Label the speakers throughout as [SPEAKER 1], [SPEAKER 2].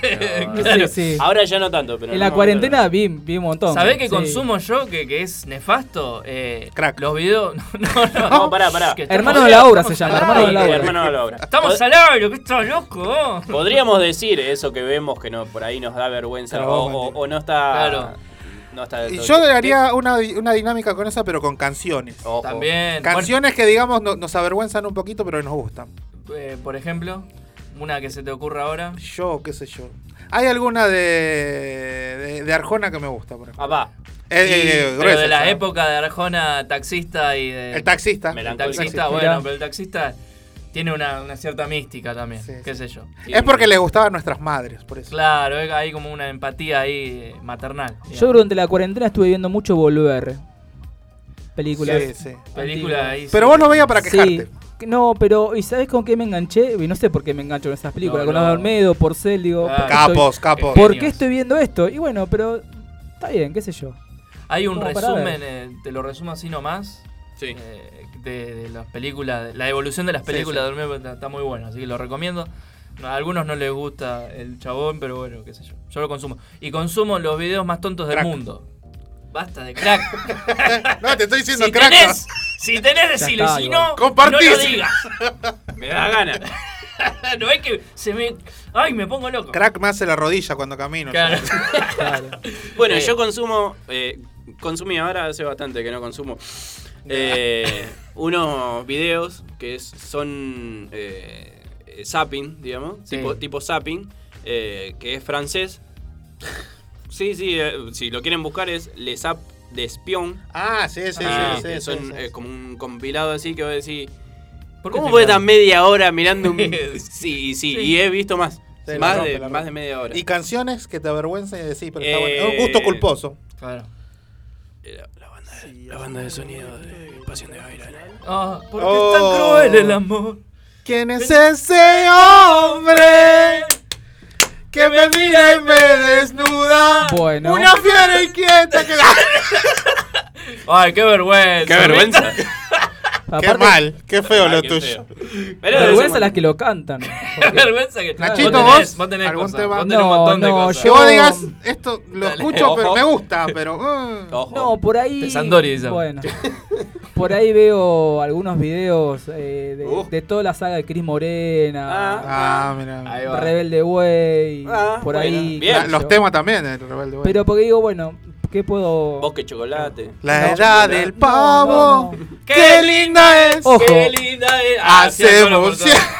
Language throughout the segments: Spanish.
[SPEAKER 1] Claro.
[SPEAKER 2] Sí.
[SPEAKER 3] Ahora ya no tanto, pero
[SPEAKER 2] En
[SPEAKER 3] no
[SPEAKER 2] la
[SPEAKER 3] me
[SPEAKER 2] cuarentena vi un montón.
[SPEAKER 1] ¿Sabés qué
[SPEAKER 2] Sí.
[SPEAKER 1] consumo yo que es nefasto?
[SPEAKER 4] Crack.
[SPEAKER 1] Los videos.
[SPEAKER 3] No, pará.
[SPEAKER 1] Que estamos-
[SPEAKER 2] Hermano de la obra se llama,
[SPEAKER 1] estamos
[SPEAKER 2] hermano de
[SPEAKER 1] al
[SPEAKER 2] la
[SPEAKER 1] aire.
[SPEAKER 2] obra.
[SPEAKER 3] Hermano de la obra.
[SPEAKER 1] Estamos al aire, que estás loco.
[SPEAKER 3] Podríamos decir eso que vemos que no por ahí nos da vergüenza
[SPEAKER 4] Pero vos,
[SPEAKER 3] o no está.
[SPEAKER 1] Claro.
[SPEAKER 3] No está del
[SPEAKER 4] Y
[SPEAKER 3] todo
[SPEAKER 4] yo
[SPEAKER 3] chido.
[SPEAKER 4] haría una dinámica con esa, pero con canciones.
[SPEAKER 3] Ojo.
[SPEAKER 1] También.
[SPEAKER 4] Canciones que, digamos, nos avergüenzan un poquito, pero que nos gustan.
[SPEAKER 1] Bueno, por ejemplo, una que se te ocurra ahora.
[SPEAKER 4] Yo, qué sé yo. Hay alguna de Arjona que me gusta, por ejemplo.
[SPEAKER 3] Ah, va.
[SPEAKER 1] Pero
[SPEAKER 4] Gruesa,
[SPEAKER 1] de la
[SPEAKER 4] ¿sabes?
[SPEAKER 1] época de Arjona, taxista y de.
[SPEAKER 4] El taxista.
[SPEAKER 1] El
[SPEAKER 3] Melancólico.
[SPEAKER 1] taxista,
[SPEAKER 2] Mirá.
[SPEAKER 1] bueno, pero el taxista tiene una cierta mística también.
[SPEAKER 4] Sí,
[SPEAKER 1] Qué
[SPEAKER 4] sí.
[SPEAKER 1] sé yo.
[SPEAKER 4] Es porque le gustaban nuestras madres, por eso.
[SPEAKER 1] Claro, hay como una empatía ahí maternal.
[SPEAKER 2] Yo durante la cuarentena estuve viendo mucho Volver. Películas.
[SPEAKER 4] Sí, sí.
[SPEAKER 1] Película ahí.
[SPEAKER 4] Pero vos lo veías para quejarte.
[SPEAKER 2] Sí. No, pero ¿y sabés con qué me enganché? Y no sé por qué me engancho con esas películas.
[SPEAKER 1] No,
[SPEAKER 2] con
[SPEAKER 1] no.
[SPEAKER 2] Olmedo, Porcel, digo.
[SPEAKER 1] Claro.
[SPEAKER 4] Capos.
[SPEAKER 2] ¿Por qué
[SPEAKER 1] Genios.
[SPEAKER 2] estoy viendo esto? Y bueno, pero está bien, qué sé yo.
[SPEAKER 1] Hay un
[SPEAKER 2] Como para
[SPEAKER 1] resumen,
[SPEAKER 2] ver.
[SPEAKER 1] te lo resumo así nomás.
[SPEAKER 3] Sí.
[SPEAKER 1] De las películas, la evolución de las películas de Olmedo está muy bueno, así que lo recomiendo. A algunos no les gusta el chabón, pero bueno, qué sé yo. Yo lo consumo. Y consumo los videos más tontos del
[SPEAKER 4] Crack.
[SPEAKER 1] mundo. Basta de crack.
[SPEAKER 4] No, te estoy diciendo
[SPEAKER 1] si
[SPEAKER 4] crack.
[SPEAKER 1] tenés, decilo.
[SPEAKER 2] está,
[SPEAKER 1] Y si
[SPEAKER 2] igual.
[SPEAKER 1] no,
[SPEAKER 4] Compartís.
[SPEAKER 1] no lo digas.
[SPEAKER 3] Me da ganas.
[SPEAKER 1] No es que se me... Ay, me pongo loco.
[SPEAKER 4] Crack me hace la rodilla cuando camino.
[SPEAKER 1] Claro.
[SPEAKER 2] Claro.
[SPEAKER 3] Bueno, yo consumo. Consumí ahora, hace bastante que no consumo. Unos videos que son zapping, digamos.
[SPEAKER 1] Sí.
[SPEAKER 3] Tipo zapping. Que es francés. Sí, si lo quieren buscar es Les Zap d'Espion.
[SPEAKER 4] Ah, sí.
[SPEAKER 3] Que son como un compilado así que vos decís.
[SPEAKER 1] ¿Por qué
[SPEAKER 3] ¿Cómo
[SPEAKER 1] te
[SPEAKER 3] puede
[SPEAKER 1] quedas?
[SPEAKER 3] estar media hora mirando un.?
[SPEAKER 1] Sí.
[SPEAKER 3] Sí, y he visto más.
[SPEAKER 4] Sí,
[SPEAKER 3] más,
[SPEAKER 4] la
[SPEAKER 3] de,
[SPEAKER 4] rompe, la
[SPEAKER 3] más
[SPEAKER 4] rompe.
[SPEAKER 3] de media hora.
[SPEAKER 4] Y canciones que te avergüenzan y decís, pero está bueno. Es un
[SPEAKER 3] Eh,
[SPEAKER 4] gusto culposo.
[SPEAKER 1] Claro.
[SPEAKER 3] La banda de sonido de Pasión de Gavilanes.
[SPEAKER 1] Ah, porque es tan cruel el amor.
[SPEAKER 4] ¿Quién es ese hombre que me mira y me desnuda?
[SPEAKER 2] Bueno.
[SPEAKER 4] Una fiera inquieta que...
[SPEAKER 1] Ay, qué vergüenza.
[SPEAKER 3] ¡Qué vergüenza!
[SPEAKER 4] Qué mal, qué feo lo
[SPEAKER 3] Qué
[SPEAKER 4] tuyo.
[SPEAKER 3] feo. Pero
[SPEAKER 2] Vergüenza las que lo cantan.
[SPEAKER 1] Qué vergüenza que
[SPEAKER 4] Nachito,
[SPEAKER 1] vos tenés
[SPEAKER 4] ¿algún
[SPEAKER 1] cosas,
[SPEAKER 4] tema?
[SPEAKER 1] vos tenés un
[SPEAKER 2] No,
[SPEAKER 1] montón de
[SPEAKER 2] no,
[SPEAKER 1] cosas.
[SPEAKER 4] Que
[SPEAKER 2] yo-
[SPEAKER 4] vos digas, esto lo
[SPEAKER 1] Dale.
[SPEAKER 4] escucho, pero
[SPEAKER 3] Ojo.
[SPEAKER 4] me gusta, pero...
[SPEAKER 3] Ojo.
[SPEAKER 2] No, por ahí.
[SPEAKER 1] Tesandori, dice.
[SPEAKER 2] Bueno. Por ahí veo algunos videos de toda la saga de Cris Morena.
[SPEAKER 4] Ah, mira.
[SPEAKER 1] Ahí va.
[SPEAKER 2] Rebelde Way.
[SPEAKER 3] Ah,
[SPEAKER 2] por
[SPEAKER 3] bueno,
[SPEAKER 2] ahí.
[SPEAKER 3] bien.
[SPEAKER 2] qué sé
[SPEAKER 4] Los
[SPEAKER 2] yo.
[SPEAKER 4] temas también, el Rebelde Way.
[SPEAKER 2] Pero porque digo, bueno, ¿qué puedo...?
[SPEAKER 3] Bosque chocolate.
[SPEAKER 4] La
[SPEAKER 3] No,
[SPEAKER 4] edad
[SPEAKER 3] chocolate.
[SPEAKER 4] del pavo,
[SPEAKER 2] No, no.
[SPEAKER 4] qué linda es.
[SPEAKER 2] Ojo.
[SPEAKER 1] Qué linda es.
[SPEAKER 4] Hacemos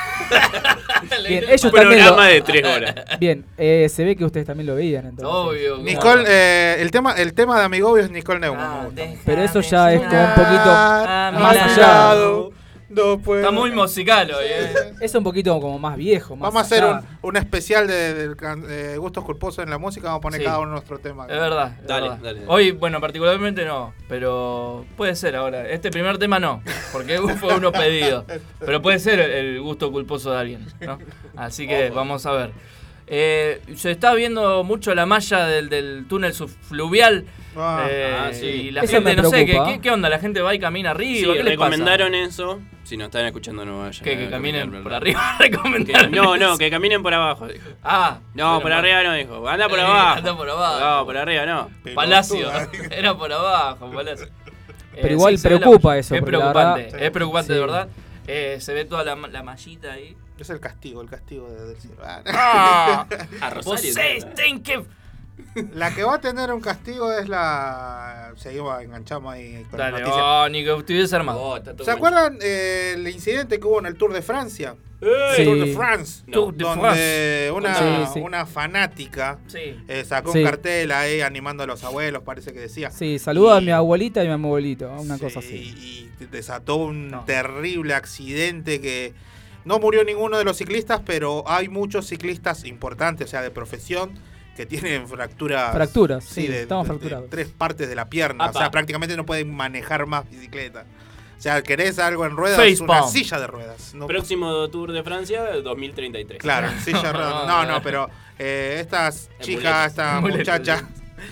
[SPEAKER 2] Bien, ellos
[SPEAKER 3] Un
[SPEAKER 2] también
[SPEAKER 3] programa
[SPEAKER 2] lo...
[SPEAKER 3] de 3 horas.
[SPEAKER 2] Bien, se ve que ustedes también lo veían entonces.
[SPEAKER 1] Obvio.
[SPEAKER 4] Nicole, el tema de Amigobios es Nicole Neumann.
[SPEAKER 1] Ah,
[SPEAKER 4] me gusta.
[SPEAKER 1] déjame
[SPEAKER 2] Pero eso ya es como un
[SPEAKER 1] soñar.
[SPEAKER 2] poquito
[SPEAKER 1] Ah,
[SPEAKER 2] más
[SPEAKER 1] mirá.
[SPEAKER 2] allá.
[SPEAKER 4] No puedo.
[SPEAKER 1] Está muy musical hoy,
[SPEAKER 2] Es un poquito como más viejo. Más
[SPEAKER 4] Vamos a hacer
[SPEAKER 2] allá.
[SPEAKER 4] un especial de gustos culposos en la música. Vamos a poner
[SPEAKER 1] Sí.
[SPEAKER 4] cada uno nuestro tema.
[SPEAKER 1] Es verdad. es
[SPEAKER 3] Dale,
[SPEAKER 1] verdad.
[SPEAKER 3] dale.
[SPEAKER 1] Hoy, bueno, particularmente no, pero puede ser ahora. Este primer tema no, porque fue uno pedido. Pero puede ser el gusto culposo de alguien, ¿no? Así que vamos a ver. Se está viendo mucho la malla del túnel subfluvial.
[SPEAKER 3] sí.
[SPEAKER 1] Y la
[SPEAKER 2] Eso
[SPEAKER 1] gente,
[SPEAKER 2] me
[SPEAKER 1] no sé,
[SPEAKER 2] preocupa.
[SPEAKER 1] ¿qué onda? ¿La gente va y camina
[SPEAKER 3] Sí,
[SPEAKER 1] arriba? ¿Qué les pasa?
[SPEAKER 3] recomendaron eso. Si nos están escuchando, no vayan.
[SPEAKER 1] Que
[SPEAKER 3] a
[SPEAKER 1] caminen
[SPEAKER 3] caminar
[SPEAKER 1] por arriba. Recomendaron
[SPEAKER 3] No,
[SPEAKER 1] eso.
[SPEAKER 3] que caminen por abajo, dijo.
[SPEAKER 1] Ah,
[SPEAKER 3] No,
[SPEAKER 1] bueno,
[SPEAKER 3] por arriba no dijo. Anda por abajo.
[SPEAKER 1] Anda por abajo.
[SPEAKER 3] No, por arriba no.
[SPEAKER 1] Palacio. Era por abajo, Palacio.
[SPEAKER 2] Pero igual
[SPEAKER 1] se ve
[SPEAKER 2] preocupa eso,
[SPEAKER 1] Es
[SPEAKER 2] porque la
[SPEAKER 1] preocupante,
[SPEAKER 2] verdad-
[SPEAKER 1] es preocupante
[SPEAKER 2] Sí.
[SPEAKER 1] de verdad. Se ve toda la mallita ahí.
[SPEAKER 4] Es el castigo del cielo.
[SPEAKER 1] Ah,
[SPEAKER 3] A Rosario.
[SPEAKER 1] ustedes tienen que...
[SPEAKER 4] La que va a tener un castigo es la... Seguimos, enganchamos ahí con la
[SPEAKER 1] Dale,
[SPEAKER 4] noticia.
[SPEAKER 1] ni que estuviese armado.
[SPEAKER 3] Oh, está todo
[SPEAKER 4] ¿Se acuerdan el incidente que hubo en el Tour de Francia?
[SPEAKER 2] Sí.
[SPEAKER 4] Tour de France.
[SPEAKER 3] No.
[SPEAKER 1] Tour de
[SPEAKER 4] Donde
[SPEAKER 2] Sí.
[SPEAKER 4] una fanática
[SPEAKER 1] Sí.
[SPEAKER 4] sacó
[SPEAKER 2] Sí.
[SPEAKER 4] un cartel ahí animando a los abuelos, parece que decía.
[SPEAKER 2] Sí, saluda a mi abuelita y a mi abuelito. Una cosa así.
[SPEAKER 4] Y desató un
[SPEAKER 1] No.
[SPEAKER 4] terrible accidente que no murió ninguno de los ciclistas, pero hay muchos ciclistas importantes, o sea, de profesión, que tienen fracturas.
[SPEAKER 2] Fracturas, sí,
[SPEAKER 4] de
[SPEAKER 2] estamos fracturados.
[SPEAKER 4] 3 partes de la pierna. O
[SPEAKER 3] Apa.
[SPEAKER 4] sea, prácticamente no pueden manejar más bicicleta. O sea, querés algo en ruedas, una
[SPEAKER 1] Facepalm.
[SPEAKER 4] silla de ruedas. No,
[SPEAKER 3] Próximo Tour de Francia, 2033.
[SPEAKER 4] claro, silla de ruedas. No, pero esta chica, esta
[SPEAKER 1] Muletas.
[SPEAKER 4] muchacha,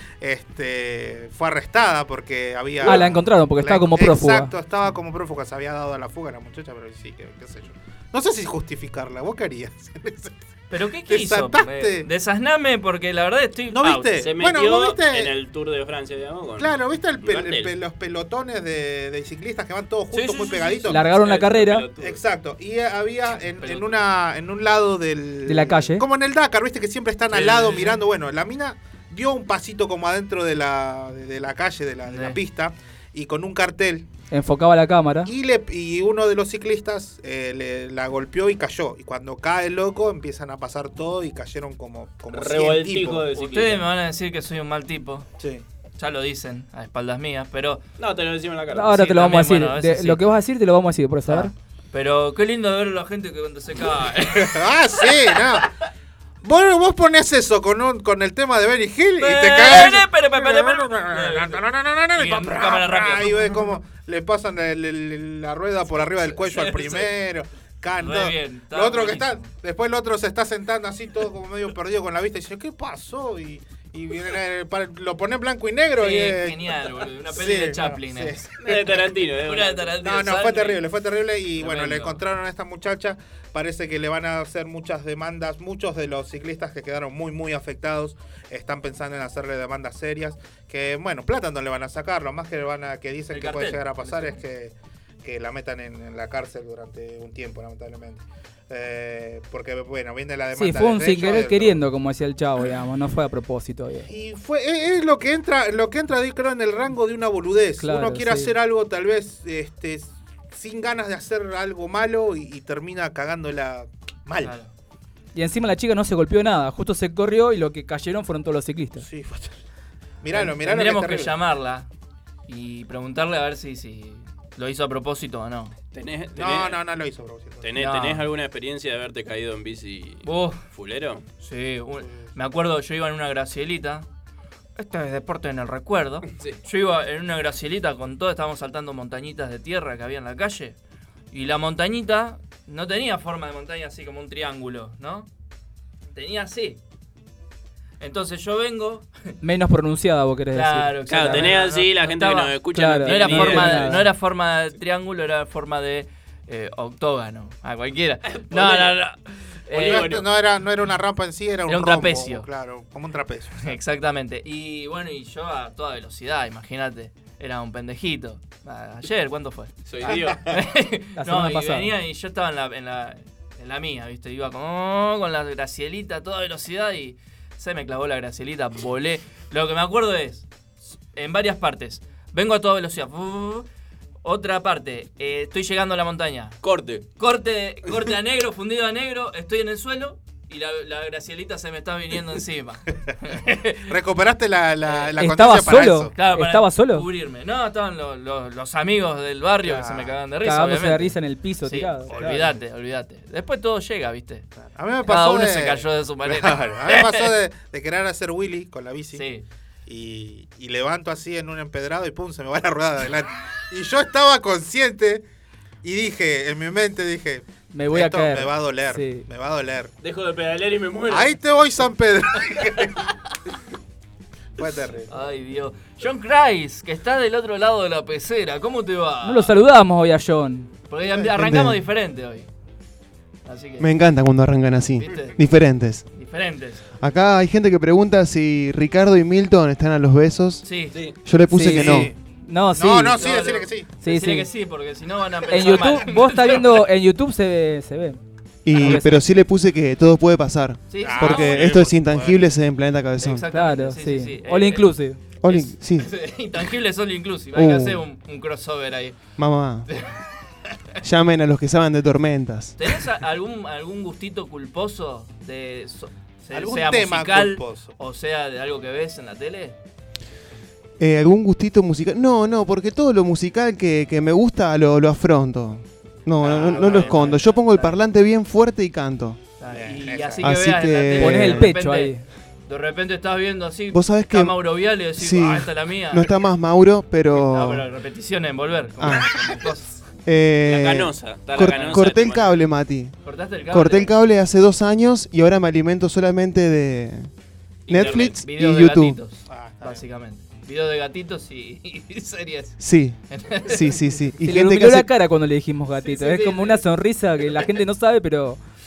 [SPEAKER 4] fue arrestada porque había...
[SPEAKER 2] Ah, la encontraron porque estaba como prófuga.
[SPEAKER 4] Exacto, estaba como prófuga, se había dado a la fuga la muchacha, pero sí, qué sé yo. No sé si justificarla, ¿vos qué harías?
[SPEAKER 1] ¿Pero qué hizo?
[SPEAKER 4] Desataste.
[SPEAKER 1] Desasname porque la verdad estoy...
[SPEAKER 4] ¿No viste?
[SPEAKER 3] Se
[SPEAKER 4] Bueno,
[SPEAKER 3] metió
[SPEAKER 4] ¿vos viste?
[SPEAKER 3] en el Tour de Francia, digamos.
[SPEAKER 4] Claro, ¿viste
[SPEAKER 3] cartel.
[SPEAKER 4] los pelotones de ciclistas que van todos
[SPEAKER 1] Sí,
[SPEAKER 4] juntos,
[SPEAKER 1] sí,
[SPEAKER 4] muy
[SPEAKER 1] sí,
[SPEAKER 4] pegaditos?
[SPEAKER 2] Largaron la carrera.
[SPEAKER 4] Exacto. Y había en un lado
[SPEAKER 2] De la calle.
[SPEAKER 4] Como en el Dakar, ¿viste? Que siempre están al lado mirando. Bueno, la mina dio un pasito como adentro de la calle, de la pista, y con un cartel.
[SPEAKER 2] Enfocaba la cámara.
[SPEAKER 4] Y uno de los ciclistas la golpeó y cayó. Y cuando cae el loco, empiezan a pasar todo y cayeron como 100
[SPEAKER 3] Revoltijo
[SPEAKER 4] tipos.
[SPEAKER 3] de ciclista.
[SPEAKER 1] Ustedes me van a decir que soy un mal tipo.
[SPEAKER 4] Sí.
[SPEAKER 1] Ya lo dicen a espaldas mías, pero...
[SPEAKER 3] No, te lo decimos en la cara.
[SPEAKER 2] Ahora
[SPEAKER 1] Sí,
[SPEAKER 2] te lo vamos a decir.
[SPEAKER 1] también, bueno, a veces sí.
[SPEAKER 2] Lo que vas a decir te lo vamos a decir, por saber.
[SPEAKER 1] Pero qué lindo ver a la gente que cuando se cae.
[SPEAKER 4] Ah, sí, no. Vos ponés eso con el tema de Benny Hill y te caes. Y ves cómo le pasan la rueda por arriba del cuello al primero. Canta. Lo otro que está, después el otro se está sentando así todo como medio perdido con la vista y dice, ¿qué pasó? Y lo pone en blanco y negro.
[SPEAKER 1] Sí,
[SPEAKER 4] y
[SPEAKER 1] es genial, boludo. Una peli de Chaplin.
[SPEAKER 4] sí.
[SPEAKER 1] Es.
[SPEAKER 3] De Tarantino,
[SPEAKER 1] Una de Tarantino.
[SPEAKER 4] No, fue terrible. Y bueno, le
[SPEAKER 1] Tremendo.
[SPEAKER 4] encontraron a esta muchacha. Parece que le van a hacer muchas demandas. Muchos de los ciclistas que quedaron muy afectados están pensando en hacerle demandas serias. Que bueno, plata no le van a sacar. Lo más que dicen
[SPEAKER 1] El
[SPEAKER 4] que puede
[SPEAKER 1] cartel,
[SPEAKER 4] llegar a pasar es
[SPEAKER 1] parece.
[SPEAKER 4] que la metan en la cárcel durante un tiempo, lamentablemente. Porque bueno, viene la demanda.
[SPEAKER 2] Sí, fue un
[SPEAKER 4] de
[SPEAKER 2] sin
[SPEAKER 4] ellos,
[SPEAKER 2] querer
[SPEAKER 4] de-
[SPEAKER 2] queriendo, como decía el chavo, digamos. No fue a propósito.
[SPEAKER 4] Y es lo que entra, creo, en el rango de una boludez.
[SPEAKER 2] Claro,
[SPEAKER 4] Uno quiere
[SPEAKER 2] sí.
[SPEAKER 4] hacer algo tal vez sin ganas de hacer algo malo y termina cagándola mal.
[SPEAKER 1] Claro.
[SPEAKER 2] Y encima la chica no se golpeó nada. Justo se corrió y lo que cayeron fueron todos los ciclistas.
[SPEAKER 4] Sí, miralo,
[SPEAKER 1] Tendríamos
[SPEAKER 4] es
[SPEAKER 1] que
[SPEAKER 4] terrible.
[SPEAKER 1] llamarla y preguntarle a ver si lo hizo a propósito o no.
[SPEAKER 4] No lo hizo a propósito.
[SPEAKER 3] ¿Tenés alguna experiencia de haberte caído en bici
[SPEAKER 1] Uf.
[SPEAKER 3] fulero?
[SPEAKER 1] Sí, me acuerdo, yo iba en una gracielita. Este es deporte en el recuerdo.
[SPEAKER 3] Sí.
[SPEAKER 1] Yo iba en una gracielita con todo, estábamos saltando montañitas de tierra que había en la calle. Y la montañita no tenía forma de montaña así como un triángulo, ¿no? Tenía así. Entonces yo vengo.
[SPEAKER 2] Menos pronunciada, vos querés
[SPEAKER 1] Claro,
[SPEAKER 3] Claro, tenés así, la gente que nos escucha
[SPEAKER 2] claro.
[SPEAKER 3] no
[SPEAKER 1] No era,
[SPEAKER 3] tiene ni
[SPEAKER 1] forma
[SPEAKER 3] idea.
[SPEAKER 1] no era forma de triángulo, era forma de octógono. A cualquiera. No.
[SPEAKER 4] No era una rampa en sí, era un
[SPEAKER 1] Era un
[SPEAKER 4] rombo,
[SPEAKER 1] trapecio.
[SPEAKER 4] Claro, como un trapecio.
[SPEAKER 1] Exactamente. Y bueno, y yo a toda velocidad, imagínate. Era un pendejito. Ayer, ¿cuándo fue?
[SPEAKER 3] Soy Dios.
[SPEAKER 2] La
[SPEAKER 1] No,
[SPEAKER 2] semana
[SPEAKER 1] y
[SPEAKER 2] pasada.
[SPEAKER 1] venía y yo estaba en la mía, ¿viste? Iba como con la gracielita a toda velocidad y se me clavó la gracielita, volé. Lo que me acuerdo es, en varias partes, vengo a toda velocidad. Otra parte, estoy llegando a la montaña.
[SPEAKER 3] Corte.
[SPEAKER 1] Corte a negro, fundido a negro, estoy en el suelo y la gracielita se me está viniendo encima.
[SPEAKER 4] Recuperaste la
[SPEAKER 2] ¿Estaba
[SPEAKER 4] conciencia para
[SPEAKER 2] solo?
[SPEAKER 4] eso.
[SPEAKER 1] Claro, para
[SPEAKER 2] ¿Estaba solo?
[SPEAKER 1] Cubrirme. No, estaban los amigos del barrio que se me cagaban de risa.
[SPEAKER 2] Cagándose de
[SPEAKER 1] obviamente.
[SPEAKER 2] risa en el piso,
[SPEAKER 1] Sí,
[SPEAKER 2] tirado.
[SPEAKER 1] olvídate. Después todo llega, ¿viste?
[SPEAKER 4] A mí me pasó
[SPEAKER 1] Cada uno
[SPEAKER 4] de-
[SPEAKER 1] se cayó de su manera.
[SPEAKER 4] Claro, a mí me pasó de querer hacer Willy con la bici.
[SPEAKER 1] Sí.
[SPEAKER 4] Y levanto así en un empedrado y pum, se me va la rueda de adelante. Y yo estaba consciente y dije, en mi mente dije,
[SPEAKER 2] Me voy a
[SPEAKER 4] esto
[SPEAKER 2] caer.
[SPEAKER 4] me va a doler,
[SPEAKER 2] Sí.
[SPEAKER 4] me va a doler.
[SPEAKER 3] Dejo de pedalear y me muero.
[SPEAKER 4] Ahí te voy, San Pedro. Fue terrible.
[SPEAKER 1] Ay, Dios. John Christ, que está del otro lado de la pecera. ¿Cómo te va?
[SPEAKER 2] No lo saludamos hoy a John.
[SPEAKER 1] Porque arrancamos diferente hoy. Así que,
[SPEAKER 5] Me encanta cuando arrancan así.
[SPEAKER 1] ¿viste?
[SPEAKER 5] Diferentes.
[SPEAKER 1] Diferentes.
[SPEAKER 5] Acá hay gente que pregunta si Ricardo y Milton están a los besos.
[SPEAKER 1] Sí.
[SPEAKER 3] Sí.
[SPEAKER 5] Yo le puse
[SPEAKER 2] Sí,
[SPEAKER 5] que
[SPEAKER 2] sí.
[SPEAKER 5] no.
[SPEAKER 2] No, sí.
[SPEAKER 4] No, sí,
[SPEAKER 1] No,
[SPEAKER 4] decirle
[SPEAKER 1] no.
[SPEAKER 4] que sí.
[SPEAKER 2] Sí,
[SPEAKER 1] Decirle
[SPEAKER 2] sí.
[SPEAKER 1] que sí, porque si no van a pensar
[SPEAKER 2] En YouTube,
[SPEAKER 1] mal.
[SPEAKER 2] vos estás viendo, en YouTube se ve.
[SPEAKER 5] Pero sí le puse que todo puede pasar.
[SPEAKER 1] Sí,
[SPEAKER 4] Ah,
[SPEAKER 5] Porque
[SPEAKER 4] bueno,
[SPEAKER 5] esto es
[SPEAKER 4] por
[SPEAKER 5] intangible en Planeta Cabezón.
[SPEAKER 1] Exactamente.
[SPEAKER 2] Claro, sí.
[SPEAKER 1] sí.
[SPEAKER 2] All inclusive.
[SPEAKER 5] Sí,
[SPEAKER 1] Intangible solo inclusive. Hay que
[SPEAKER 5] Uh.
[SPEAKER 1] hacer un crossover ahí.
[SPEAKER 5] mamá. Llamen a los que saben de tormentas.
[SPEAKER 1] ¿Tenés algún gustito culposo de
[SPEAKER 4] Algún
[SPEAKER 1] sea
[SPEAKER 4] tema
[SPEAKER 1] musical
[SPEAKER 4] culposo.
[SPEAKER 1] o sea de algo que ves en la tele?
[SPEAKER 5] ¿Algún gustito musical? No, porque todo lo musical que me gusta lo afronto. No lo escondo. Yo pongo el parlante bien fuerte y canto.
[SPEAKER 1] Y
[SPEAKER 4] Bien,
[SPEAKER 1] así
[SPEAKER 5] esa.
[SPEAKER 1] que
[SPEAKER 5] Así
[SPEAKER 1] veas en
[SPEAKER 5] que-
[SPEAKER 1] la tele,
[SPEAKER 2] Pones
[SPEAKER 1] de
[SPEAKER 2] el pecho
[SPEAKER 1] repente-
[SPEAKER 2] ahí.
[SPEAKER 1] De repente estás viendo así,
[SPEAKER 5] Vos sabés que
[SPEAKER 1] está Mauro Viale y decís,
[SPEAKER 5] sí,
[SPEAKER 1] esta es la mía.
[SPEAKER 5] no está más Mauro,
[SPEAKER 1] No, pero repeticiones en volver. Como cosas.
[SPEAKER 3] La canosa. Está la canosa.
[SPEAKER 5] corté el cable, Mati.
[SPEAKER 1] ¿Cortaste el cable?
[SPEAKER 5] Corté el cable hace 2 años y ahora me alimento solamente de
[SPEAKER 3] Internet.
[SPEAKER 5] Netflix
[SPEAKER 1] Videos
[SPEAKER 5] y
[SPEAKER 1] de
[SPEAKER 5] YouTube.
[SPEAKER 1] gatitos,
[SPEAKER 4] Ah, está bien.
[SPEAKER 1] básicamente. Videos de gatitos y series.
[SPEAKER 5] Sí. Y
[SPEAKER 2] Se le
[SPEAKER 5] gente que
[SPEAKER 2] iluminó la
[SPEAKER 5] hace...
[SPEAKER 2] cara cuando le dijimos gatito.
[SPEAKER 1] Sí,
[SPEAKER 2] es
[SPEAKER 1] sí,
[SPEAKER 2] como
[SPEAKER 1] sí.
[SPEAKER 2] una sonrisa que la gente no sabe, pero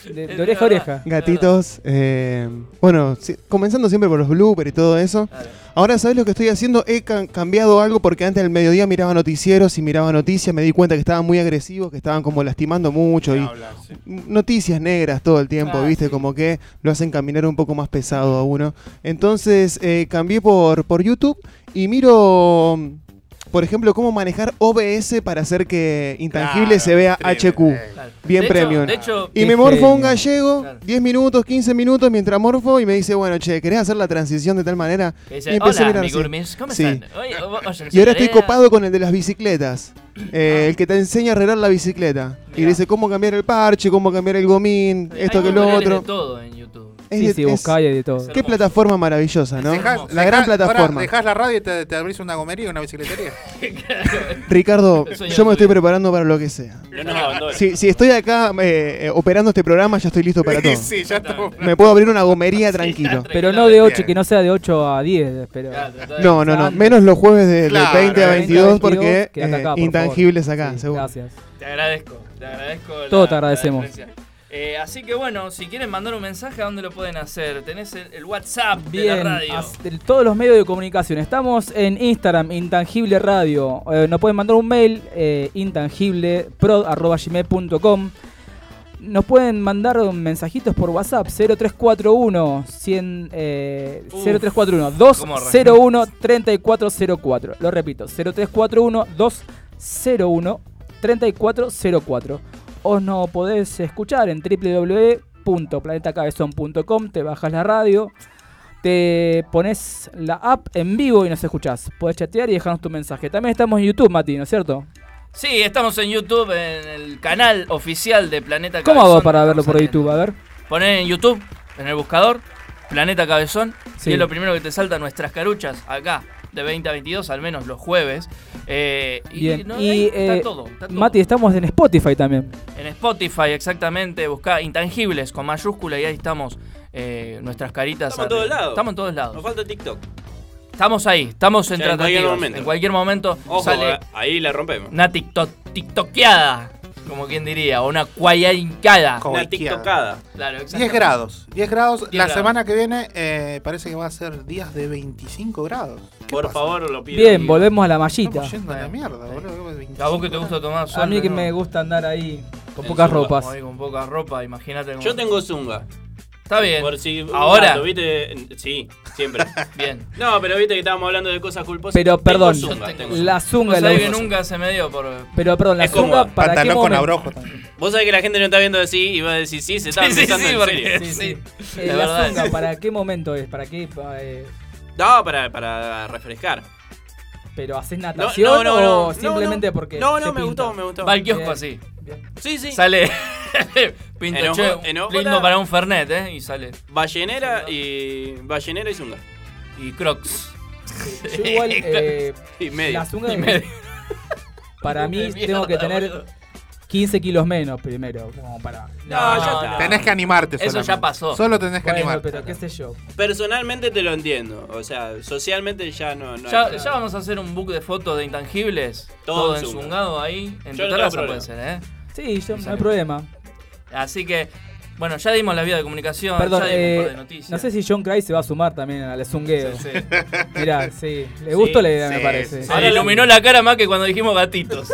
[SPEAKER 2] de oreja a oreja.
[SPEAKER 5] Gatitos. Bueno, comenzando siempre por los bloopers y todo eso. Ahora, ¿sabes lo que estoy haciendo? He cambiado algo porque antes del mediodía miraba noticieros y miraba noticias. Me di cuenta que estaban muy agresivos, que estaban como lastimando mucho. Noticias negras todo el tiempo, ¿viste? Sí. Como que lo hacen caminar un poco más pesado a uno. Entonces, cambié por YouTube y miro... Por ejemplo, cómo manejar OBS para hacer que Intangible se vea HQ. Bien de premium.
[SPEAKER 1] Hecho,
[SPEAKER 5] y me morfo un gallego, 10 minutos, 15 minutos mientras morfo y me dice, bueno, che, ¿querés hacer la transición de tal manera?
[SPEAKER 1] Dice,
[SPEAKER 5] y empecé
[SPEAKER 1] hola,
[SPEAKER 5] a mirar
[SPEAKER 1] Migurmis, ¿cómo
[SPEAKER 5] sí.
[SPEAKER 1] están?
[SPEAKER 5] Y ahora estoy copado con el de las bicicletas. El que te enseña a arreglar la bicicleta. Mirá. Y dice cómo cambiar el parche, cómo cambiar el gomín, esto que lo otro.
[SPEAKER 1] De todo en YouTube.
[SPEAKER 2] Sí, buscá y de todo.
[SPEAKER 5] Qué plataforma maravillosa, ¿no? La gran plataforma.
[SPEAKER 4] Dejás la radio y te abrís una gomería, una bicicletería.
[SPEAKER 5] Ricardo, yo me estoy preparando para lo que sea. Si estoy acá operando este programa, ya estoy listo para todo.
[SPEAKER 4] Sí, ya estamos.
[SPEAKER 5] Me puedo abrir una gomería tranquilo.
[SPEAKER 2] Pero no de 8, que no sea de 8 a 10. Pero...
[SPEAKER 5] No. Menos los jueves de 20 a 22 porque acá, Intangibles acá, seguro.
[SPEAKER 2] Gracias.
[SPEAKER 1] Te agradezco.
[SPEAKER 2] Todo te agradecemos.
[SPEAKER 1] Así que bueno, si quieren mandar un mensaje, ¿a dónde lo pueden hacer? Tenés el WhatsApp de la radio.
[SPEAKER 2] Todos los medios de comunicación. Estamos en Instagram, Intangible Radio. Nos pueden mandar un mail, intangiblepro@gmail.com. Nos pueden mandar mensajitos por WhatsApp, 0341 201 3404. Lo repito, 0341 201 3404. O nos podés escuchar en www.planetacabezón.com. Te bajas la radio, te pones la app en vivo y nos escuchás. Podés chatear y dejarnos tu mensaje. También estamos en YouTube, Mati, ¿no es cierto?
[SPEAKER 1] Sí, estamos en YouTube, en el canal oficial de Planeta Cabezón.
[SPEAKER 2] ¿Cómo hago para verlo por YouTube? A ver.
[SPEAKER 1] Poné en YouTube, en el buscador, Planeta Cabezón.
[SPEAKER 2] Sí.
[SPEAKER 1] Y es lo primero que te salta, nuestras caruchas acá. De 20 a 22, al menos los jueves.
[SPEAKER 2] Bien.
[SPEAKER 1] Está todo.
[SPEAKER 2] Mati, estamos en Spotify también.
[SPEAKER 1] En Spotify, exactamente. Buscá Intangibles con mayúscula y ahí estamos. Nuestras caritas.
[SPEAKER 3] Estamos en todos lados.
[SPEAKER 1] Estamos en todos lados.
[SPEAKER 3] Nos falta TikTok.
[SPEAKER 1] Estamos ahí, estamos en tratativas. En cualquier momento.
[SPEAKER 3] Ojo,
[SPEAKER 1] sale
[SPEAKER 3] ahí la rompemos.
[SPEAKER 1] una tiktokeada, como quien diría, o una cuayaicada.
[SPEAKER 3] Una tiktokada.
[SPEAKER 1] Claro,
[SPEAKER 4] 10 grados. 10 grados.
[SPEAKER 1] 10
[SPEAKER 4] la
[SPEAKER 1] grados.
[SPEAKER 4] semana que viene parece que va a ser días de 25 grados.
[SPEAKER 3] Por favor, lo pido.
[SPEAKER 2] Bien, volvemos a la mallita.
[SPEAKER 4] Estamos yendo a la mierda, boludo.
[SPEAKER 1] ¿A vos que te gusta tomar sol?
[SPEAKER 2] A mí que
[SPEAKER 1] no?
[SPEAKER 2] me gusta andar ahí con
[SPEAKER 1] En
[SPEAKER 2] pocas
[SPEAKER 1] zunga,
[SPEAKER 2] ropas.
[SPEAKER 1] ahí con poca ropa, imagínate.
[SPEAKER 3] Yo tengo zunga.
[SPEAKER 1] Está bien.
[SPEAKER 3] Por si
[SPEAKER 1] ahora.
[SPEAKER 3] Rato, ¿viste? Sí, siempre.
[SPEAKER 1] Bien.
[SPEAKER 3] No, pero viste que estábamos hablando de cosas culposas.
[SPEAKER 2] Pero perdón,
[SPEAKER 3] Tengo
[SPEAKER 2] la zunga
[SPEAKER 1] Vos sabés que
[SPEAKER 2] la
[SPEAKER 1] nunca se me dio por.
[SPEAKER 2] Pero perdón, la
[SPEAKER 3] Es como
[SPEAKER 2] zunga para qué
[SPEAKER 4] Pantalón con
[SPEAKER 2] momento.
[SPEAKER 4] abrojo también.
[SPEAKER 3] Vos sabés que la gente no está viendo así y va a decir sí, se está pensando en
[SPEAKER 1] porque-
[SPEAKER 3] serio.
[SPEAKER 1] sí.
[SPEAKER 2] La
[SPEAKER 1] verdad.
[SPEAKER 2] zunga para qué momento es, para qué
[SPEAKER 3] No, para refrescar.
[SPEAKER 2] pero haces natación o simplemente porque
[SPEAKER 3] No,
[SPEAKER 2] te
[SPEAKER 3] me
[SPEAKER 2] pinta?
[SPEAKER 3] gustó.
[SPEAKER 1] Va al kiosco
[SPEAKER 2] Bien.
[SPEAKER 1] así.
[SPEAKER 2] Bien.
[SPEAKER 3] Sí.
[SPEAKER 1] Sale. Pinto,
[SPEAKER 3] En
[SPEAKER 1] che,
[SPEAKER 3] ojo-
[SPEAKER 1] lindo para un Fernet, Y sale.
[SPEAKER 3] Ballenera y zunga.
[SPEAKER 1] Y Crocs.
[SPEAKER 2] Yo igual
[SPEAKER 3] Y medio.
[SPEAKER 2] la zunga
[SPEAKER 1] Y medio.
[SPEAKER 2] para mí
[SPEAKER 1] De
[SPEAKER 2] tengo que
[SPEAKER 1] mierda,
[SPEAKER 2] tener
[SPEAKER 1] boludo.
[SPEAKER 2] 15 kilos menos primero, como para.
[SPEAKER 3] No, ya está.
[SPEAKER 4] Tenés que animarte
[SPEAKER 1] Eso
[SPEAKER 4] solamente.
[SPEAKER 1] ya pasó.
[SPEAKER 4] Solo tenés que
[SPEAKER 2] Bueno,
[SPEAKER 4] animarte.
[SPEAKER 2] pero qué sé yo.
[SPEAKER 3] Personalmente te lo entiendo. O sea, socialmente ya no.
[SPEAKER 1] Ya,
[SPEAKER 3] hay-
[SPEAKER 1] ya vamos a hacer un book de fotos de intangibles.
[SPEAKER 3] Todo
[SPEAKER 1] Todo
[SPEAKER 3] en zunga.
[SPEAKER 1] enzungado ahí. En
[SPEAKER 3] Yo
[SPEAKER 1] tu
[SPEAKER 3] no tengo
[SPEAKER 1] terraza
[SPEAKER 3] problema.
[SPEAKER 1] puede ser,
[SPEAKER 2] Sí, yo, no hay
[SPEAKER 1] sale.
[SPEAKER 2] problema.
[SPEAKER 1] Así que, bueno, ya dimos la vía de comunicación.
[SPEAKER 2] Perdón,
[SPEAKER 1] ya dimos un par de noticias.
[SPEAKER 2] no sé si John Cry se va a sumar también al zungueo.
[SPEAKER 1] Sí.
[SPEAKER 2] Mirá, sí. Le gustó la idea,
[SPEAKER 4] sí,
[SPEAKER 2] me parece.
[SPEAKER 4] sí.
[SPEAKER 1] Se le iluminó la cara más que cuando dijimos gatitos.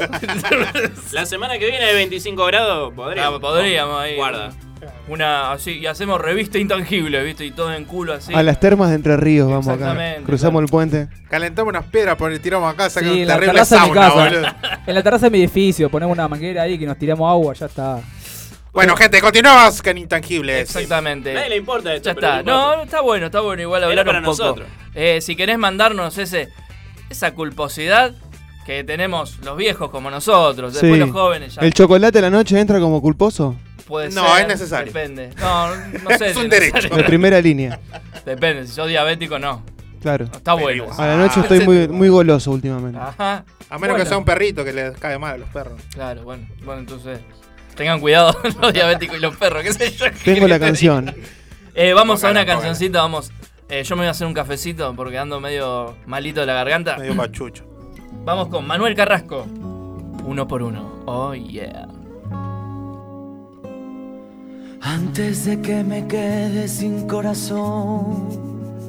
[SPEAKER 3] La semana que viene de 25 grados podríamos.
[SPEAKER 1] Podríamos ahí.
[SPEAKER 3] Guarda.
[SPEAKER 1] Una así, y hacemos revista intangible, ¿viste? Y todo en culo así.
[SPEAKER 5] A las termas de Entre Ríos vamos acá.
[SPEAKER 1] Exactamente,
[SPEAKER 5] Cruzamos
[SPEAKER 1] claro.
[SPEAKER 5] el puente.
[SPEAKER 4] Calentamos unas piedras, tiramos acá, saca
[SPEAKER 2] Sí,
[SPEAKER 4] un
[SPEAKER 2] en la
[SPEAKER 4] terrible
[SPEAKER 2] terraza de mi
[SPEAKER 4] sauna,
[SPEAKER 2] casa.
[SPEAKER 4] boludo.
[SPEAKER 2] En la terraza de mi edificio, ponemos una manguera ahí que nos tiramos agua, ya está.
[SPEAKER 4] Bueno, gente, continuamos con Intangibles.
[SPEAKER 1] Exactamente.
[SPEAKER 3] Nadie le importa esto.
[SPEAKER 1] Ya
[SPEAKER 3] pero
[SPEAKER 1] está. No, está bueno igual hablar
[SPEAKER 3] para
[SPEAKER 1] un poco.
[SPEAKER 3] nosotros.
[SPEAKER 1] Si querés mandarnos esa culposidad que tenemos los viejos como nosotros, después
[SPEAKER 5] Sí.
[SPEAKER 1] los jóvenes ya
[SPEAKER 5] ¿El chocolate a la noche entra como culposo?
[SPEAKER 1] puede
[SPEAKER 4] No,
[SPEAKER 1] ser.
[SPEAKER 4] es necesario.
[SPEAKER 1] Depende. No sé.
[SPEAKER 4] Es
[SPEAKER 1] si
[SPEAKER 4] un derecho.
[SPEAKER 1] necesario.
[SPEAKER 5] De primera línea.
[SPEAKER 1] Depende, si sos diabético no.
[SPEAKER 5] Claro.
[SPEAKER 1] Está
[SPEAKER 4] Pero
[SPEAKER 1] bueno.
[SPEAKER 4] igual.
[SPEAKER 5] A la noche estoy muy goloso últimamente.
[SPEAKER 1] Ajá.
[SPEAKER 4] A menos
[SPEAKER 1] Bueno.
[SPEAKER 4] que sea un perrito que les cae mal a los perros.
[SPEAKER 1] Claro, bueno, entonces tengan cuidado los diabéticos y los perros, qué sé yo. ¿qué
[SPEAKER 5] Tengo
[SPEAKER 1] querés
[SPEAKER 5] la
[SPEAKER 1] que te
[SPEAKER 5] canción.
[SPEAKER 1] diga? Vamos a
[SPEAKER 4] Póngala,
[SPEAKER 1] una cancioncita, vamos. Yo me voy a hacer un cafecito porque ando medio malito de la garganta.
[SPEAKER 4] Medio pachucho.
[SPEAKER 1] Vamos con Manuel Carrasco. Uno por uno. Oh yeah.
[SPEAKER 6] Antes de que me quede sin corazón,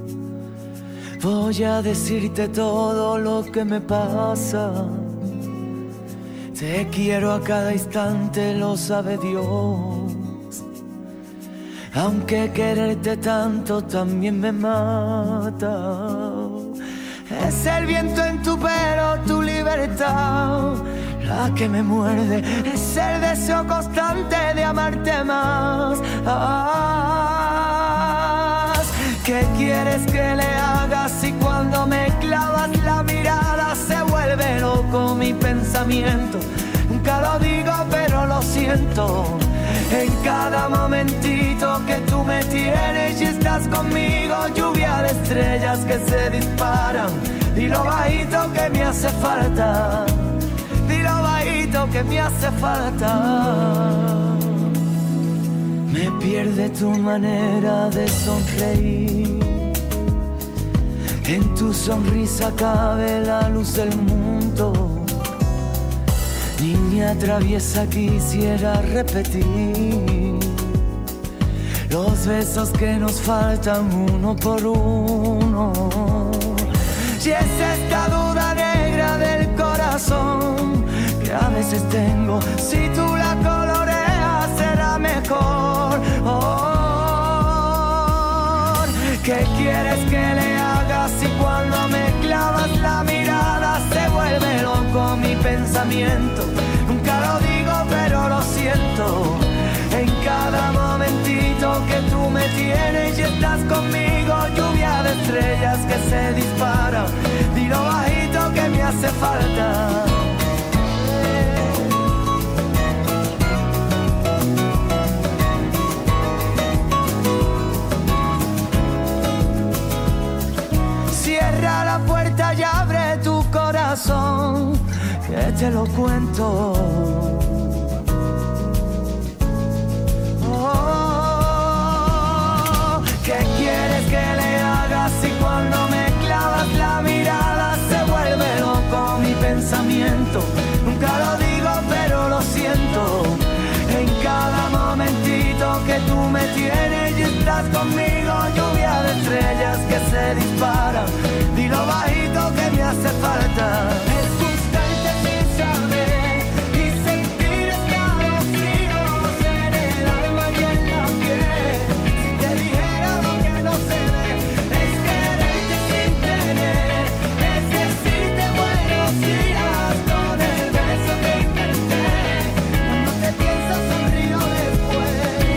[SPEAKER 6] voy a decirte todo lo que me pasa. Te quiero a cada instante, lo sabe Dios. Aunque quererte tanto también me mata. Es el viento en tu pelo, tu libertad, la que me muerde. Es el deseo constante de amarte más. ¿Qué quieres que le haga si cuando me clavas la mirada se vuelve loco mi pensamiento? Nunca lo digo pero lo siento. En cada momentito que tú me tienes y estás conmigo, lluvia de estrellas que se disparan. Dilo bajito que me hace falta. Dilo bajito que me hace falta. Me pierde tu manera de sonreír. En tu sonrisa cabe la luz del mundo. Niña traviesa, quisiera repetir los besos que nos faltan uno por uno. Y es esta duda negra del corazón que a veces tengo. Si tú la coloreas será mejor. ¿Qué quieres que le haga si cuando me clavas la mirada se vuelve loco mi pensamiento? Nunca lo digo pero lo siento. En cada momentito que tú me tienes y estás conmigo, lluvia de estrellas que se disparan. Dilo bajito que me hace falta. Cierra la puerta y abre tu corazón, que te lo cuento. ¿Qué quieres que le haga si cuando me clavas la mirada se vuelve loco mi pensamiento? Nunca lo digo pero lo siento. En cada momentito que tú me tienes y estás conmigo, lluvia de estrellas que se disparan. Dilo bajito que me hace falta. Es gustarte sin saber y sentir escalofríos en el alma y en la piel. Si te dijera lo que no se ve, es quererte sin tener, es decirte buenos días con el beso que inventé. Cuando te pienso sonrío después.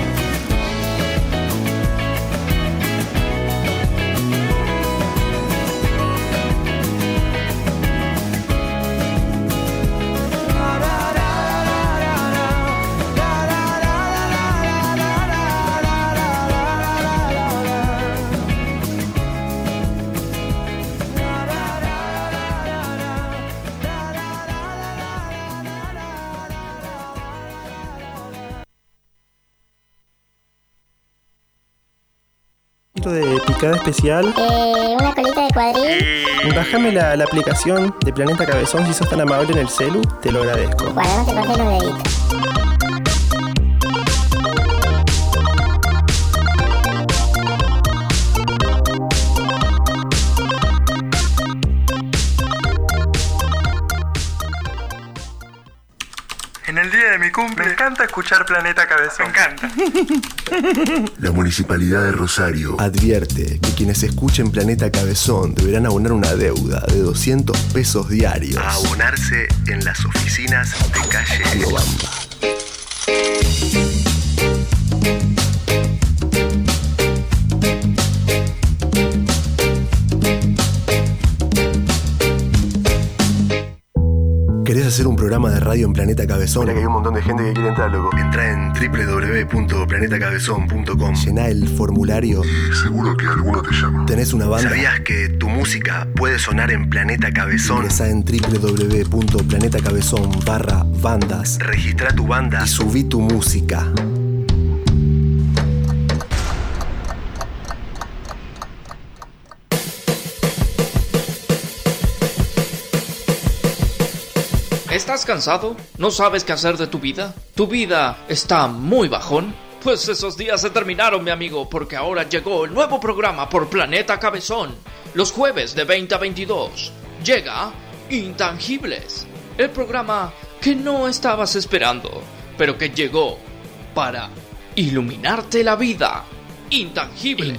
[SPEAKER 7] De picada especial.
[SPEAKER 8] Una colita de cuadril.
[SPEAKER 7] Bájame la aplicación de Planeta Cabezón si sos tan amable en el celu, te lo agradezco.
[SPEAKER 8] Bueno, no te pases los deditos.
[SPEAKER 7] En el día de mi cumple me encanta escuchar Planeta Cabezón. Me encanta.
[SPEAKER 9] La Municipalidad de Rosario
[SPEAKER 10] advierte que quienes escuchen Planeta Cabezón deberán abonar una deuda de 200 pesos diarios.
[SPEAKER 9] A abonarse en las oficinas de calle
[SPEAKER 10] Riobamba. ¿Querés hacer un programa de radio en Planeta Cabezón?
[SPEAKER 9] Mira que hay un montón de gente que quiere entrar, loco. Entra en www.planetacabezón.com.
[SPEAKER 10] Llená el formulario
[SPEAKER 9] y seguro que alguno te llama.
[SPEAKER 10] ¿Tenés una banda?
[SPEAKER 9] ¿Sabías que tu música puede sonar en Planeta Cabezón?
[SPEAKER 10] Ingresá en www.planetacabezón.com/bandas.
[SPEAKER 9] Registrá tu banda
[SPEAKER 10] y subí tu música.
[SPEAKER 1] ¿Estás cansado? ¿No sabes qué hacer de tu vida? ¿Tu vida está muy bajón?
[SPEAKER 11] Pues esos días se terminaron, mi amigo, porque ahora llegó el nuevo programa por Planeta Cabezón. Los jueves de 20 a 22 llega Intangibles, el programa que no estabas esperando, pero que llegó para iluminarte la vida. Intangibles.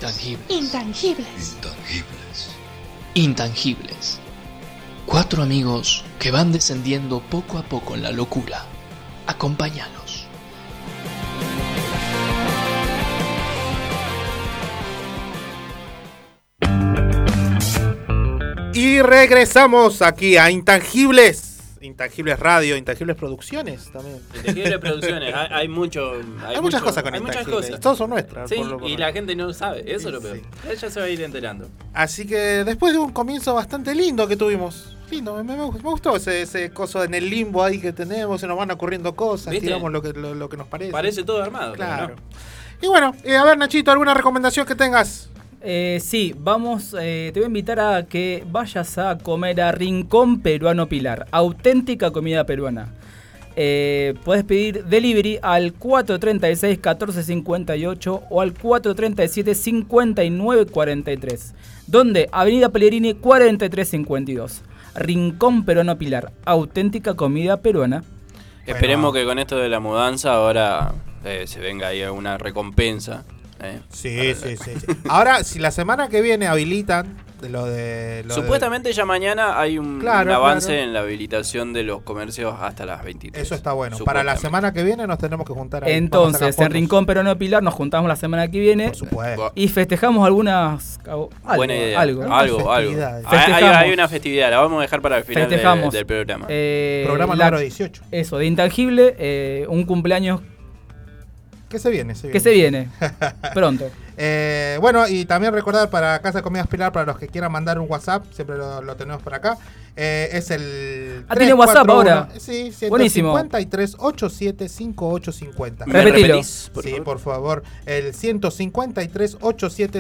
[SPEAKER 11] Intangibles. 4 amigos que van descendiendo poco a poco en la locura. Acompáñanos.
[SPEAKER 4] Y regresamos aquí a Intangibles. Intangibles Radio, Intangibles Producciones también.
[SPEAKER 3] Intangibles Producciones, hay
[SPEAKER 4] muchas cosas con Intangibles. Todos son nuestras.
[SPEAKER 3] Sí, y la gente no sabe, eso es lo peor. Ella se va a ir enterando.
[SPEAKER 4] Así que después de un comienzo bastante lindo que tuvimos, lindo, me gustó ese coso en el limbo ahí que tenemos, se nos van ocurriendo cosas,
[SPEAKER 3] ¿viste?
[SPEAKER 4] tiramos lo que nos parece.
[SPEAKER 3] Parece todo armado.
[SPEAKER 4] Claro.
[SPEAKER 3] ¿No?
[SPEAKER 4] Y bueno, a ver, Nachito, ¿alguna recomendación que tengas?
[SPEAKER 2] Sí, vamos, te voy a invitar a que vayas a comer a Rincón Peruano Pilar, auténtica comida peruana. Puedes pedir delivery al 436-1458 o al 437-5943, donde Avenida Pellegrini 4352. Rincón Peruano Pilar, auténtica comida peruana.
[SPEAKER 3] Esperemos que con esto de la mudanza ahora se venga ahí una recompensa.
[SPEAKER 4] Sí. Ahora, si la semana que viene habilitan
[SPEAKER 3] supuestamente ya mañana hay un avance en la habilitación de los comercios hasta las 23.
[SPEAKER 4] Eso está bueno. Para la semana que viene nos tenemos que juntar ahí.
[SPEAKER 2] Entonces, en Rincón Peruano Pilar nos juntamos la semana que viene.
[SPEAKER 4] Por supuesto.
[SPEAKER 2] Y festejamos algunas...
[SPEAKER 3] Buena idea. Algo.
[SPEAKER 2] Festejamos.
[SPEAKER 3] Hay una festividad, la vamos a dejar para el final del programa.
[SPEAKER 4] Programa número 18.
[SPEAKER 2] Eso, de Intangible, un cumpleaños...
[SPEAKER 4] ¿Qué se viene?
[SPEAKER 2] Que se viene. Pronto.
[SPEAKER 4] Bueno, y también recordar para Casa de Comidas Pilar, para los que quieran mandar un WhatsApp, siempre lo tenemos por acá. Es el...
[SPEAKER 2] ¿tiene WhatsApp ahora?
[SPEAKER 4] Sí,
[SPEAKER 2] 153
[SPEAKER 4] 87 5850.
[SPEAKER 2] Repetilo.
[SPEAKER 4] Sí, por favor. El 153 87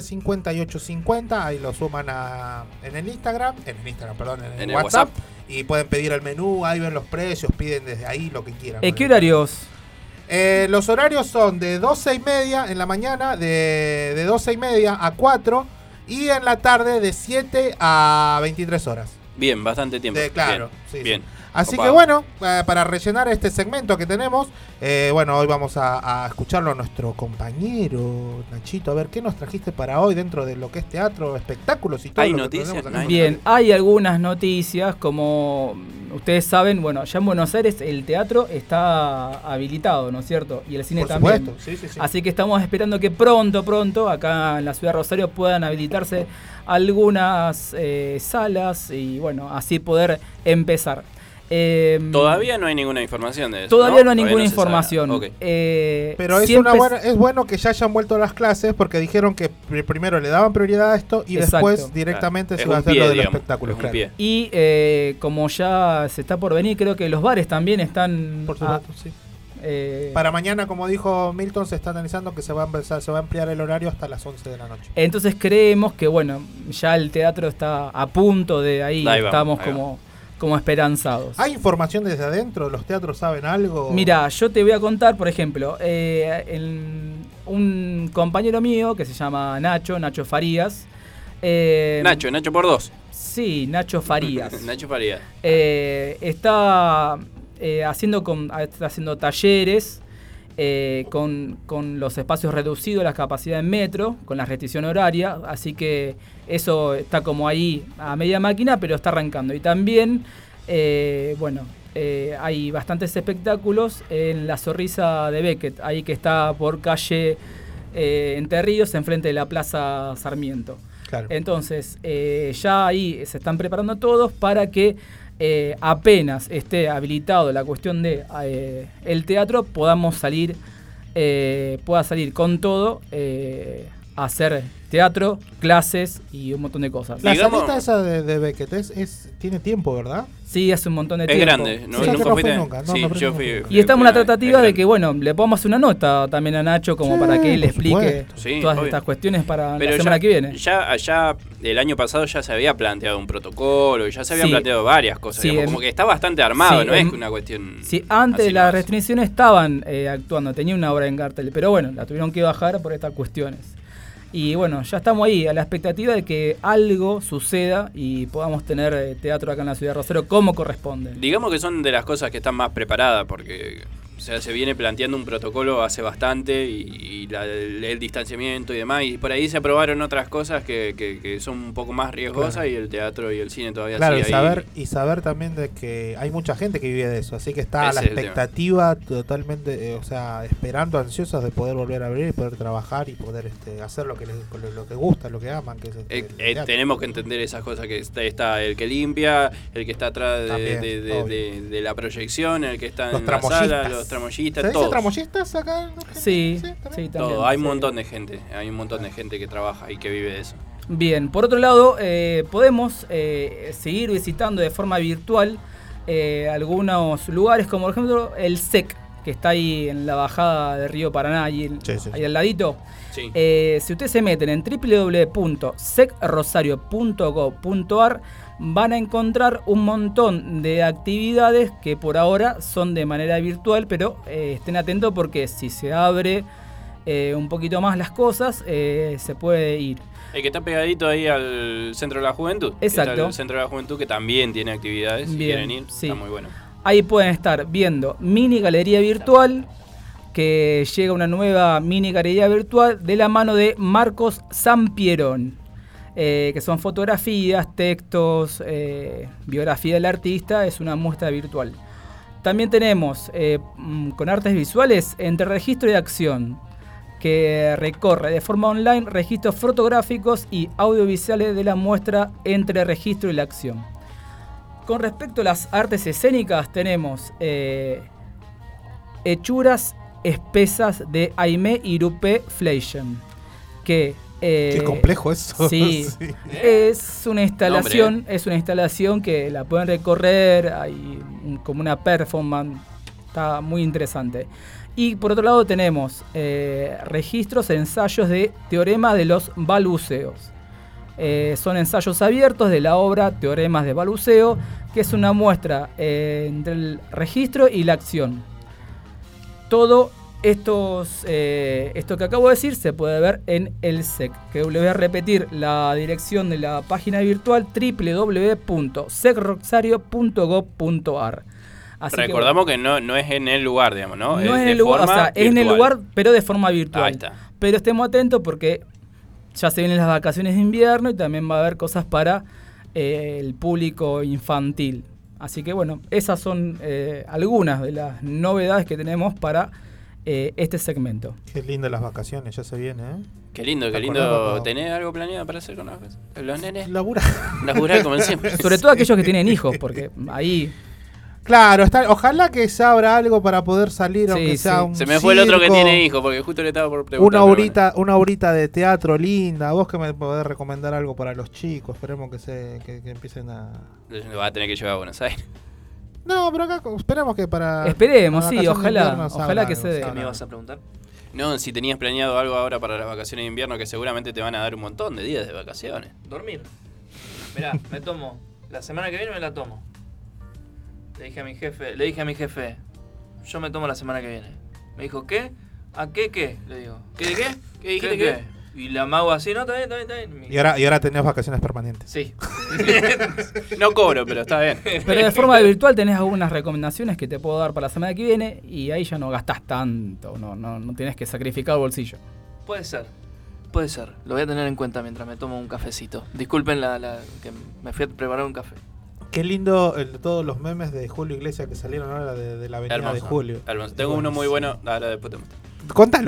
[SPEAKER 4] 5850. Ahí lo suman en el Instagram. En el WhatsApp. Y pueden pedir el menú, ahí ven los precios, piden desde ahí lo que quieran.
[SPEAKER 2] ¿Qué horarios?
[SPEAKER 4] Los horarios son de 12:30 en la mañana, de 12:30 a 4, y en la tarde de 7 a 23 horas.
[SPEAKER 3] Bien, bastante tiempo.
[SPEAKER 4] Claro,
[SPEAKER 3] bien.
[SPEAKER 4] Así que bueno, para rellenar este segmento que tenemos, hoy vamos a escucharlo a nuestro compañero Nachito. A ver, ¿qué nos trajiste para hoy dentro de lo que es teatro, espectáculos y todo?
[SPEAKER 3] ¿Hay noticias?
[SPEAKER 2] Bien, hay algunas noticias, como ustedes saben, ya en Buenos Aires el teatro está habilitado, ¿no es cierto? Y el cine
[SPEAKER 4] por
[SPEAKER 2] también.
[SPEAKER 4] Supuesto, sí.
[SPEAKER 2] Así que estamos esperando que pronto, acá en la ciudad de Rosario, puedan habilitarse algunas salas y así poder empezar.
[SPEAKER 3] Todavía no hay ninguna información de eso.
[SPEAKER 2] Todavía no hay ninguna información.
[SPEAKER 3] Okay.
[SPEAKER 4] Pero es bueno que ya hayan vuelto a las clases, porque dijeron que primero le daban prioridad a esto y después directamente se va a hacer lo del espectáculo.
[SPEAKER 2] Y como ya se está por venir, creo que los bares también están...
[SPEAKER 4] Por supuesto, sí. Para mañana, como dijo Milton, se está analizando que se va a ampliar el horario hasta las 11 de la noche.
[SPEAKER 2] Entonces creemos que ya el teatro está a punto de ahí estamos como esperanzados.
[SPEAKER 4] ¿Hay información desde adentro? ¿Los teatros saben algo?
[SPEAKER 2] Mira, yo te voy a contar, por ejemplo, un compañero mío que se llama Nacho Farías.
[SPEAKER 3] Nacho por 2.
[SPEAKER 2] Sí, Nacho Farías.
[SPEAKER 3] Nacho Farías.
[SPEAKER 2] Está haciendo talleres con los espacios reducidos, las capacidades en metro, con la restricción horaria, así que eso está como ahí a media máquina, pero está arrancando. Y también, hay bastantes espectáculos en la Zorrilla de Beckett, ahí que está por calle Entre Ríos, enfrente de la Plaza Sarmiento.
[SPEAKER 4] Claro.
[SPEAKER 2] Entonces, ya ahí se están preparando todos para que apenas esté habilitado la cuestión de el teatro, pueda salir con todo hacer teatro, clases y un montón de cosas.
[SPEAKER 12] La salita esa de Beckett tiene tiempo, ¿verdad?
[SPEAKER 2] Sí, hace un montón de tiempo.
[SPEAKER 3] Es grande,
[SPEAKER 2] Sí.
[SPEAKER 3] nunca fuiste.
[SPEAKER 12] Nunca. No,
[SPEAKER 3] Sí,
[SPEAKER 12] no
[SPEAKER 3] yo fui.
[SPEAKER 2] Y estamos en la tratativa de que, bueno, le podamos hacer una nota también a Nacho como para que él explique todas estas cuestiones para la semana que viene.
[SPEAKER 3] Ya allá, el año pasado ya se había planteado un protocolo, ya se habían planteado varias cosas.
[SPEAKER 2] Sí,
[SPEAKER 3] digamos, como que está bastante armado, no es una cuestión.
[SPEAKER 2] Sí, antes de las restricciones estaban actuando, tenía una obra en cartel, pero bueno, la tuvieron que bajar por estas cuestiones. Y bueno, ya estamos ahí, a la expectativa de que algo suceda y podamos tener teatro acá en la ciudad de Rosario como corresponde.
[SPEAKER 3] Digamos que son de las cosas que están más preparadas, porque o sea, se viene planteando un protocolo hace bastante y el distanciamiento y demás, y por ahí se aprobaron otras cosas que son un poco más riesgosas, y el teatro y el cine todavía sigue ahí.
[SPEAKER 12] Y saber también de que hay mucha gente que vive de eso, así que está a la expectativa totalmente, o sea, esperando, ansiosos de poder volver a abrir y poder trabajar y poder hacer lo que gusta, lo que aman. Que es
[SPEAKER 3] tenemos que entender esas cosas, que está el que limpia, el que está atrás de la proyección, el que está en la sala, los tramoyistas, todos.
[SPEAKER 12] ¿Tramoyistas acá?
[SPEAKER 2] Sí,
[SPEAKER 3] también. Todo. Hay un montón de gente, que trabaja y que vive de eso.
[SPEAKER 2] Bien, por otro lado, podemos seguir visitando de forma virtual algunos lugares, como por ejemplo el SEC, que está ahí en la bajada de Río Paraná, ahí al ladito.
[SPEAKER 3] Sí.
[SPEAKER 2] Si ustedes se meten en www.secrosario.gov.ar, van a encontrar un montón de actividades que por ahora son de manera virtual, pero estén atentos porque si se abre un poquito más las cosas, se puede ir.
[SPEAKER 3] El que está pegadito ahí al Centro de la Juventud.
[SPEAKER 2] Exacto.
[SPEAKER 3] Está el Centro de la Juventud, que también tiene actividades. Si quieren ir,
[SPEAKER 2] sí.
[SPEAKER 3] Está muy bueno.
[SPEAKER 2] Ahí pueden estar viendo mini galería virtual, que llega una nueva mini galería virtual de la mano de Marcos Sampierón, que son fotografías, textos, biografía del artista, es una muestra virtual. También tenemos con artes visuales Entre Registro y Acción, que recorre de forma online registros fotográficos y audiovisuales de la muestra Entre Registro y la Acción. Con respecto a las artes escénicas, tenemos Hechuras espesas de Aimé Irupé Fleischen, que
[SPEAKER 12] qué complejo eso.
[SPEAKER 2] Sí, sí. Es una instalación que la pueden recorrer, hay como una performance, está muy interesante. Y por otro lado tenemos registros, ensayos de Teorema de los balbuceos. Son ensayos abiertos de la obra Teoremas de Balbuceo, que es una muestra entre el registro y la acción. Todo esto que acabo de decir se puede ver en el SEC, que le voy a repetir la dirección de la página virtual: www.secrosario.gov.ar.
[SPEAKER 3] Recordamos que no es en el lugar, digamos, ¿no?
[SPEAKER 2] No es en el lugar, o sea, es en el lugar, pero de forma virtual.
[SPEAKER 3] Ahí está.
[SPEAKER 2] Pero estemos atentos porque ya se vienen las vacaciones de invierno y también va a haber cosas para el público infantil. Así que bueno, esas son algunas de las novedades que tenemos para este segmento.
[SPEAKER 12] Qué lindo las vacaciones, ya se viene, ¿eh?
[SPEAKER 3] Qué lindo, qué lindo. ¿Tenés algo planeado para hacer con los nenes?
[SPEAKER 12] Laburar
[SPEAKER 3] como siempre.
[SPEAKER 2] Sobre todo aquellos que tienen hijos, porque ahí...
[SPEAKER 12] Claro, ojalá que se abra algo para poder salir, aunque sea un
[SPEAKER 3] Se me fue el otro que tiene hijos, porque justo le estaba por preguntar.
[SPEAKER 12] Una horita de teatro linda. Vos que me podés recomendar algo para los chicos. Esperemos que empiecen a...
[SPEAKER 3] Va a tener que llevar a Buenos Aires.
[SPEAKER 12] No, pero acá esperemos que para...
[SPEAKER 2] Esperemos, sí, ojalá que se dé.
[SPEAKER 3] ¿Qué me ibas a preguntar? No, si tenías planeado algo ahora para las vacaciones de invierno, que seguramente te van a dar un montón de días de vacaciones.
[SPEAKER 1] Dormir. Mirá, me tomo. La semana que viene me la tomo. Le dije a mi jefe, yo me tomo la semana que viene. Me dijo, ¿qué? ¿A qué? Le digo.
[SPEAKER 3] ¿Qué de qué? ¿Qué dijiste qué?
[SPEAKER 1] Y la mago así, no, está bien.
[SPEAKER 12] Y ahora tenés vacaciones permanentes.
[SPEAKER 1] Sí.
[SPEAKER 3] No cobro, pero está bien.
[SPEAKER 2] Pero de forma virtual tenés algunas recomendaciones que te puedo dar para la semana que viene y ahí ya no gastás tanto, no tenés que sacrificar el bolsillo.
[SPEAKER 1] Puede ser. Lo voy a tener en cuenta mientras me tomo un cafecito. Disculpen que me fui a preparar un café.
[SPEAKER 12] Qué lindo todos los memes de Julio Iglesias que salieron ahora de la avenida de Julio.
[SPEAKER 3] Hermoso. Tengo uno muy bueno, ahora después te muestro.
[SPEAKER 12] Contalo.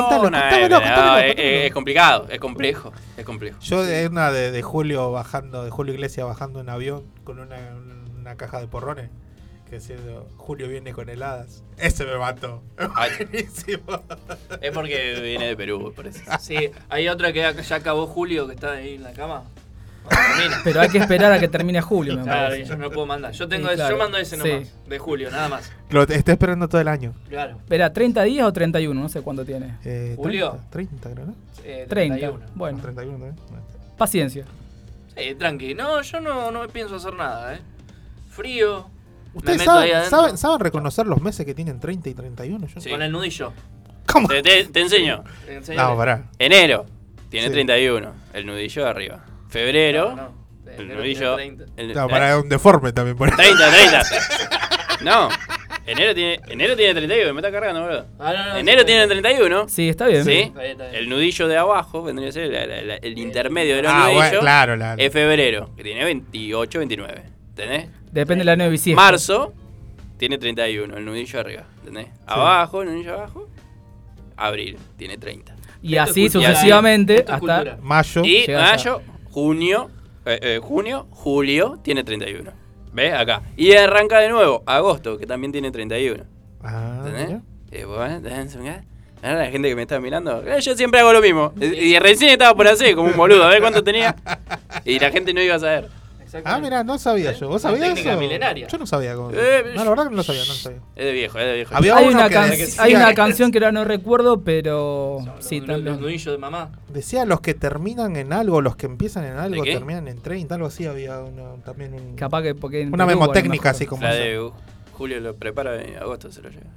[SPEAKER 3] Es complicado, es complejo.
[SPEAKER 12] Yo es una de Julio Iglesias bajando en avión con una caja de porrones, Que siendo Julio viene con heladas. Ese me mató. Buenísimo.
[SPEAKER 3] Es porque viene de Perú, por eso.
[SPEAKER 1] Sí, hay otra que ya acabó Julio, que está ahí en la cama.
[SPEAKER 2] Pero hay que esperar a que termine julio, me
[SPEAKER 1] Claro,
[SPEAKER 2] parece.
[SPEAKER 1] yo no puedo mandar. Yo tengo
[SPEAKER 2] Sí,
[SPEAKER 1] ese,
[SPEAKER 2] claro.
[SPEAKER 1] yo mando ese nomás,
[SPEAKER 2] Sí.
[SPEAKER 1] de Julio, nada más.
[SPEAKER 12] Lo está esperando todo el año.
[SPEAKER 1] Claro.
[SPEAKER 2] Espera, ¿30 días o 31? No sé cuánto tiene.
[SPEAKER 1] Julio.
[SPEAKER 12] 30 creo, ¿no?
[SPEAKER 2] 30.
[SPEAKER 1] 31.
[SPEAKER 2] Bueno,
[SPEAKER 12] 31 también.
[SPEAKER 2] paciencia.
[SPEAKER 1] Sí, tranqui. No, yo no me pienso hacer nada, Frío.
[SPEAKER 12] ¿Ustedes
[SPEAKER 1] me meto ahí adentro.
[SPEAKER 12] saben reconocer los meses que tienen 30 y 31? Yo
[SPEAKER 1] Sí. Con el nudillo.
[SPEAKER 12] ¿Cómo?
[SPEAKER 3] Te enseño.
[SPEAKER 12] No, pará.
[SPEAKER 3] Enero tiene
[SPEAKER 12] Sí.
[SPEAKER 3] 31, el nudillo de arriba. Febrero,
[SPEAKER 1] No,
[SPEAKER 3] el
[SPEAKER 1] enero
[SPEAKER 3] nudillo.
[SPEAKER 1] tiene 30.
[SPEAKER 12] No, para un deforme también. Por
[SPEAKER 3] 30. No, enero tiene 31, me está cargando, boludo. Enero tiene 31.
[SPEAKER 2] Sí, está bien.
[SPEAKER 3] ¿Sí?
[SPEAKER 1] Está bien.
[SPEAKER 3] El nudillo de abajo, vendría a ser el intermedio de los
[SPEAKER 12] Ah,
[SPEAKER 3] nudillos.
[SPEAKER 12] bueno, claro.
[SPEAKER 3] Es febrero, que tiene 28, 29. ¿Entendés?
[SPEAKER 2] Depende del año de bisiesto.
[SPEAKER 3] Marzo tiene 31, el nudillo arriba. ¿Entendés? Abajo, el nudillo abajo. Abril tiene 30.
[SPEAKER 2] Y así sucesivamente hasta
[SPEAKER 12] mayo.
[SPEAKER 3] Y
[SPEAKER 2] llegas
[SPEAKER 3] mayo, junio, julio tiene 31. ¿Ves? Acá. Y arranca de nuevo agosto, que también tiene 31. ¿Entendés? Ahora la gente que me está mirando, yo siempre hago lo mismo. Y recién estaba por hacer como un boludo, a ver cuánto tenía. Y la gente no iba a saber.
[SPEAKER 12] Ah, mira, no sabía yo. ¿Vos sabías
[SPEAKER 1] técnica
[SPEAKER 12] eso?
[SPEAKER 1] milenaria.
[SPEAKER 12] Yo no sabía cómo. No, la verdad que no lo sabía,
[SPEAKER 3] Es de viejo, es de viejo.
[SPEAKER 12] Había
[SPEAKER 2] hay
[SPEAKER 12] uno
[SPEAKER 2] una,
[SPEAKER 12] que decía
[SPEAKER 2] hay una
[SPEAKER 12] que-
[SPEAKER 2] canción que ahora no recuerdo, pero sí,
[SPEAKER 1] Los
[SPEAKER 2] también.
[SPEAKER 1] nudillos de mamá.
[SPEAKER 12] Decía los que terminan en algo, los que empiezan en algo,
[SPEAKER 3] qué?
[SPEAKER 12] terminan en 30, algo así. Había también un.
[SPEAKER 2] Capaz que porque en
[SPEAKER 12] Una
[SPEAKER 2] Perú,
[SPEAKER 12] memotécnica
[SPEAKER 2] a lo mejor.
[SPEAKER 12] así como
[SPEAKER 3] La
[SPEAKER 12] esa.
[SPEAKER 3] de Julio lo prepara en agosto, se lo lleva.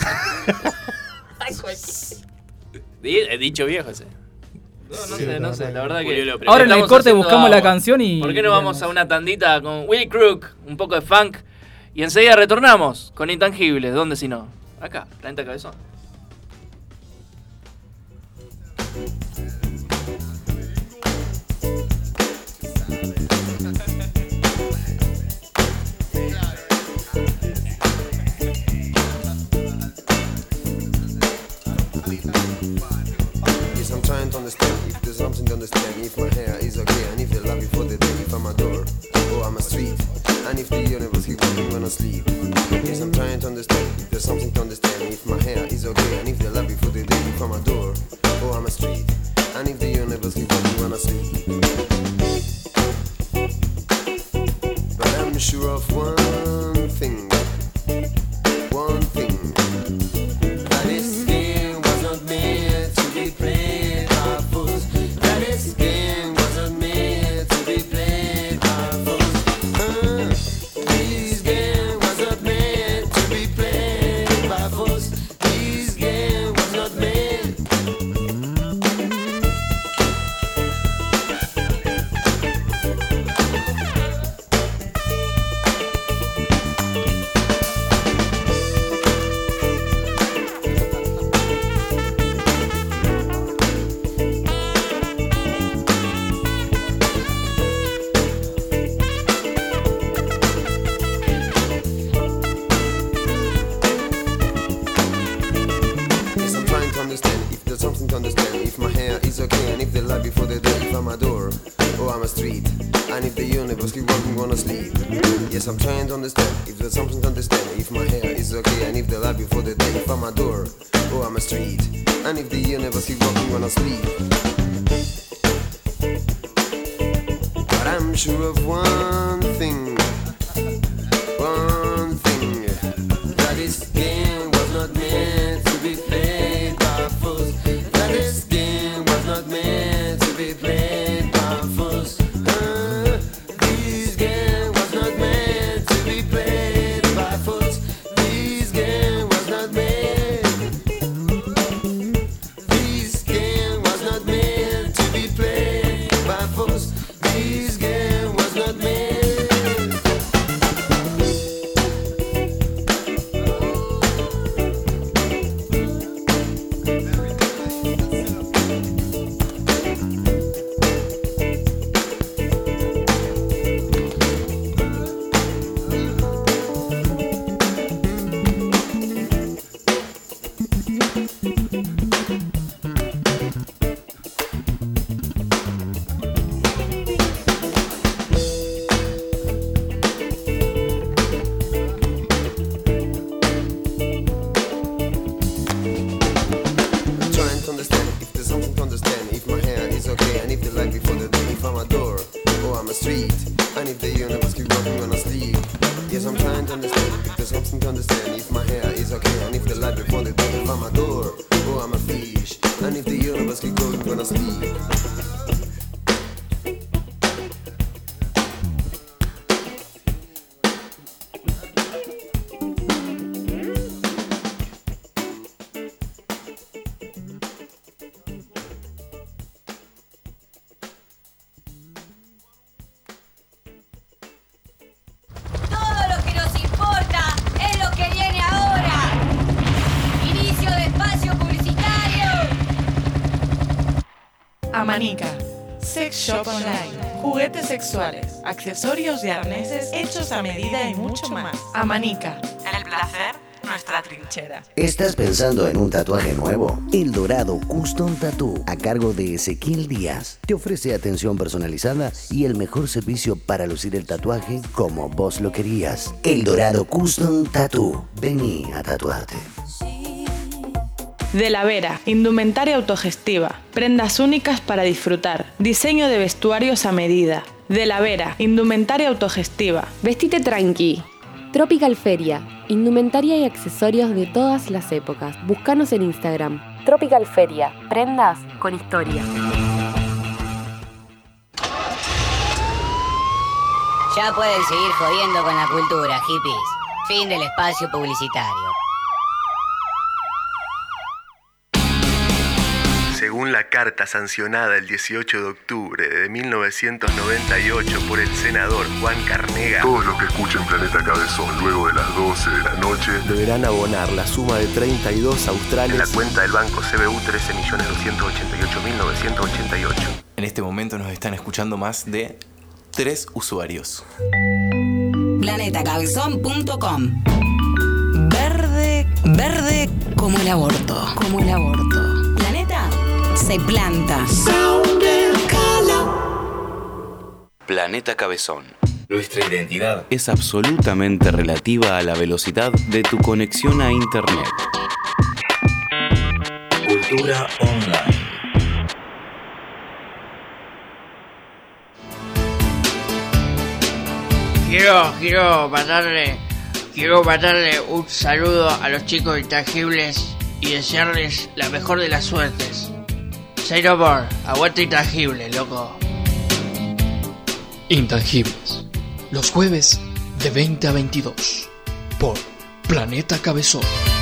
[SPEAKER 3] He dicho viejo ese.
[SPEAKER 1] No sé, la verdad que.
[SPEAKER 3] Julio lo prepara.
[SPEAKER 2] Ahora en el
[SPEAKER 1] Estamos
[SPEAKER 2] corte
[SPEAKER 1] haciendo
[SPEAKER 2] buscamos la
[SPEAKER 1] agua.
[SPEAKER 2] canción y.
[SPEAKER 1] ¿Por qué no vamos a una tandita con Willy Crook, un poco de funk? Y enseguida retornamos con Intangibles. ¿Dónde si no? Acá, Planeta Cabezón.
[SPEAKER 10] Yes, I'm trying to understand if there's something to understand. If my hair is okay, and if you love me for the day, if I'm a door, or I'm a street, and if the universe keeps walking when I sleep. Yes, I'm trying to understand if there's something to understand. If my hair is okay, and if you love me for the day, if I'm a door, or I'm a street, and if the universe keeps walking when I sleep. But I'm sure of one thing. One thing. That this game was not meant to be played by fools. That this game was not meant to be played by fools. This game was not meant to be played by fools. This game was not meant. Yes, I'm trying to understand if there's something to understand. If my hair is okay, and if the light before the day, if I'm a door, or I'm a street, and if the universe keep walking when I sleep. Yes, I'm trying to understand if there's something to understand. If my hair is okay, and if the light before the day, if I'm a door, or I'm a street, and if the universe keep walking when I sleep. But I'm sure of one thing. One thing. That this game was not meant to be played by fools. That this game was not meant to be played by fools. This game was not meant to be played by fools. This game was not meant. This game was not meant to be played by fools. This game was not meant. I'm a street. And if the universe keep going, I'm gonna sleep. Yes, I'm trying to understand, if there's something to understand. If my hair is okay, and if the light before the door, if I'm a door, oh, I'm a fish. And if the universe keep going, I'm gonna sleep.
[SPEAKER 13] Amanica, Sex Shop Online, juguetes sexuales, accesorios y arneses hechos a medida y mucho más. Amanica, en el placer, nuestra trinchera.
[SPEAKER 14] ¿Estás pensando en un tatuaje nuevo? El Dorado Custom Tattoo, a cargo de Ezequiel Díaz, te ofrece atención personalizada y el mejor servicio para lucir el tatuaje como vos lo querías. El Dorado Custom Tattoo, vení a tatuarte.
[SPEAKER 13] De la Vera, indumentaria autogestiva, prendas únicas para disfrutar, diseño de vestuarios a medida. De la Vera, indumentaria autogestiva.
[SPEAKER 15] Vestite tranqui. Tropical Feria, indumentaria y accesorios de todas las épocas. Búscanos en Instagram. Tropical Feria, prendas con historia.
[SPEAKER 16] Ya pueden seguir jodiendo con la cultura, hippies. Fin del espacio publicitario.
[SPEAKER 9] Según la carta sancionada el 18 de octubre de 1998 por el senador Juan Carnega,
[SPEAKER 17] todos los que escuchen Planeta Cabezón luego de las 12 de la noche
[SPEAKER 9] deberán abonar la suma de 32 australes en la cuenta del banco CBU 13.288.988.
[SPEAKER 18] En este momento nos están escuchando más de 3 usuarios.
[SPEAKER 19] Planetacabezón.com. Verde como el aborto. Como el aborto. Planeta se planta.
[SPEAKER 18] Planeta Cabezón. Nuestra identidad es absolutamente relativa a la velocidad de tu conexión a Internet. Cultura online.
[SPEAKER 20] Quiero mandarle un saludo a los chicos intangibles y desearles la mejor de las suertes. Say no more, aguanta Intangible, loco.
[SPEAKER 11] Intangibles, los jueves de 20 a 22 por Planeta Cabezón.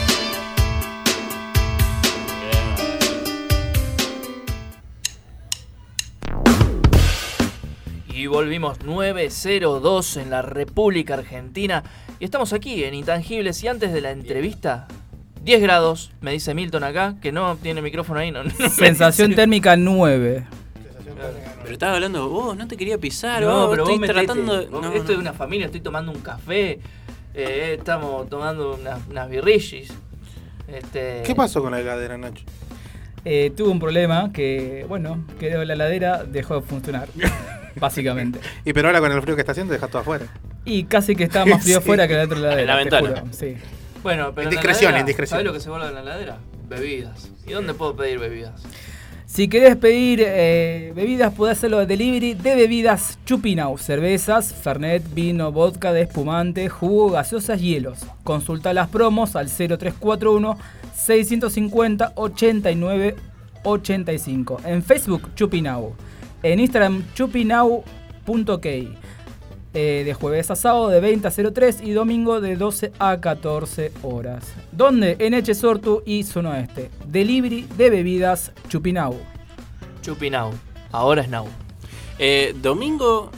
[SPEAKER 1] Y volvimos 9:02 en la República Argentina y estamos aquí en Intangibles. Y antes de la entrevista, 10 grados, me dice Milton acá, que no tiene micrófono ahí. No
[SPEAKER 2] Sensación térmica 9.
[SPEAKER 3] Pero estaba hablando vos, no te quería pisar.
[SPEAKER 1] No, pero
[SPEAKER 3] estoy
[SPEAKER 1] vos
[SPEAKER 3] tratando de...
[SPEAKER 1] Esto es una familia, estoy tomando un café, estamos tomando unas birrillis.
[SPEAKER 12] ¿Qué pasó con la heladera, Nacho?
[SPEAKER 2] Tuve un problema que, bueno, quedó la heladera, dejó de funcionar. Básicamente.
[SPEAKER 12] Y pero ahora con el frío que está haciendo, dejas todo afuera.
[SPEAKER 2] Y casi que está más frío afuera que dentro de la heladera.
[SPEAKER 3] En la ventana.
[SPEAKER 2] Juro, sí.
[SPEAKER 1] Bueno, pero
[SPEAKER 12] indiscreción.
[SPEAKER 1] ¿Sabes lo que se guarda en la heladera? Bebidas. ¿Y dónde puedo pedir bebidas?
[SPEAKER 2] Si querés pedir bebidas, podés hacerlo de delivery de bebidas Chupinau. Cervezas, fernet, vino, vodka, de espumante, jugo, gaseosas, hielos. Consulta las promos al 0341 650 89 85. En Facebook, Chupinau. En Instagram, chupinau.k. De jueves a sábado de 20 a 03 y domingo de 12 a 14 horas. ¿Dónde? En Echesortu y Zona Oeste. Delivery de bebidas Chupinau.
[SPEAKER 1] Chupinau. Ahora es Now.
[SPEAKER 3] Domingo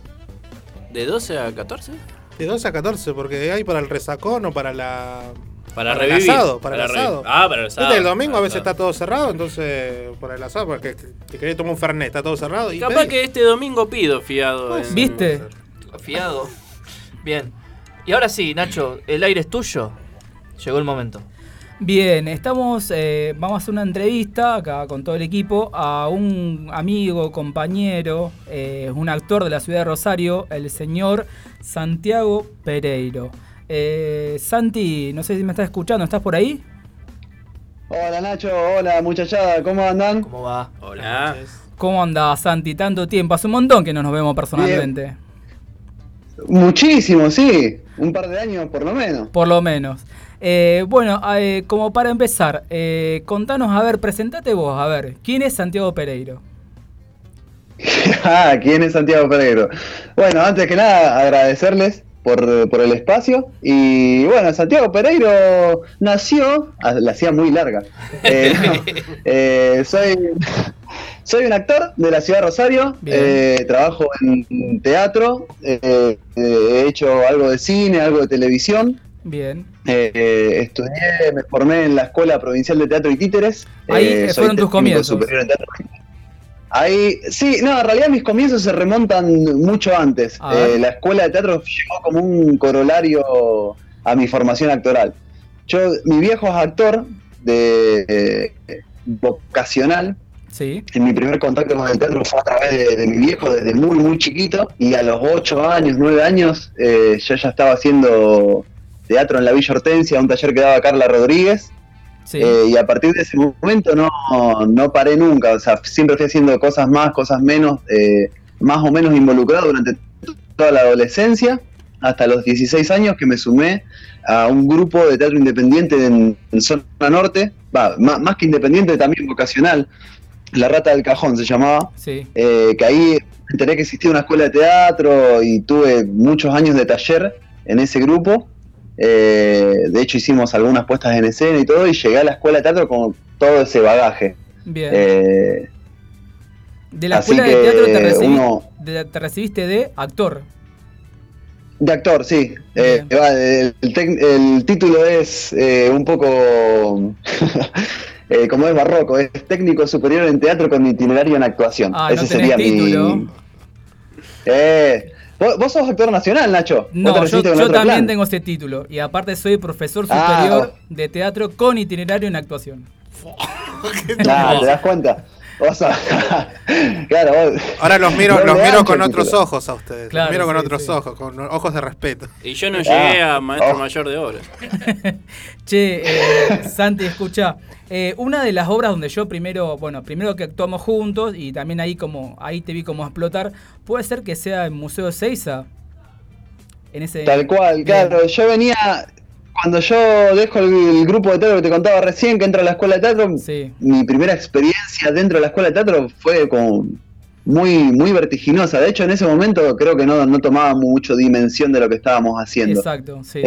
[SPEAKER 3] de 12 a 14.
[SPEAKER 12] De 12 a 14, porque hay para el resacón o para la...
[SPEAKER 3] Para
[SPEAKER 12] el
[SPEAKER 3] revivir.
[SPEAKER 12] asado, para el asado.
[SPEAKER 3] Para el asado.
[SPEAKER 12] ¿Viste? El domingo a veces está todo cerrado, entonces por el asado, porque te querés tomar un fernet, está todo cerrado. Y
[SPEAKER 3] capaz que este domingo pido fiado.
[SPEAKER 2] ¿Viste?
[SPEAKER 1] Fiado. Bien. Y ahora sí, Nacho, el aire es tuyo. Llegó el momento.
[SPEAKER 2] Bien, vamos a hacer una entrevista acá con todo el equipo a un amigo, compañero, un actor de la ciudad de Rosario, el señor Santiago Pereiro. Santi, no sé si me estás escuchando, ¿estás por ahí?
[SPEAKER 21] Hola Nacho, hola muchachada, ¿cómo andan?
[SPEAKER 1] ¿Cómo va?
[SPEAKER 3] Hola.
[SPEAKER 2] ¿Cómo andás, Santi? Tanto tiempo, hace un montón que no nos vemos personalmente.
[SPEAKER 21] Bien. Muchísimo, sí. Un par de años por lo menos.
[SPEAKER 2] Por lo menos. Bueno, como para empezar, contanos, a ver, presentate vos, a ver, ¿quién es Santiago Pereiro?
[SPEAKER 21] ¿Quién es Santiago Pereiro? Bueno, antes que nada, agradecerles por el espacio. Y bueno, Santiago Pereiro nació, la hacía muy larga. Soy un actor de la ciudad de Rosario, trabajo en teatro, he hecho algo de cine, algo de televisión.
[SPEAKER 2] Bien.
[SPEAKER 21] Estudié, me formé en la Escuela Provincial de Teatro y Títeres.
[SPEAKER 2] Ahí fueron tus comienzos.
[SPEAKER 21] Superior en teatro. Ahí, sí, no, en realidad mis comienzos se remontan mucho antes. La Escuela de Teatro llegó como un corolario a mi formación actoral. Mi viejo es actor vocacional.
[SPEAKER 2] Sí.
[SPEAKER 21] En mi primer contacto con el teatro fue a través de mi viejo desde muy, muy chiquito. Y a los 8 años, 9 años, yo ya estaba haciendo teatro en la Villa Hortensia, un taller que daba Carla Rodríguez.
[SPEAKER 2] Sí.
[SPEAKER 21] Y a partir de ese momento no paré nunca. O sea, siempre fui haciendo cosas más, cosas menos, más o menos involucrado durante toda la adolescencia, hasta los 16 años que me sumé a un grupo de teatro independiente en zona norte, más que independiente, también vocacional. La Rata del Cajón se llamaba,
[SPEAKER 2] sí.
[SPEAKER 21] Que ahí me enteré que existía una escuela de teatro y tuve muchos años de taller en ese grupo. De hecho hicimos algunas puestas en escena y todo, y llegué a la escuela de teatro con todo ese bagaje.
[SPEAKER 2] Bien. De la escuela de teatro te recibiste de actor.
[SPEAKER 21] De actor, sí. El título es un poco... como es barroco, es técnico superior en teatro con itinerario en actuación. Ese
[SPEAKER 2] no
[SPEAKER 21] sería
[SPEAKER 2] título.
[SPEAKER 21] ¿Vos sos actor nacional, Nacho?
[SPEAKER 2] No, yo también tengo ese título. Y aparte soy profesor superior de teatro con itinerario en actuación.
[SPEAKER 21] ¿te das cuenta? Claro,
[SPEAKER 4] ahora los miro con otros ojos a ustedes. Claro, los miro con otros ojos, con ojos de respeto.
[SPEAKER 3] Y yo no llegué a maestro mayor de obras.
[SPEAKER 2] Che, Santi, escucha, una de las obras donde yo primero que actuamos juntos y también ahí te vi como explotar, puede ser que sea el Museo Ezeiza.
[SPEAKER 21] Tal cual, claro. Yo venía, cuando yo dejo el grupo de teatro que te contaba recién, que entro a la escuela de teatro, mi primera experiencia dentro de la escuela de teatro fue como muy, muy vertiginosa. De hecho, en ese momento creo que no tomaba mucho dimensión de lo que estábamos haciendo.
[SPEAKER 2] Exacto, sí.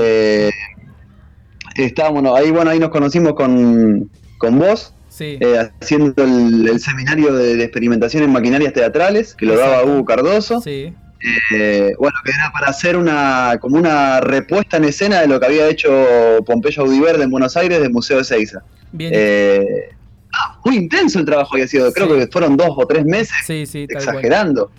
[SPEAKER 21] Ahí nos conocimos con vos, haciendo el seminario de experimentación en maquinarias teatrales, que lo daba Hugo Cardoso.
[SPEAKER 2] Sí.
[SPEAKER 21] Que era para hacer como una repuesta en escena de lo que había hecho Pompeyo Audiverde en Buenos Aires del Museo Ezeiza.
[SPEAKER 2] Bien.
[SPEAKER 21] Muy intenso el trabajo había sido, creo que fueron 2 o 3 meses, exagerando.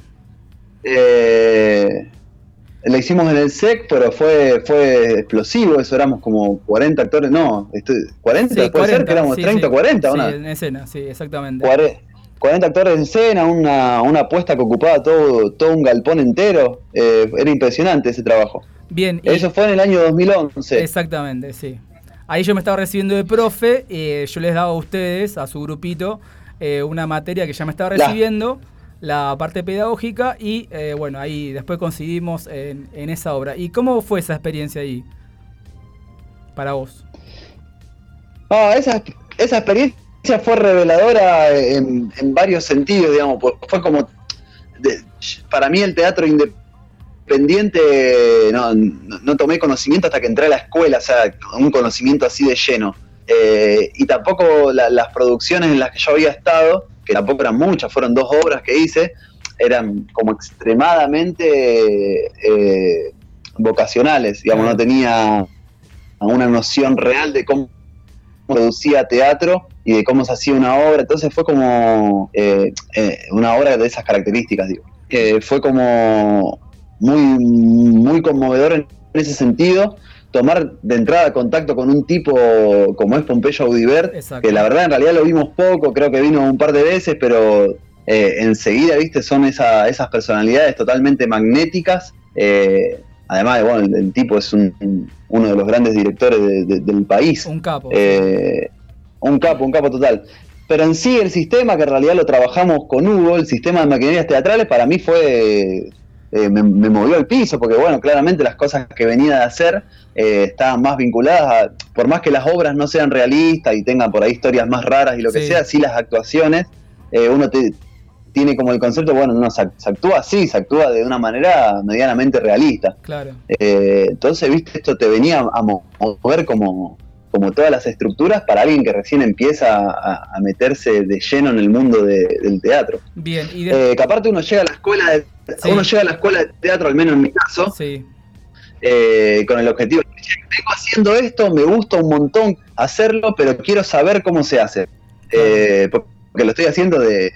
[SPEAKER 21] La hicimos en el SEC, pero fue explosivo, eso éramos como 40 actores, 40, puede ser que éramos 30 o 40, ¿no?
[SPEAKER 2] Sí, en escena, sí, exactamente.
[SPEAKER 21] 40 actores en escena, una puesta que ocupaba todo un galpón entero. Era impresionante ese trabajo.
[SPEAKER 2] Bien.
[SPEAKER 21] Eso fue en el año 2011.
[SPEAKER 2] Exactamente, sí. Ahí yo me estaba recibiendo de profe, yo les daba a ustedes, a su grupito, una materia que ya me estaba recibiendo, la parte pedagógica, y ahí después coincidimos en esa obra. ¿Y cómo fue esa experiencia ahí para vos?
[SPEAKER 21] Esa experiencia fue reveladora en varios sentidos, digamos. Fue como, para mí el teatro independiente no tomé conocimiento hasta que entré a la escuela, o sea, un conocimiento así de lleno. Y tampoco las producciones en las que yo había estado, que tampoco eran muchas, fueron 2 obras que hice, eran como extremadamente vocacionales, digamos, no tenía una noción real de cómo producía teatro y de cómo se hacía una obra. Entonces fue como una obra de esas características, digo. Fue como muy, muy conmovedor en ese sentido, tomar de entrada contacto con un tipo como es Pompeyo Audiverde, que la verdad en realidad lo vimos poco, creo que vino un par de veces, pero enseguida, viste, son esas personalidades totalmente magnéticas. Además, el tipo es uno de los grandes directores del país.
[SPEAKER 2] Un capo.
[SPEAKER 21] Un capo total. pero en sí el sistema, que en realidad lo trabajamos con Hugo, el sistema de maquinarias teatrales, para mí fue... me movió el piso, porque bueno, claramente las cosas que venía de hacer estaban más vinculadas a, por más que las obras no sean realistas y tengan por ahí historias más raras y lo que sea, sí las actuaciones, uno tiene como el concepto, bueno, no, se actúa así, se actúa de una manera medianamente realista.
[SPEAKER 2] Claro.
[SPEAKER 21] Entonces, viste, esto te venía a mover como todas las estructuras para alguien que recién empieza a meterse de lleno en el mundo del teatro.
[SPEAKER 2] Bien, y
[SPEAKER 21] que aparte uno llega a la escuela de teatro, al menos en mi caso, con el objetivo de vengo haciendo esto, me gusta un montón hacerlo, pero quiero saber cómo se hace. Porque lo estoy haciendo de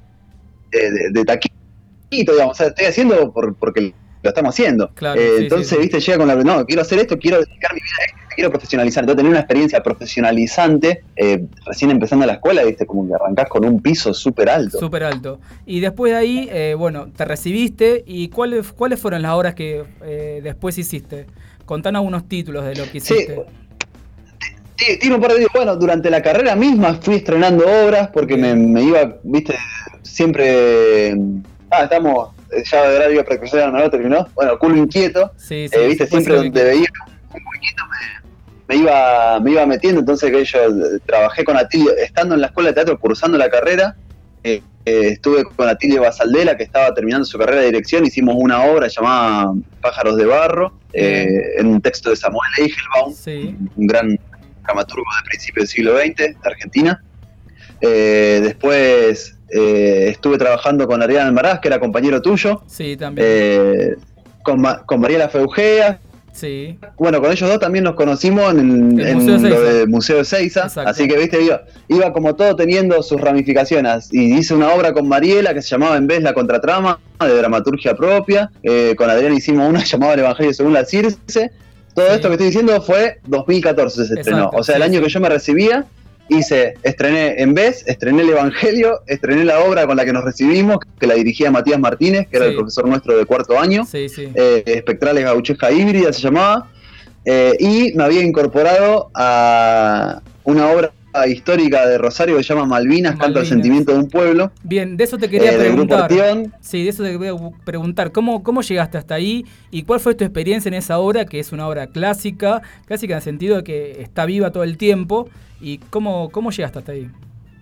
[SPEAKER 21] taquito, digamos, o sea, estoy haciendo porque lo estamos haciendo. Claro, entonces, viste, llega con no, quiero hacer esto, quiero dedicar mi vida a esto, quiero profesionalizar. Entonces, tener una experiencia profesionalizante, recién empezando la escuela, viste, como que arrancás con un piso súper alto.
[SPEAKER 2] Súper alto. Y después de ahí, bueno, te recibiste, ¿y cuáles fueron las obras que después hiciste? Contanos algunos títulos de lo que hiciste.
[SPEAKER 21] Sí, tiene un par de días. Bueno, durante la carrera misma fui estrenando obras, porque me iba, viste, siempre... estamos... Ya de horario precursor no lo terminó. Bueno, Culo Inquieto. Viste, siempre donde veía un huequito me iba metiendo. Entonces que yo trabajé con Atilio, estando en la escuela de teatro, cursando la carrera, estuve con Atilio Basaldela, que estaba terminando su carrera de dirección. Hicimos una obra llamada Pájaros de Barro, en un texto de Samuel Eichelbaum, un gran dramaturgo de principios del siglo XX de Argentina. Después estuve trabajando con Ariel Almaraz, que era compañero tuyo.
[SPEAKER 2] Sí, también.
[SPEAKER 21] Con Mariela Feugea.
[SPEAKER 2] Sí.
[SPEAKER 21] Bueno, con ellos dos también nos conocimos en lo del Museo de Seiza. Así que, viste, iba como todo teniendo sus ramificaciones. Y hice una obra con Mariela que se llamaba En vez la contratrama, de dramaturgia propia. Con Adrián hicimos una llamada El Evangelio según la Circe. Todo esto que estoy diciendo fue 2014 se estrenó. O sea, el año que yo me recibía, estrené En vez, estrené El Evangelio, estrené la obra con la que nos recibimos, que la dirigía Matías Martínez, que era el profesor nuestro de cuarto año. Espectrales Gauchesca Híbrida se llamaba. Y me había incorporado a una obra histórica de Rosario que se llama Malvinas, Canto al Sentimiento de un Pueblo.
[SPEAKER 2] Bien, de eso te quería preguntar. Sí, de eso te quería preguntar. ¿Cómo llegaste hasta ahí y cuál fue tu experiencia en esa obra, que es una obra clásica en el sentido de que está viva todo el tiempo? ¿Y cómo llegaste hasta ahí?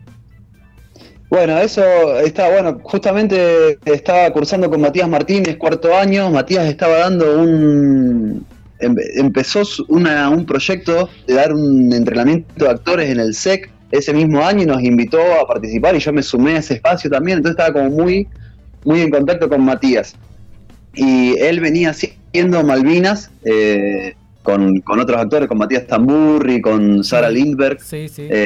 [SPEAKER 21] Bueno, eso justamente estaba cursando con Matías Martínez, cuarto año. Matías estaba dando empezó un proyecto de dar un entrenamiento de actores en el SEC ese mismo año y nos invitó a participar y yo me sumé a ese espacio también, entonces estaba como muy, muy en contacto con Matías. Y él venía haciendo Malvinas con otros actores, con Matías Tamburri, con Sara Lindberg, que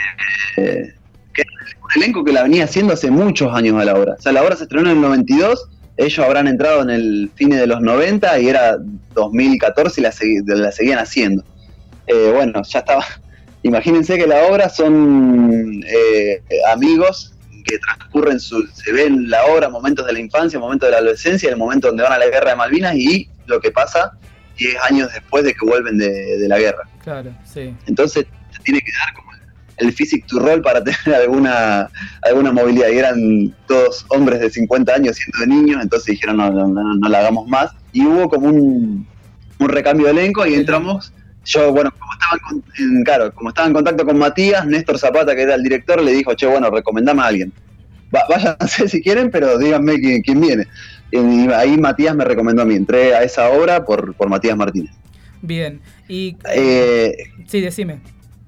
[SPEAKER 21] es un elenco que la venía haciendo hace muchos años a la obra. O sea, la obra se estrenó en el 92, ellos habrán entrado en el fin de los 90 y era 2014 y la seguían haciendo. Bueno, ya estaba. Imagínense que la obra son amigos que transcurren, se ven la obra, momentos de la infancia, momentos de la adolescencia, el momento donde van a la guerra de Malvinas y lo que pasa 10 años después de que vuelven de la guerra.
[SPEAKER 2] Claro, sí.
[SPEAKER 21] Entonces te tiene que dar como el physic to roll para tener alguna movilidad. Y eran todos hombres de 50 años siendo de niños, entonces dijeron no la hagamos más. Y hubo como un recambio de elenco y entramos. Yo, bueno, como estaba en contacto con Matías, Néstor Zapata, que era el director, le dijo, bueno, recomendame a alguien. Váyanse si quieren, pero díganme quién viene. Y ahí Matías me recomendó a mí. Entré a esa obra por Matías Martínez.
[SPEAKER 2] Bien. Y sí, decime.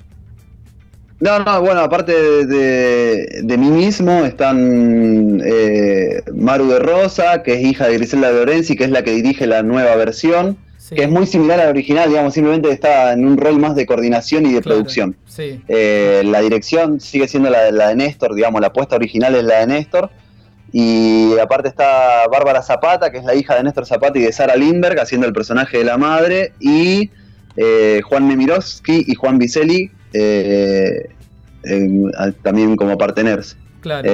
[SPEAKER 21] No, bueno, aparte de mí mismo están Maru de Rosa, que es hija de Griselda de Lorenzi, que es la que dirige la nueva versión, que es muy similar a la original, digamos, simplemente está en un rol más de coordinación y de producción.
[SPEAKER 2] Sí.
[SPEAKER 21] La dirección sigue siendo la de Néstor, digamos, la apuesta original es la de Néstor. Y aparte está Bárbara Zapata, que es la hija de Néstor Zapata y de Sara Lindberg, haciendo el personaje de la madre, y Juan Nemirovsky y Juan Vicelli, también como parteners.
[SPEAKER 2] Claro.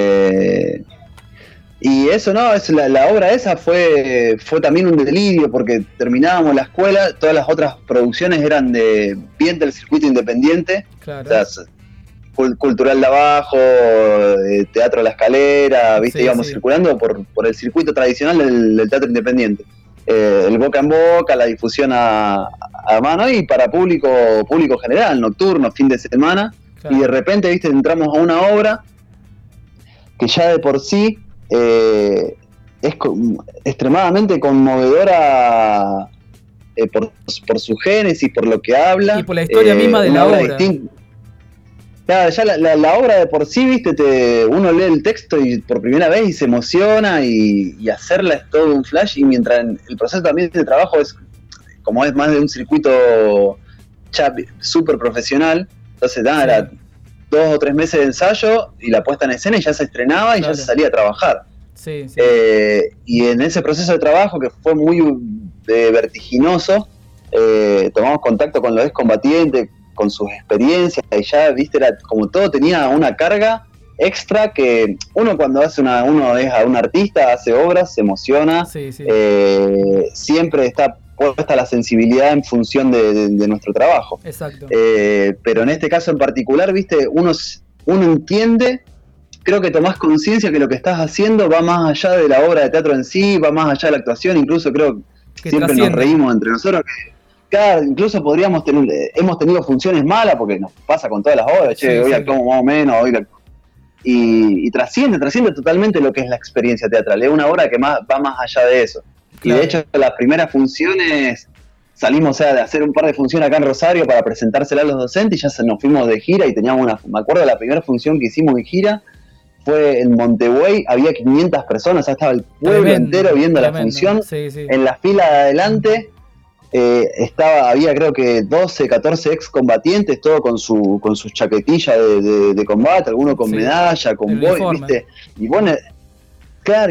[SPEAKER 21] Y eso, la obra esa fue también un delirio, porque terminábamos la escuela, todas las otras producciones eran bien del circuito independiente.
[SPEAKER 2] Claro.
[SPEAKER 21] O sea, Cultural de Abajo, Teatro La Escalera, ¿viste? Íbamos circulando por el circuito tradicional del teatro independiente. El boca en boca, la difusión a mano y para público general, nocturno, fin de semana. Claro. Y de repente, ¿viste? Entramos a una obra que ya de por sí es extremadamente conmovedora por su génesis, por lo que habla.
[SPEAKER 2] Y por la historia misma de la obra.
[SPEAKER 21] Claro, ya la obra de por sí, viste, uno lee el texto y por primera vez y se emociona y hacerla es todo un flash, y mientras el proceso también de trabajo es como es más de un circuito súper profesional, entonces era 2 o 3 meses de ensayo y la puesta en escena y ya se estrenaba y ya se salía a trabajar.
[SPEAKER 2] Sí.
[SPEAKER 21] Y en ese proceso de trabajo que fue muy vertiginoso, tomamos contacto con los excombatientes, con sus experiencias, y ya, viste, era como todo tenía una carga extra que uno cuando uno es a un artista, hace obras, se emociona, siempre está puesta la sensibilidad en función de nuestro trabajo.
[SPEAKER 2] Exacto.
[SPEAKER 21] Pero en este caso en particular, viste, uno entiende, creo que tomás conciencia que lo que estás haciendo va más allá de la obra de teatro en sí, va más allá de la actuación, incluso creo que siempre trasciende. Nos reímos entre nosotros que incluso hemos tenido funciones malas, porque nos pasa con todas las obras, hoy actuamos más o menos, y trasciende totalmente lo que es la experiencia teatral, es una obra que va más allá de eso. Claro. Y de hecho las primeras funciones salimos de hacer un par de funciones acá en Rosario para presentársela a los docentes, y ya nos fuimos de gira y teníamos me acuerdo la primera función que hicimos de gira fue en Montevideo, había 500 personas, estaba el pueblo entero viendo la función, en la fila de adelante. Había creo que 12, 14 excombatientes, todo con sus chaquetillas de combate, alguno con medalla, con boy, ¿viste? Y bueno, claro,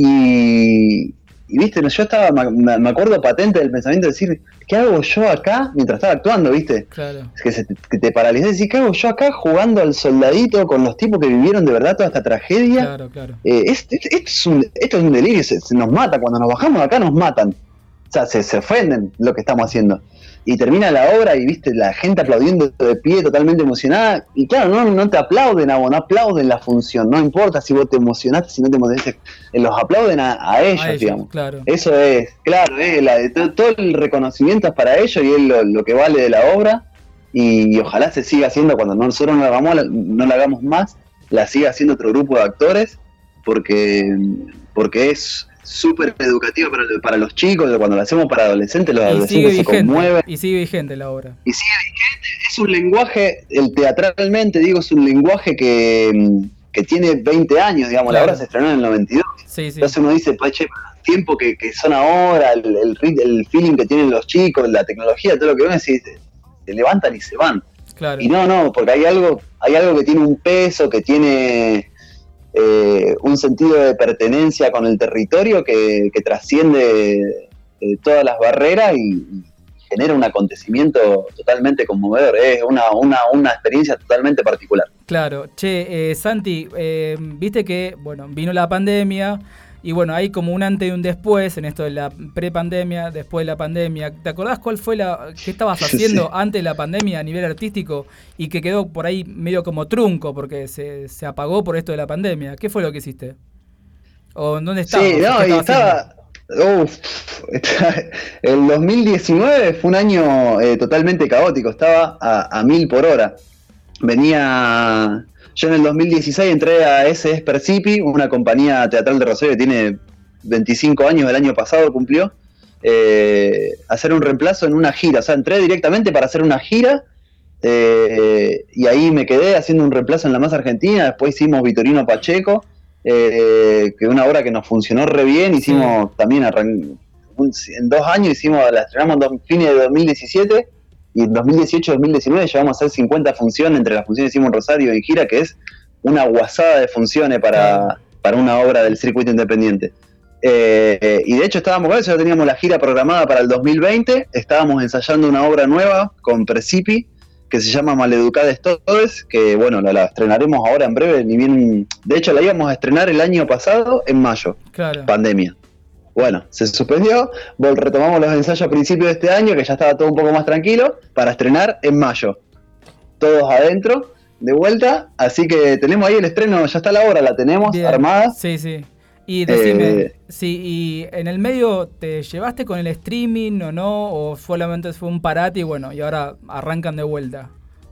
[SPEAKER 21] y viste, yo me acuerdo patente del pensamiento de decir, ¿qué hago yo acá mientras estaba actuando, viste? Claro. Es que te paralizás y decís, ¿qué hago yo acá jugando al soldadito con los tipos que vivieron de verdad toda esta tragedia?
[SPEAKER 2] Claro.
[SPEAKER 21] Esto es un delirio, se nos mata, cuando nos bajamos de acá nos matan. O sea, se ofenden lo que estamos haciendo. Y termina la obra y viste la gente aplaudiendo de pie, totalmente emocionada. Y claro, no te aplauden a vos, no aplauden la función. No importa si vos te emocionaste, si no te emocionaste. Los aplauden a ellos, digamos.
[SPEAKER 2] Claro.
[SPEAKER 21] Eso es, claro, todo el reconocimiento es para ellos y es lo que vale de la obra. Y ojalá se siga haciendo cuando nosotros no la hagamos más, la siga haciendo otro grupo de actores, porque es súper educativa para los chicos, cuando lo hacemos para adolescentes, los adolescentes se conmueven.
[SPEAKER 2] Y sigue vigente la obra.
[SPEAKER 21] Y sigue vigente, es un lenguaje, teatralmente digo, es un lenguaje que tiene 20 años, digamos, claro. La obra se estrenó en el 92. Entonces uno dice, tiempo que son ahora, el feeling que tienen los chicos, la tecnología, todo lo que ven, se levantan y se van.
[SPEAKER 2] Claro.
[SPEAKER 21] Y no, porque hay algo que tiene un peso, que tiene un sentido de pertenencia con el territorio que trasciende todas las barreras y genera un acontecimiento totalmente conmovedor. Es una experiencia totalmente particular.
[SPEAKER 2] Claro. Santi, viste que vino la pandemia y hay como un antes y un después en esto de la prepandemia, después de la pandemia. ¿Te acordás cuál fue qué estabas haciendo antes de la pandemia a nivel artístico y que quedó por ahí medio como trunco porque se apagó por esto de la pandemia? ¿Qué fue lo que hiciste? ¿O dónde estabas?
[SPEAKER 21] El 2019 fue un año totalmente caótico, estaba a 1000 por hora. Yo en el 2016 entré a SS Percipi, una compañía teatral de Rosario que tiene 25 años, el año pasado cumplió, hacer un reemplazo en una gira. O sea, entré directamente para hacer una gira y ahí me quedé haciendo un reemplazo en La Más Argentina. Después hicimos Vitorino Pacheco, que una obra que nos funcionó re bien. Hicimos también, en 2 años la estrenamos en fines de 2017. Y en 2018-2019 llegamos a hacer 50 funciones, entre las funciones que hicimos en Rosario y gira, que es una guasada de funciones para una obra del circuito independiente. Y de hecho estábamos con eso, ya teníamos la gira programada para el 2020, estábamos ensayando una obra nueva con Percipi, que se llama Maleducades Todes, que la estrenaremos ahora en breve, de hecho la íbamos a estrenar el año pasado, en mayo, pandemia. Bueno, se suspendió, retomamos los ensayos a principios de este año, que ya estaba todo un poco más tranquilo, para estrenar en mayo. Todos adentro, de vuelta, así que tenemos ahí el estreno, ya está la obra, la tenemos
[SPEAKER 2] Bien.
[SPEAKER 21] armada.
[SPEAKER 2] Sí, sí. Y decime, y en el medio te llevaste con el streaming o no, o solamente fue un parate y bueno, y ahora arrancan de vuelta.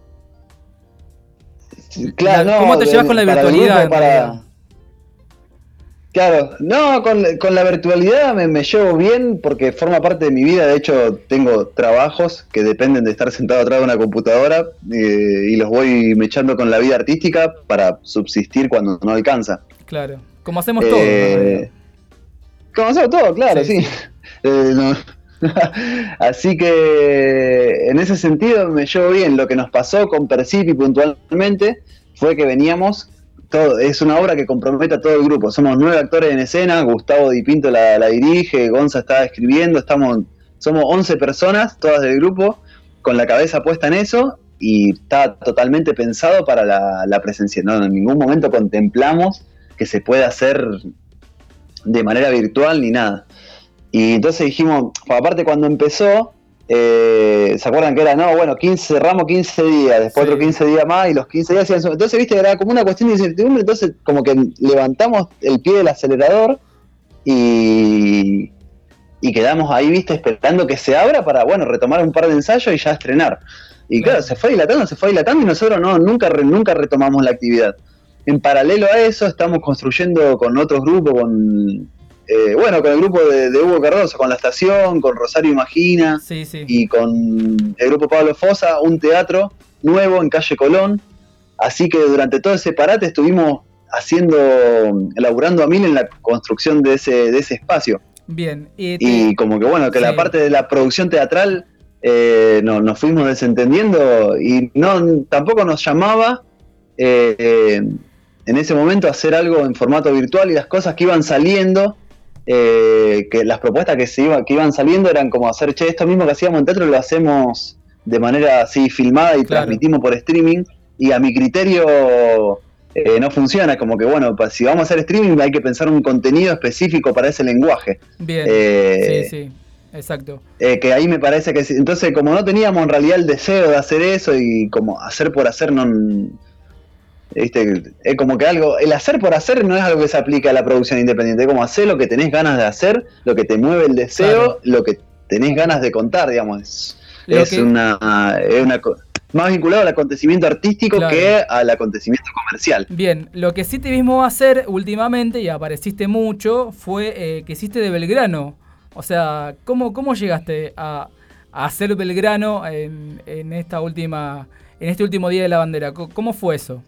[SPEAKER 21] Claro,
[SPEAKER 2] ¿Cómo te llevas con la virtualidad?
[SPEAKER 21] Claro, no, con la virtualidad me llevo bien porque forma parte de mi vida. De hecho, tengo trabajos que dependen de estar sentado atrás de una computadora y los voy mechando con la vida artística para subsistir cuando no alcanza.
[SPEAKER 2] Claro, como hacemos todos.
[SPEAKER 21] Como hacemos todos, claro, sí. No. Así que en ese sentido me llevo bien. Lo que nos pasó con Percipi puntualmente fue que veníamos... es una obra que compromete a todo el grupo. Somos 9 actores en escena, Gustavo Di Pinto la dirige, Gonza está escribiendo, somos 11 personas, todas del grupo, con la cabeza puesta en eso, y está totalmente pensado para la presencia. No, en ningún momento contemplamos que se pueda hacer de manera virtual ni nada. Y entonces dijimos, aparte cuando empezó, ¿se acuerdan que era, cerramos 15 días, después otros 15 días más, y los 15 días hacían... Entonces, viste, era como una cuestión de incertidumbre, entonces como que levantamos el pie del acelerador y quedamos ahí, viste, esperando que se abra para, retomar un par de ensayos y ya estrenar. Y claro, se fue dilatando y nosotros nunca retomamos la actividad. En paralelo a eso, estamos construyendo con otros grupos, con el grupo de Hugo Cardoso, con La Estación, con Rosario Imagina, y con el grupo Pablo Fosa, un teatro nuevo en calle Colón. Así que durante todo ese parate estuvimos laburando a mil en la construcción de ese espacio.
[SPEAKER 2] Bien.
[SPEAKER 21] Y como que la parte de la producción teatral nos fuimos desentendiendo y tampoco nos llamaba en ese momento hacer algo en formato virtual, y las cosas que iban saliendo, que las propuestas que iban saliendo eran como hacer, esto mismo que hacíamos en teatro lo hacemos de manera así filmada y transmitimos por streaming, y a mi criterio no funciona, como que si vamos a hacer streaming hay que pensar un contenido específico para ese lenguaje.
[SPEAKER 2] Bien, sí, exacto.
[SPEAKER 21] Que ahí me parece que entonces, como no teníamos en realidad el deseo de hacer eso, y como hacer por hacer es como que el hacer por hacer no es algo que se aplica a la producción independiente, es como hacer lo que tenés ganas de hacer, lo que te mueve el deseo, lo que tenés ganas de contar, digamos. Es más vinculado al acontecimiento artístico que al acontecimiento comercial.
[SPEAKER 2] Bien, lo que sí te vimos hacer últimamente, y apareciste mucho, fue que hiciste de Belgrano. O sea, ¿cómo llegaste a hacer Belgrano en este último Día de la Bandera? ¿Cómo fue eso?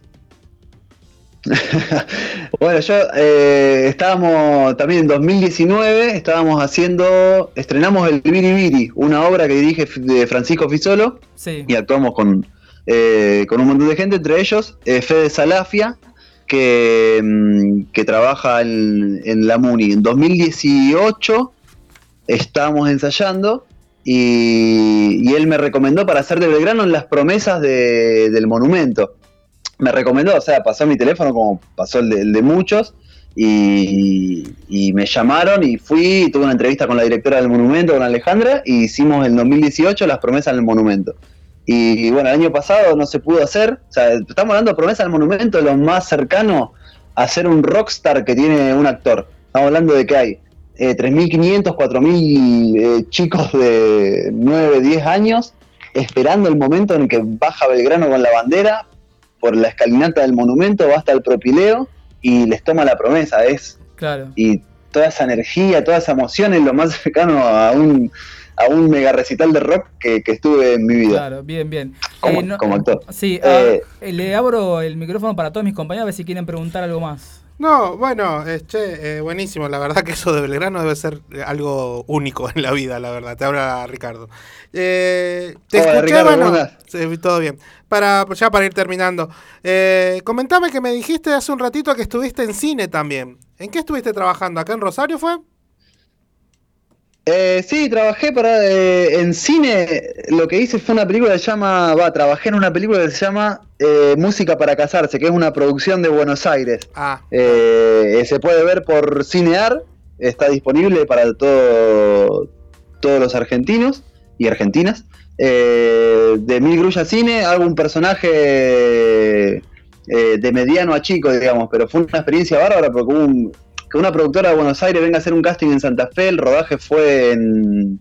[SPEAKER 21] Estábamos también en 2019, estrenamos el Biri Biri, una obra que dirige Francisco Fisolo, y actuamos con un montón de gente, entre ellos Fede Salafia, que trabaja en la MUNI. En 2018 estábamos ensayando y él me recomendó para hacer de Belgrano en las promesas del monumento. Me recomendó, pasó mi teléfono como pasó el de muchos, y me llamaron y fui, tuve una entrevista con la directora del monumento, con Alejandra, y hicimos en 2018 las promesas del monumento. Y el año pasado no se pudo hacer, estamos hablando de promesas del monumento, lo más cercano a ser un rockstar que tiene un actor. Estamos hablando de que hay 3.500, 4.000 chicos de 9, 10 años esperando el momento en que baja Belgrano con la bandera por la escalinata del monumento, va hasta el propileo y les toma la promesa. Y toda esa energía, toda esa emoción es lo más cercano a un mega recital de rock que estuve en mi vida.
[SPEAKER 2] Claro, bien.
[SPEAKER 21] Como actor.
[SPEAKER 2] Sí, le abro el micrófono para todos mis compañeros a ver si quieren preguntar algo más.
[SPEAKER 4] No, buenísimo. La verdad que eso de Belgrano debe ser algo único en la vida, la verdad. Te habla Ricardo. Te escuché, Ricardo, todo bien. Para ir terminando, comentame que me dijiste hace un ratito que estuviste en cine también. ¿En qué estuviste trabajando? ¿Acá en Rosario fue?
[SPEAKER 21] Sí, trabajé en cine. Lo que hice fue una película que se llama, trabajé en una película que se llama Música para casarse, que es una producción de Buenos Aires. Se puede ver por Cinear, está disponible para todos los argentinos y argentinas. de Mil Grullas Cine, hago un personaje de mediano a chico, digamos, pero fue una experiencia bárbara porque que una productora de Buenos Aires venga a hacer un casting en Santa Fe. El rodaje fue en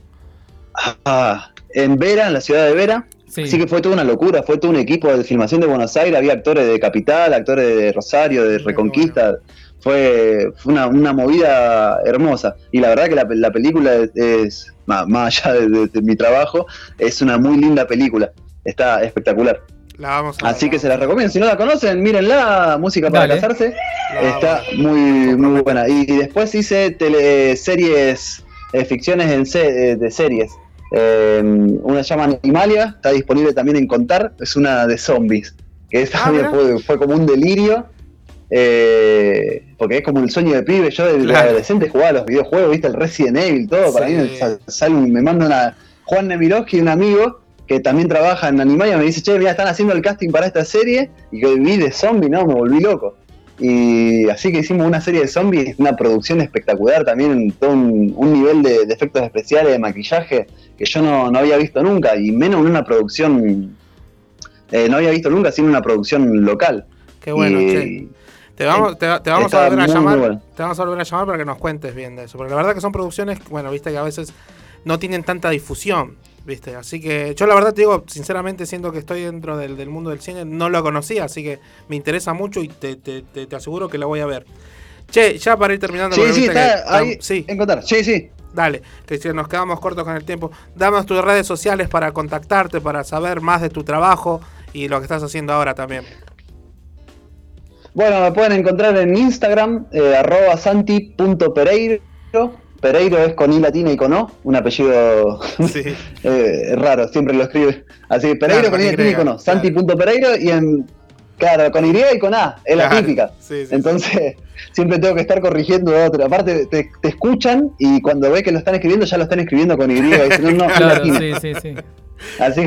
[SPEAKER 21] Vera, en la ciudad de Vera. Sí. Así que fue toda una locura, fue todo un equipo de filmación de Buenos Aires, había actores de Capital, actores de Rosario, de Reconquista. Fue una movida hermosa. Y la verdad que la película es más allá de mi trabajo, es una muy linda película. Está espectacular. Así que se las recomiendo. Si no la conocen, mírenla, Música para Casarse. Está muy buena. Y después hice series, ficciones de series. Una se llama Animalia, está disponible también en Contar. Es una de zombies, que fue como un delirio. Porque es como el sueño de pibe. Yo de adolescente jugaba a los videojuegos, viste, el Resident Evil, todo. Para mí me manda una Juan Nemirovsky, un amigo que también trabaja en Animalia, me dice, che, mira, están haciendo el casting para esta serie, y que vi de zombie, no, me volví loco. Y así que hicimos una serie de zombies, una producción espectacular también, todo un nivel de efectos especiales, de maquillaje, que yo no había visto nunca, y menos en una producción, no había visto nunca, sino una producción local.
[SPEAKER 4] Qué bueno, che. Te vamos a volver a llamar. Bueno. Te vamos a volver a llamar para que nos cuentes bien de eso. Porque la verdad que son producciones, bueno, viste que a veces no tienen tanta difusión, viste. Así que yo la verdad te digo, sinceramente, siento que estoy dentro del mundo del cine, no lo conocía, así que me interesa mucho y te aseguro que la voy a ver. Che, ya para ir terminando.
[SPEAKER 21] Sí, está ahí en Contar. Sí.
[SPEAKER 4] Dale, que nos quedamos cortos con el tiempo. Dame tus redes sociales para contactarte, para saber más de tu trabajo y lo que estás haciendo ahora también.
[SPEAKER 21] Bueno, me pueden encontrar en Instagram, @santi.pereiro. Pereiro es con I latina y con O, un apellido raro, siempre lo escribe. Así que Pereiro con I latina y con O, Santi.pereiro y con Y y con A, es la típica. Entonces, siempre tengo que estar corrigiendo otra. Aparte, te escuchan y cuando ve que lo están escribiendo, ya lo están escribiendo con Y. No,
[SPEAKER 2] claro, sí.
[SPEAKER 21] Así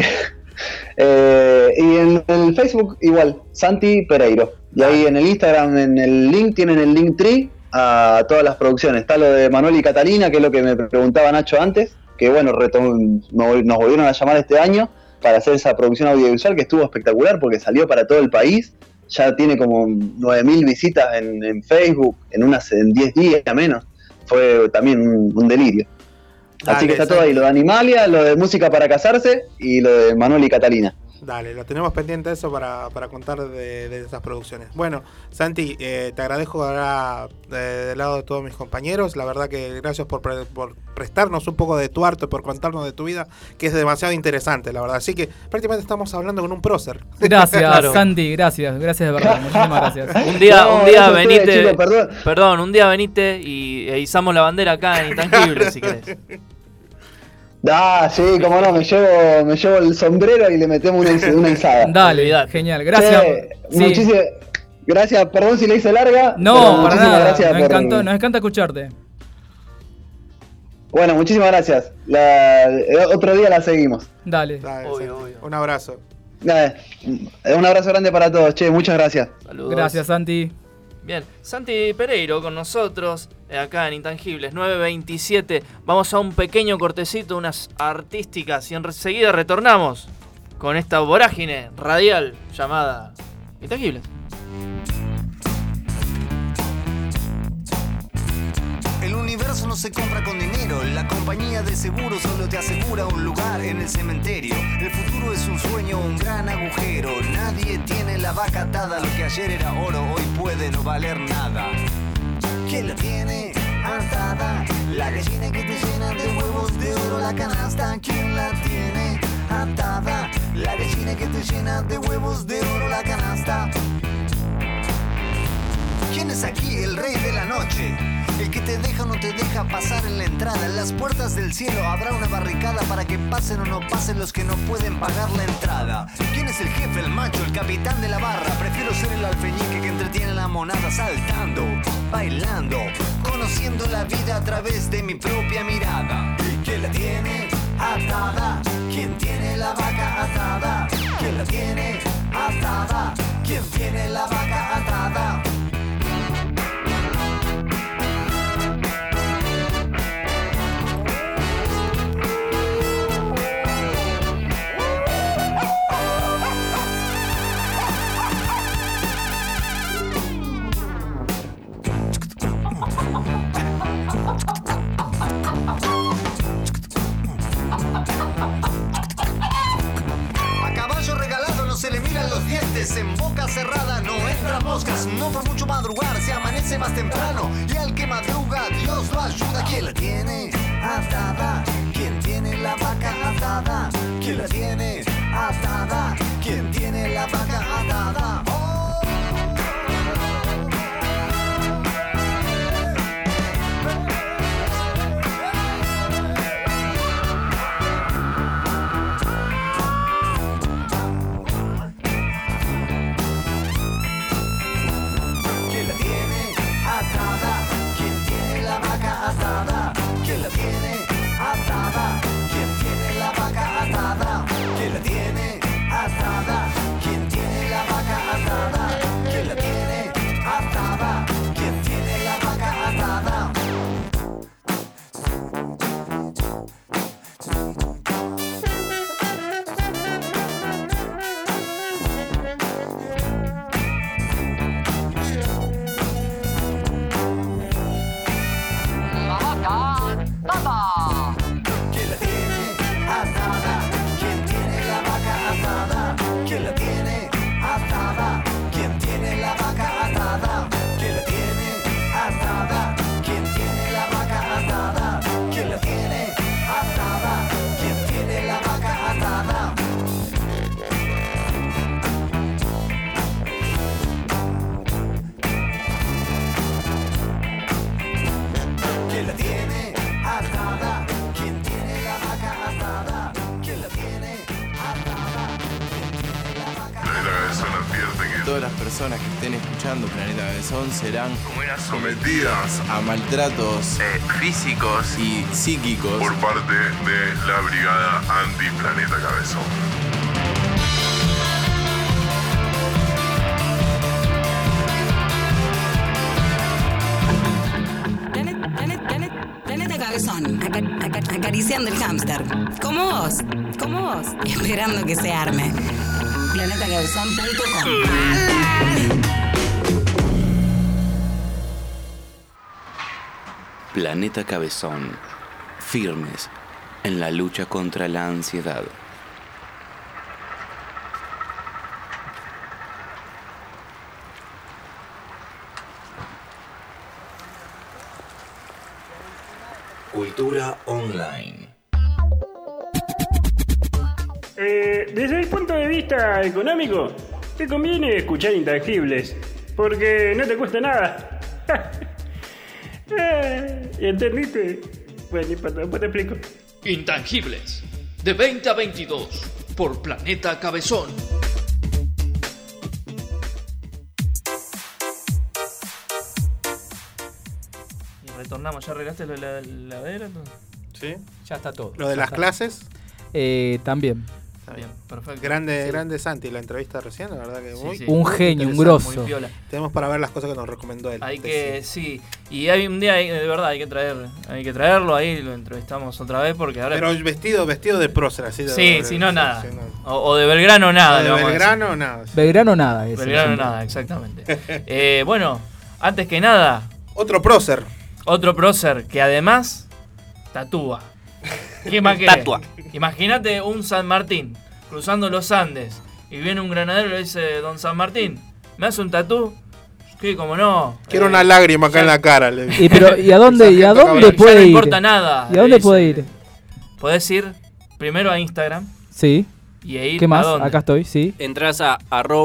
[SPEAKER 21] que, y en el Facebook igual, Santi Pereiro. Y ahí en el Instagram, en el link, tienen el Linktree a todas las producciones. Está lo de Manuel y Catalina, que es lo que me preguntaba Nacho antes, que bueno, nos volvieron a llamar este año para hacer esa producción audiovisual que estuvo espectacular porque salió para todo el país. Ya tiene como 9.000 visitas en Facebook en 10 días menos. Fue también un delirio. Así que está todo ahí, lo de Animalia, lo de Música para Casarse y lo de Manuel y Catalina.
[SPEAKER 4] Dale, lo tenemos pendiente eso para contar de esas producciones. Bueno, Santi, te agradezco ahora del lado de todos mis compañeros. La verdad que gracias por prestarnos un poco de tu arte, por contarnos de tu vida, que es demasiado interesante, la verdad. Así que prácticamente estamos hablando con un prócer.
[SPEAKER 2] Gracias, claro. Santi, gracias de verdad. Muchísimas gracias.
[SPEAKER 1] Un día venite, chicos, perdón, un día venite y izamos la bandera acá en Intangible, si querés.
[SPEAKER 21] Sí, cómo no, me llevo el sombrero y le metemos una izada.
[SPEAKER 2] Dale, genial, gracias.
[SPEAKER 21] Muchísimas gracias, perdón si le hice larga.
[SPEAKER 2] No, para nada, nos encanta escucharte.
[SPEAKER 21] Bueno, muchísimas gracias. Otro día la seguimos.
[SPEAKER 2] Dale.
[SPEAKER 4] Obvio. Un abrazo.
[SPEAKER 21] Un abrazo grande para todos, muchas gracias.
[SPEAKER 2] Saludos. Gracias, Santi.
[SPEAKER 1] Bien, Santi Pereiro con nosotros, acá en Intangibles, 9:27. Vamos a un pequeño cortecito, unas artísticas, y enseguida retornamos con esta vorágine radial llamada Intangibles.
[SPEAKER 5] El universo no se compra con dinero, la compañía de seguros solo te asegura un lugar en el cementerio. El futuro es un sueño, un gran agujero. Nadie tiene la vaca atada, lo que ayer era oro hoy puede no valer nada. ¿Quién la tiene atada? La gallina que te llena de huevos de oro, la canasta. ¿Quién la tiene atada? La gallina que te llena de huevos de oro, la canasta. ¿Quién es aquí el rey de la noche? El que te deja o no te deja pasar en la entrada. En las puertas del cielo habrá una barricada para que pasen o no pasen los que no pueden pagar la entrada. ¿Quién es el jefe, el macho, el capitán de la barra? Prefiero ser el alfeñique que entretiene la monada, saltando, bailando, conociendo la vida a través de mi propia mirada. ¿Y quién la tiene atada? ¿Quién tiene la vaca atada? ¿Quién la tiene atada? ¿Quién tiene la vaca atada? más temprano. Y al que madruga, Dios lo ayuda. ¿Quién la tiene atada? ¿Quién tiene la vaca atada? ¿Quién la tiene atada? ¿Quién tiene la vaca atada? Atada, ¿quién la tiene atada? ¿Quién tiene la vaca atada? ¿Quién la tiene atada? ¿Quién tiene la vaca atada? ¿Quién la tiene atada? ¿Quién tiene la vaca atada? ¿Quién la tiene atada? ¿Quién tiene la vaca atada? ¿Quién la tiene atada? ¿Quién tiene la vaca atada? ¿Quién la tiene atada? ¿Quién tiene la vaca atada? ¿Quién la tiene atada? ¿Quién tiene la vaca atada? ¿Quién la tiene atada? ¿Quién tiene la vaca atada? ¿Quién la tiene atada? ¿Quién tiene la vaca atada?
[SPEAKER 17] Planeta Cabezón advierte que
[SPEAKER 6] todas las personas que estén escuchando Planeta Cabezón serán
[SPEAKER 17] sometidas
[SPEAKER 6] a maltratos físicos y psíquicos
[SPEAKER 17] por parte de la Brigada Anti-Planeta Cabezón.
[SPEAKER 19] Planeta Cabezón, acariciando el hámster. Como vos, esperando que se arme. planetacabezón.com.
[SPEAKER 18] Planeta Cabezón, firmes en la lucha contra la ansiedad. Cultura online.
[SPEAKER 22] Desde el punto de vista económico, te conviene escuchar Intangibles, porque no te cuesta nada. ¿Entendiste? Bueno, después te explico.
[SPEAKER 11] Intangibles, de 20 a 22, por Planeta Cabezón.
[SPEAKER 1] Retornamos, ¿ya arreglaste lo de la heladera?
[SPEAKER 4] Sí.
[SPEAKER 2] Ya está todo.
[SPEAKER 4] ¿Lo de las clases?
[SPEAKER 2] También.
[SPEAKER 1] Está bien, perfecto.
[SPEAKER 4] Grande Santi, la entrevista recién, la verdad que muy,
[SPEAKER 2] un genio, un grosso.
[SPEAKER 4] Tenemos para ver las cosas que nos recomendó él.
[SPEAKER 1] Hay que, sí. Y hay un día, de verdad, hay que traerlo, ahí lo entrevistamos otra vez porque ahora...
[SPEAKER 4] Pero vestido de prócer, así de...
[SPEAKER 1] Sí, si no, nada. O de Belgrano, nada.
[SPEAKER 4] De Belgrano, nada.
[SPEAKER 2] Belgrano, nada.
[SPEAKER 1] Belgrano, nada, exactamente. Bueno, antes que nada...
[SPEAKER 4] Otro prócer
[SPEAKER 1] que además tatúa. ¿Qué más querés?
[SPEAKER 3] Tatua.
[SPEAKER 1] Imagínate un San Martín cruzando los Andes y viene un granadero y le dice: Don San Martín, ¿me hace un tatú? ¿Qué? ¿Cómo no?
[SPEAKER 4] Quiero una lágrima acá en la cara.
[SPEAKER 2] ¿Y a dónde puede ir?
[SPEAKER 1] No importa nada.
[SPEAKER 2] ¿Y a dónde puede ir?
[SPEAKER 1] Podés ir primero a Instagram.
[SPEAKER 2] Sí.
[SPEAKER 1] Y ahí,
[SPEAKER 2] ¿qué más? Acá estoy, sí.
[SPEAKER 3] Entrás a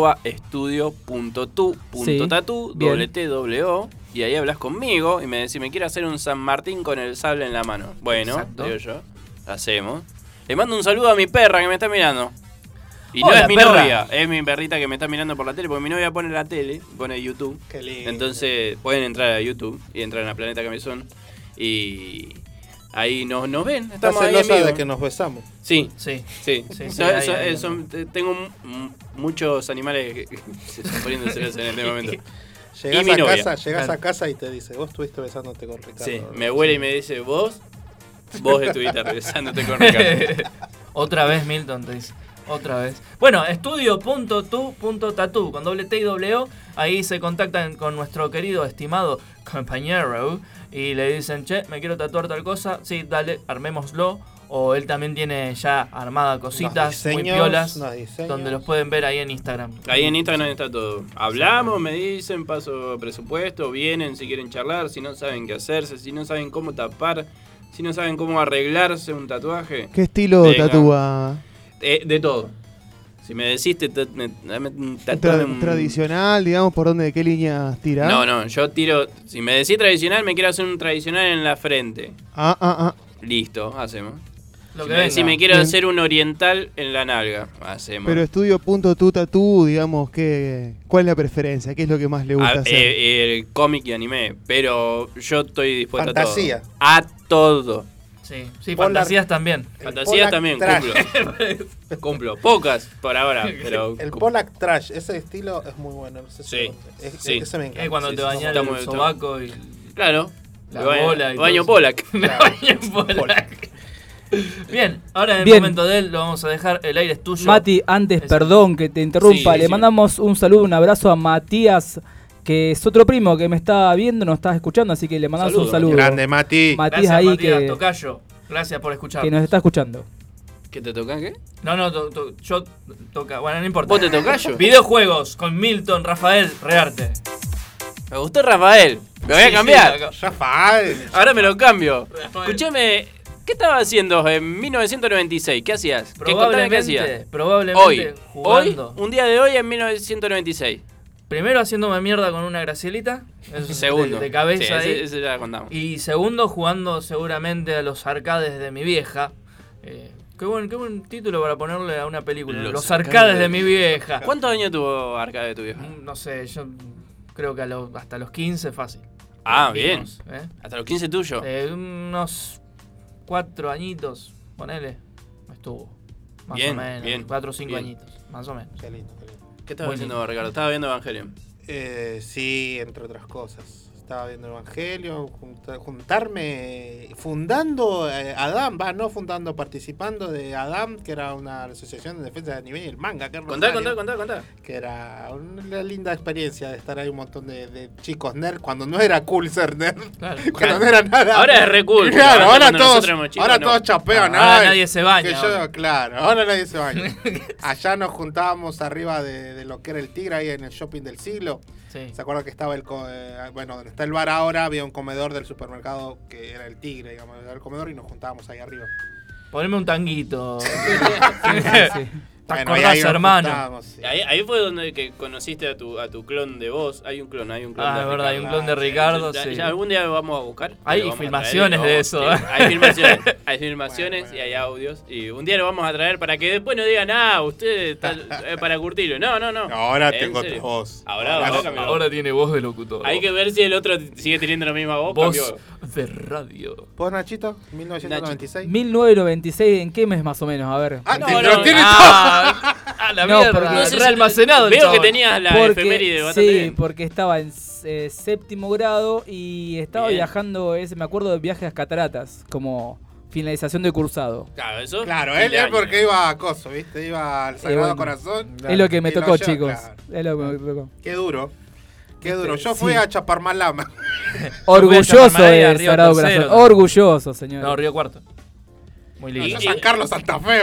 [SPEAKER 3] @estudio.tu.tatu, WTWO, y ahí hablas conmigo y me decís: me quiero hacer un San Martín con el sable en la mano. Bueno, digo yo, hacemos. Le mando un saludo a mi perra que me está mirando. Y no es mi novia, es mi perrita que me está mirando por la tele, porque mi novia pone la tele, pone YouTube.
[SPEAKER 4] Qué lindo.
[SPEAKER 3] Entonces pueden entrar a YouTube y entrar en la Planeta Cabezón y ahí nos ven. Estamos ahí
[SPEAKER 4] celosa de que nos besamos.
[SPEAKER 3] Sí.
[SPEAKER 1] Ahí.
[SPEAKER 3] Tengo muchos animales que se están poniendo celosos en este momento.
[SPEAKER 4] Llegas a casa y te dice: vos estuviste besándote con Ricardo.
[SPEAKER 3] Sí, me huele y me dice: vos estuviste besándote con Ricardo.
[SPEAKER 1] Otra vez Milton te dice. Otra vez. Bueno, estudio.tu.tatu con doble T y doble O. Ahí se contactan con nuestro querido, estimado compañero y le dicen: che, me quiero tatuar tal cosa. Sí, dale, armémoslo. o él también tiene ya armada cositas muy piolas, donde los pueden ver ahí en Instagram.
[SPEAKER 3] Ahí en Instagram está todo. Hablamos, me dicen, paso presupuesto, vienen si quieren charlar, si no saben qué hacerse, si no saben cómo tapar, si no saben cómo arreglarse un tatuaje.
[SPEAKER 7] ¿Qué estilo tatúa?
[SPEAKER 3] De todo. Si me decís,
[SPEAKER 7] tradicional, digamos, ¿por dónde, de qué línea tirás?
[SPEAKER 3] No, yo tiro. Si me decís tradicional, me quiero hacer un tradicional en la frente. Listo, hacemos. Si me quiero hacer un oriental en la nalga, hacemos.
[SPEAKER 7] Pero estudio.tu tatú, digamos, ¿cuál es la preferencia? ¿Qué es lo que más le gusta hacer?
[SPEAKER 3] El cómic y anime, pero yo estoy dispuesto
[SPEAKER 4] Fantasía.
[SPEAKER 3] a todo.
[SPEAKER 1] Sí, fantasías también.
[SPEAKER 3] Fantasías también cumplo. Pocas por ahora, pero...
[SPEAKER 4] El Polak Trash, ese estilo es muy bueno. No sé si ese me encanta.
[SPEAKER 1] Es cuando te bañas el sobaco y...
[SPEAKER 3] Claro.
[SPEAKER 1] La bola y
[SPEAKER 3] baño Polak.
[SPEAKER 1] Bien, ahora en el momento de él lo vamos a dejar, el aire es tuyo.
[SPEAKER 2] Mati, antes, perdón que te interrumpa, le mandamos un saludo, un abrazo a Matías, que es otro primo que me está viendo, nos está escuchando, así que le mandamos un saludo.
[SPEAKER 4] Grande, Mati.
[SPEAKER 1] Matías, gracias, ahí Matías, tocayo. Gracias por escucharnos.
[SPEAKER 2] Que nos está escuchando.
[SPEAKER 3] ¿Qué te toca qué?
[SPEAKER 1] No, yo toca, bueno, no importa.
[SPEAKER 3] ¿Vos te tocayo?
[SPEAKER 1] Videojuegos con Milton, Rafael, Rearte.
[SPEAKER 3] Me gustó Rafael, me voy a cambiar.
[SPEAKER 4] Rafael.
[SPEAKER 3] Ahora me lo cambio. Escuchame, ¿qué estabas haciendo en 1996? ¿Qué hacías?
[SPEAKER 1] Probablemente,
[SPEAKER 3] ¿Qué hacías?
[SPEAKER 1] Probablemente jugando.
[SPEAKER 3] Un día de hoy en 1996.
[SPEAKER 1] Primero haciéndome mierda con una Gracielita.
[SPEAKER 3] Segundo.
[SPEAKER 1] De cabeza
[SPEAKER 3] sí,
[SPEAKER 1] ahí.
[SPEAKER 3] Ese ya contamos.
[SPEAKER 1] Y segundo, jugando seguramente a los arcades de mi vieja. Qué buen título para ponerle a una película. Los arcades de mi vieja.
[SPEAKER 3] ¿Cuántos años tuvo arcade de tu vieja?
[SPEAKER 1] No sé, yo creo que hasta los 15 fácil.
[SPEAKER 3] Ah, bien. ¿Hasta los 15 tuyo?
[SPEAKER 1] Unos 4 añitos, ponele. Estuvo. Más
[SPEAKER 3] bien,
[SPEAKER 1] o menos.
[SPEAKER 3] Bien.
[SPEAKER 1] 4 o 5 añitos, más o menos.
[SPEAKER 4] Qué lindo.
[SPEAKER 3] ¿Qué estabas haciendo, Ricardo? ¿Estabas viendo Evangelion?
[SPEAKER 4] Sí, entre otras cosas. Estaba viendo Evangelion, juntarme, fundando Adam, participando de Adam, que era una asociación de defensa de anime y el manga.
[SPEAKER 3] Contá.
[SPEAKER 4] Que era una linda experiencia de estar ahí un montón de chicos nerd, cuando no era cool ser nerd.
[SPEAKER 1] Claro.
[SPEAKER 4] Cuando no era nada.
[SPEAKER 3] Ahora es re cool.
[SPEAKER 4] Claro, ahora todos chapean.
[SPEAKER 1] Ahora nadie se baña.
[SPEAKER 4] Ahora nadie se baña. Allá nos juntábamos arriba de lo que era el Tigre, ahí en el shopping del siglo.
[SPEAKER 1] Sí.
[SPEAKER 4] ¿Se acuerdan que estaba donde está el bar ahora, había un comedor del supermercado que era el Tigre, digamos, era el comedor y nos juntábamos ahí arriba.
[SPEAKER 1] Poneme un tanguito.
[SPEAKER 4] Sí.
[SPEAKER 1] ¿Te acordás, hermano?
[SPEAKER 4] Sí.
[SPEAKER 3] Ahí fue donde que conociste a tu clon de vos. Hay un clon de
[SPEAKER 1] es
[SPEAKER 3] Ricardo.
[SPEAKER 1] verdad, hay un clon de Ricardo.
[SPEAKER 3] Ya algún día lo vamos a buscar.
[SPEAKER 1] Hay filmaciones de eso.
[SPEAKER 3] Hay filmaciones y hay audios. Y un día lo vamos a traer para que después no digan, usted está para curtirlo. No.
[SPEAKER 4] Ahora tengo tu voz.
[SPEAKER 1] Ahora tiene voz de locutor.
[SPEAKER 3] Hay que ver si el otro sigue teniendo la misma voz.
[SPEAKER 1] Voz de radio.
[SPEAKER 4] ¿Vos, Nachito? 1996.
[SPEAKER 2] 1996, ¿en qué mes más o menos? A ver.
[SPEAKER 4] Tiene todo.
[SPEAKER 1] La mierda, no sé, realmacenado.
[SPEAKER 3] Veo que tenías la efeméride bastante.
[SPEAKER 2] Sí, porque estaba en séptimo grado y estaba viajando, me acuerdo de viajes a Cataratas, como finalización de cursado.
[SPEAKER 3] Claro, eso.
[SPEAKER 4] Claro, él porque iba a Coso, ¿viste? Iba al Sagrado Corazón.
[SPEAKER 2] Es lo que me tocó, chicos. Es lo que me tocó.
[SPEAKER 4] Qué duro. Yo fui a Chaparmalama.
[SPEAKER 2] Orgulloso de Sagrado Corazón. Orgulloso, señor.
[SPEAKER 1] No, Río Cuarto. Muy lindo.
[SPEAKER 4] San Carlos, Santa Fe.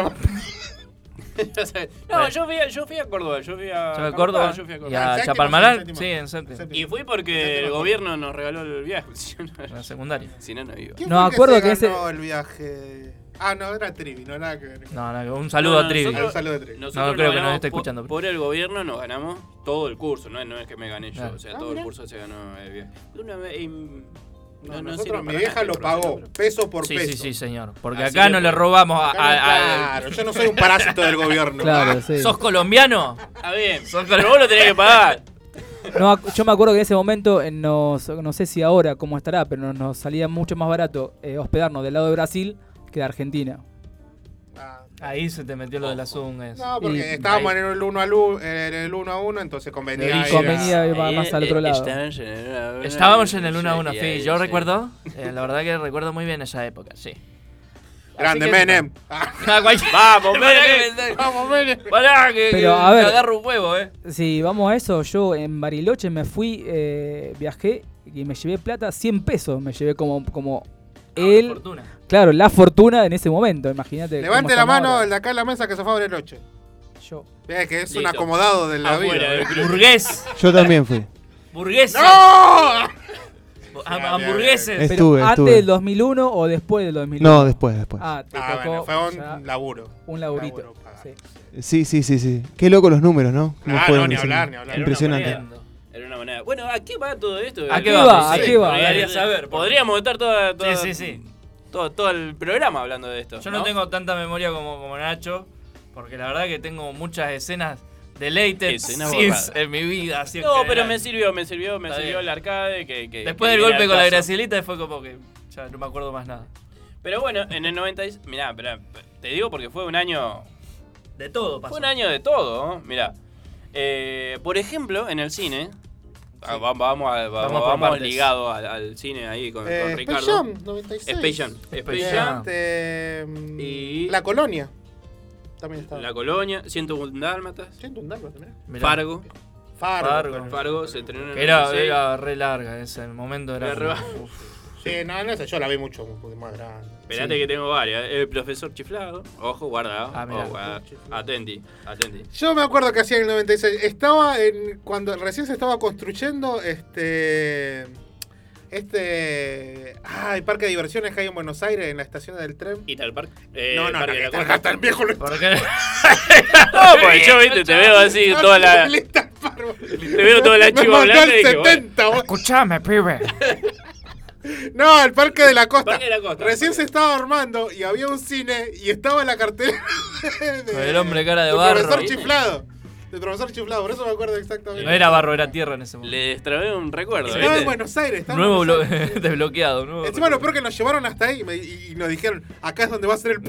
[SPEAKER 3] No, yo fui a Córdoba. Yo fui a
[SPEAKER 1] Córdoba. ¿Y a Chaparmalal? Sí, en séptimo.
[SPEAKER 3] Y fui porque el gobierno nos regaló el viaje.
[SPEAKER 1] La secundaria.
[SPEAKER 3] Si no iba.
[SPEAKER 4] ¿Quién fue
[SPEAKER 2] acuerdo
[SPEAKER 4] que
[SPEAKER 2] ese
[SPEAKER 4] el viaje? No, era Trivi, no nada que ver.
[SPEAKER 1] No, un saludo a Trivi.
[SPEAKER 4] Un saludo a Trivi.
[SPEAKER 1] No creo que nos esté escuchando.
[SPEAKER 3] Por el gobierno nos ganamos todo el curso, no es que me gané yo, o sea, todo el curso se ganó el viaje. Una vez
[SPEAKER 4] nosotros, mi vieja lo pagó, peso por peso.
[SPEAKER 1] Sí, señor. Porque acá no le robamos
[SPEAKER 4] Claro, yo no soy un parásito del gobierno.
[SPEAKER 2] Claro, sí.
[SPEAKER 1] ¿Sos colombiano?
[SPEAKER 3] Está bien, pero vos lo tenés que pagar.
[SPEAKER 2] No, yo me acuerdo que en ese momento, no sé si ahora cómo estará, pero nos salía mucho más barato hospedarnos del lado de Brasil que de Argentina.
[SPEAKER 1] Ahí se te metió lo de las zungas.
[SPEAKER 4] No, porque estábamos en el 1 a 1, entonces convenía
[SPEAKER 2] ir más al otro lado.
[SPEAKER 1] Estábamos en el 1 a 1, sí. Yo recuerdo, la verdad que recuerdo muy bien esa época, sí.
[SPEAKER 4] Grande Menem.
[SPEAKER 3] Vamos, Menem.
[SPEAKER 4] Vamos, Menem.
[SPEAKER 1] Pará, que agarro un huevo,
[SPEAKER 2] Sí, vamos a eso. Yo en Bariloche me fui, viajé y me llevé plata, 100 pesos. Me llevé como él.
[SPEAKER 1] Fortuna.
[SPEAKER 2] Claro, la fortuna en ese momento, imagínate.
[SPEAKER 4] Levante la mano el de acá en la mesa que se fue a Bariloche.
[SPEAKER 2] Yo.
[SPEAKER 4] Vea que es un acomodado de la vida.
[SPEAKER 1] Burgués.
[SPEAKER 7] Yo también fui.
[SPEAKER 1] Burgueses.
[SPEAKER 4] ¡No!
[SPEAKER 1] Hamburgueses.
[SPEAKER 2] Pero antes del 2001 o después del 2001.
[SPEAKER 7] No, después.
[SPEAKER 2] Ah, te tocó.
[SPEAKER 4] Bueno, fue un laburo.
[SPEAKER 2] Un laburito.
[SPEAKER 7] Sí. Qué loco los números, ¿no?
[SPEAKER 4] No, ni hablar.
[SPEAKER 7] Impresionante.
[SPEAKER 3] Era una moneda. Bueno, ¿a qué va todo esto?
[SPEAKER 2] ¿A qué va?
[SPEAKER 3] Podría saber. Podríamos estar todo el programa hablando de esto.
[SPEAKER 1] Yo no tengo tanta memoria como Nacho, porque la verdad que tengo muchas escenas deleted scenes en mi vida.
[SPEAKER 3] No, pero me sirvió el arcade.
[SPEAKER 1] Después del golpe con la Gracielita fue como que ya no me acuerdo más nada.
[SPEAKER 3] Pero bueno, en el 96, mirá, te digo porque fue un año...
[SPEAKER 1] De todo pasó.
[SPEAKER 3] Fue un año de todo, ¿no? Mirá. Por ejemplo, en el cine... Vamos ligado al cine ahí con Ricardo.
[SPEAKER 4] Space Jam, 96.
[SPEAKER 3] Space Jam.
[SPEAKER 4] Y La Colonia. También estaba.
[SPEAKER 3] La Colonia, 101 Dálmatas.
[SPEAKER 4] 101 Dálmatas, mirá.
[SPEAKER 3] Fargo se estrenó en el
[SPEAKER 1] Era re larga ese, el momento era...
[SPEAKER 4] Sí, no, esa yo la vi mucho más grande.
[SPEAKER 3] Esperate que tengo varias. El profesor chiflado. Ojo, guarda. Atenti.
[SPEAKER 4] Yo me acuerdo que hacía en el 96. Estaba cuando recién se estaba construyendo el parque de diversiones que hay en Buenos Aires, en la estación del tren.
[SPEAKER 3] ¿Ital Park?
[SPEAKER 4] No, hasta el viejo lo...
[SPEAKER 1] ¿Por qué?
[SPEAKER 3] No, pues yo, viste, te veo así toda la... Te veo toda la chiva blanca y dije,
[SPEAKER 2] escuchame, pibe.
[SPEAKER 4] No, el Parque de la Costa. Recién se estaba armando y había un cine y estaba en la cartelera
[SPEAKER 1] el hombre cara de barro.
[SPEAKER 4] Del profesor chiflado, por eso me acuerdo exactamente.
[SPEAKER 1] No era barro, era tierra en ese momento.
[SPEAKER 3] Le destrabé un recuerdo.
[SPEAKER 4] Estaba en Buenos Aires.
[SPEAKER 1] Nuevo desbloqueado.
[SPEAKER 4] Encima lo peor que nos llevaron hasta ahí y nos dijeron, acá es donde va a ser el...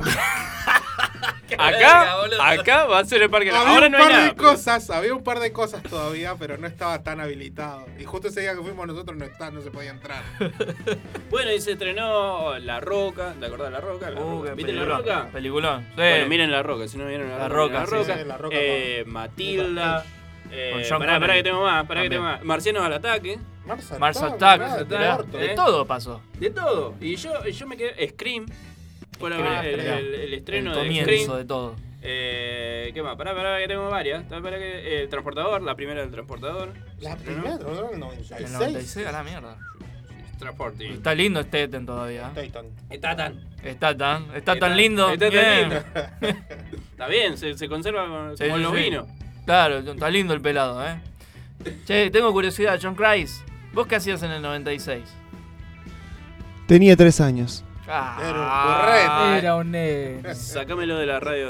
[SPEAKER 3] Acá va a ser el parque. Ahora no hay nada.
[SPEAKER 4] Había un par de cosas todavía, pero no estaba tan habilitado. Y justo ese día que fuimos nosotros no se podía entrar.
[SPEAKER 3] Bueno, y se estrenó La Roca. ¿Te acordás de La Roca? ¿Viste La Roca?
[SPEAKER 1] Peliculón. Sí.
[SPEAKER 3] Bueno, miren La Roca. Si no vieron La Roca. Matilda. Pará que tengo más. Marcianos al ataque.
[SPEAKER 1] Mars Attack. De todo pasó.
[SPEAKER 3] De todo. Y yo me quedé... Scream. Bueno, el estreno de Scream.
[SPEAKER 1] De todo.
[SPEAKER 3] ¿Qué más? Pará que tengo varias. El Transportador, la primera del Transportador.
[SPEAKER 4] La primera del 96.
[SPEAKER 1] El 96 a la mierda.
[SPEAKER 3] Transporting.
[SPEAKER 1] Está lindo Staten todavía.
[SPEAKER 3] Está tan
[SPEAKER 1] lindo.
[SPEAKER 3] Está bien, se conserva como los vinos.
[SPEAKER 1] Claro, está lindo el pelado, Che, tengo curiosidad, John Christ. ¿Vos qué hacías en el 96?
[SPEAKER 7] Tenía 3 años.
[SPEAKER 2] Era un nene.
[SPEAKER 3] Sácamelo de la radio.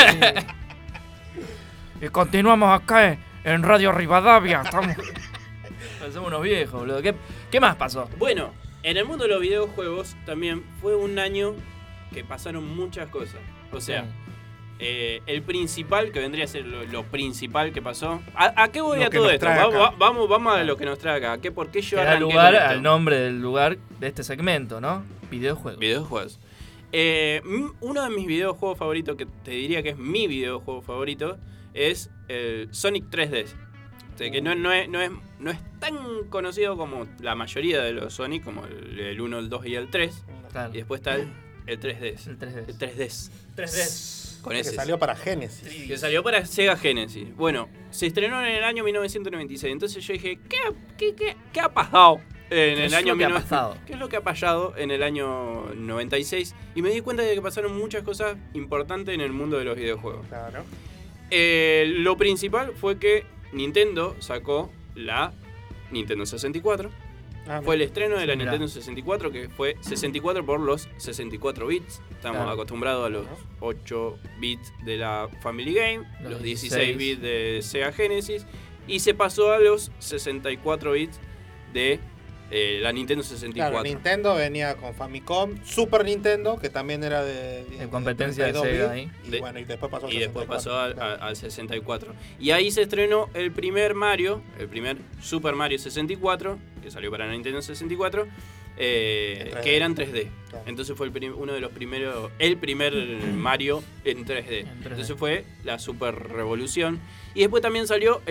[SPEAKER 1] Y continuamos acá en Radio Rivadavia. Somos unos viejos, boludo. ¿Qué más pasó?
[SPEAKER 3] Bueno, en el mundo de los videojuegos también fue un año que pasaron muchas cosas. O sea, el principal, que vendría a ser lo principal que pasó. ¿A qué voy a todo esto? Vamos a lo que nos trae acá. ¿Por qué yo arranqué
[SPEAKER 1] lugar al nombre del lugar de este segmento, ¿no? Videojuegos.
[SPEAKER 3] Uno de mis videojuegos favoritos, que te diría que es mi videojuego favorito, es el Sonic 3D. O sea, que no es tan conocido como la mayoría de los Sonic, como el 1, el 2 y el 3. Claro. Y después está el 3D. El 3D.
[SPEAKER 4] Con ese. Que salió para Genesis.
[SPEAKER 3] Que salió para Sega Genesis. Bueno, se estrenó en el año 1996. Entonces yo dije, ¿qué ha pasado? En el año ¿Qué es lo que ha pasado en el año 96? Y me di cuenta de que pasaron muchas cosas importantes en el mundo de los videojuegos.
[SPEAKER 4] Claro.
[SPEAKER 3] Lo principal fue que Nintendo sacó la Nintendo 64. Fue el estreno de la Nintendo 64, que fue 64 por los 64 bits. Estamos acostumbrados a los 8 bits de la Family Game, los 16 bits de Sega Genesis, y se pasó a los 64 bits de la Nintendo 64. Claro,
[SPEAKER 4] Nintendo venía con Famicom, Super Nintendo, que también era de
[SPEAKER 1] competencia de Sega ahí.
[SPEAKER 4] Y después pasó
[SPEAKER 3] al 64. Y ahí se estrenó el primer Super Mario 64, que salió para Nintendo 64, que era en 3D. Claro. Entonces fue uno de los primeros, el primer Mario en 3D. Entonces fue la super revolución. Y después también salió el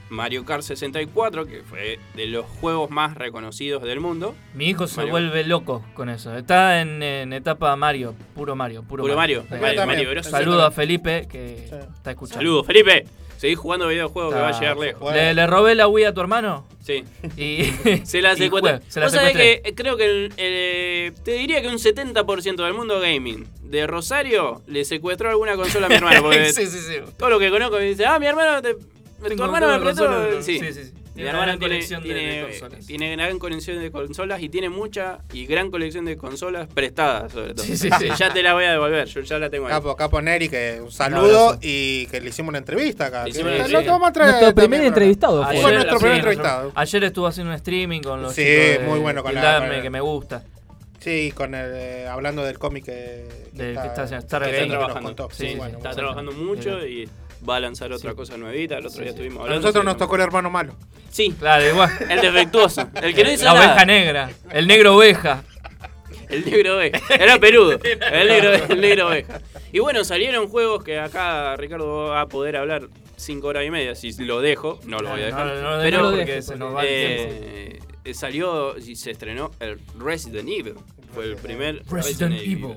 [SPEAKER 3] Mario Kart 64, que fue de los juegos más reconocidos del mundo.
[SPEAKER 1] Mi hijo se vuelve loco con eso. Está en etapa Mario, puro Mario.
[SPEAKER 3] Mario Bros.
[SPEAKER 1] Saludo a Felipe, que está escuchando.
[SPEAKER 3] Saludos, Felipe. Seguís jugando videojuegos que va a llegar lejos.
[SPEAKER 1] ¿Le robé la Wii a tu hermano?
[SPEAKER 3] Sí.
[SPEAKER 1] Y
[SPEAKER 3] se la secuestré.
[SPEAKER 1] Vos sabés
[SPEAKER 3] que creo que te diría que un 70% del mundo gaming de Rosario le secuestró alguna consola a mi hermano. Porque
[SPEAKER 1] sí.
[SPEAKER 3] Todo lo que conozco me dice, mi hermano, tu hermano me prestó. Sí. Mi hermano tiene gran colección de consolas y tiene mucha y gran colección de consolas prestadas, sobre todo.
[SPEAKER 1] Sí.
[SPEAKER 3] Ya te la voy a devolver, yo ya la tengo ahí.
[SPEAKER 4] Capo Neri, que un saludo y que le hicimos una entrevista acá.
[SPEAKER 2] Nuestro primer entrevistado.
[SPEAKER 4] Fue nuestro primer entrevistado.
[SPEAKER 1] Ayer estuvo haciendo un streaming con los
[SPEAKER 4] chicos de muy bueno con
[SPEAKER 1] que me gusta.
[SPEAKER 4] Sí, con hablando del cómic que
[SPEAKER 1] está
[SPEAKER 3] trabajando. Está trabajando mucho y va a lanzar otra cosa nuevita. El otro día estuvimos hablando.
[SPEAKER 4] A nosotros nos tocó el hermano malo.
[SPEAKER 3] Sí,
[SPEAKER 1] claro, igual.
[SPEAKER 3] El defectuoso. El que no dice
[SPEAKER 1] la
[SPEAKER 3] nada.
[SPEAKER 1] oveja negra. El negro oveja.
[SPEAKER 3] El negro oveja. Era peludo. El negro oveja. Y bueno, salieron juegos que acá Ricardo va a poder hablar 5 horas y media. Si lo dejo, no lo voy a dejar.
[SPEAKER 1] No,
[SPEAKER 3] pero
[SPEAKER 1] porque se nos va el tiempo.
[SPEAKER 3] Salió y se estrenó el Resident Evil. Fue el primer
[SPEAKER 1] Resident Evil.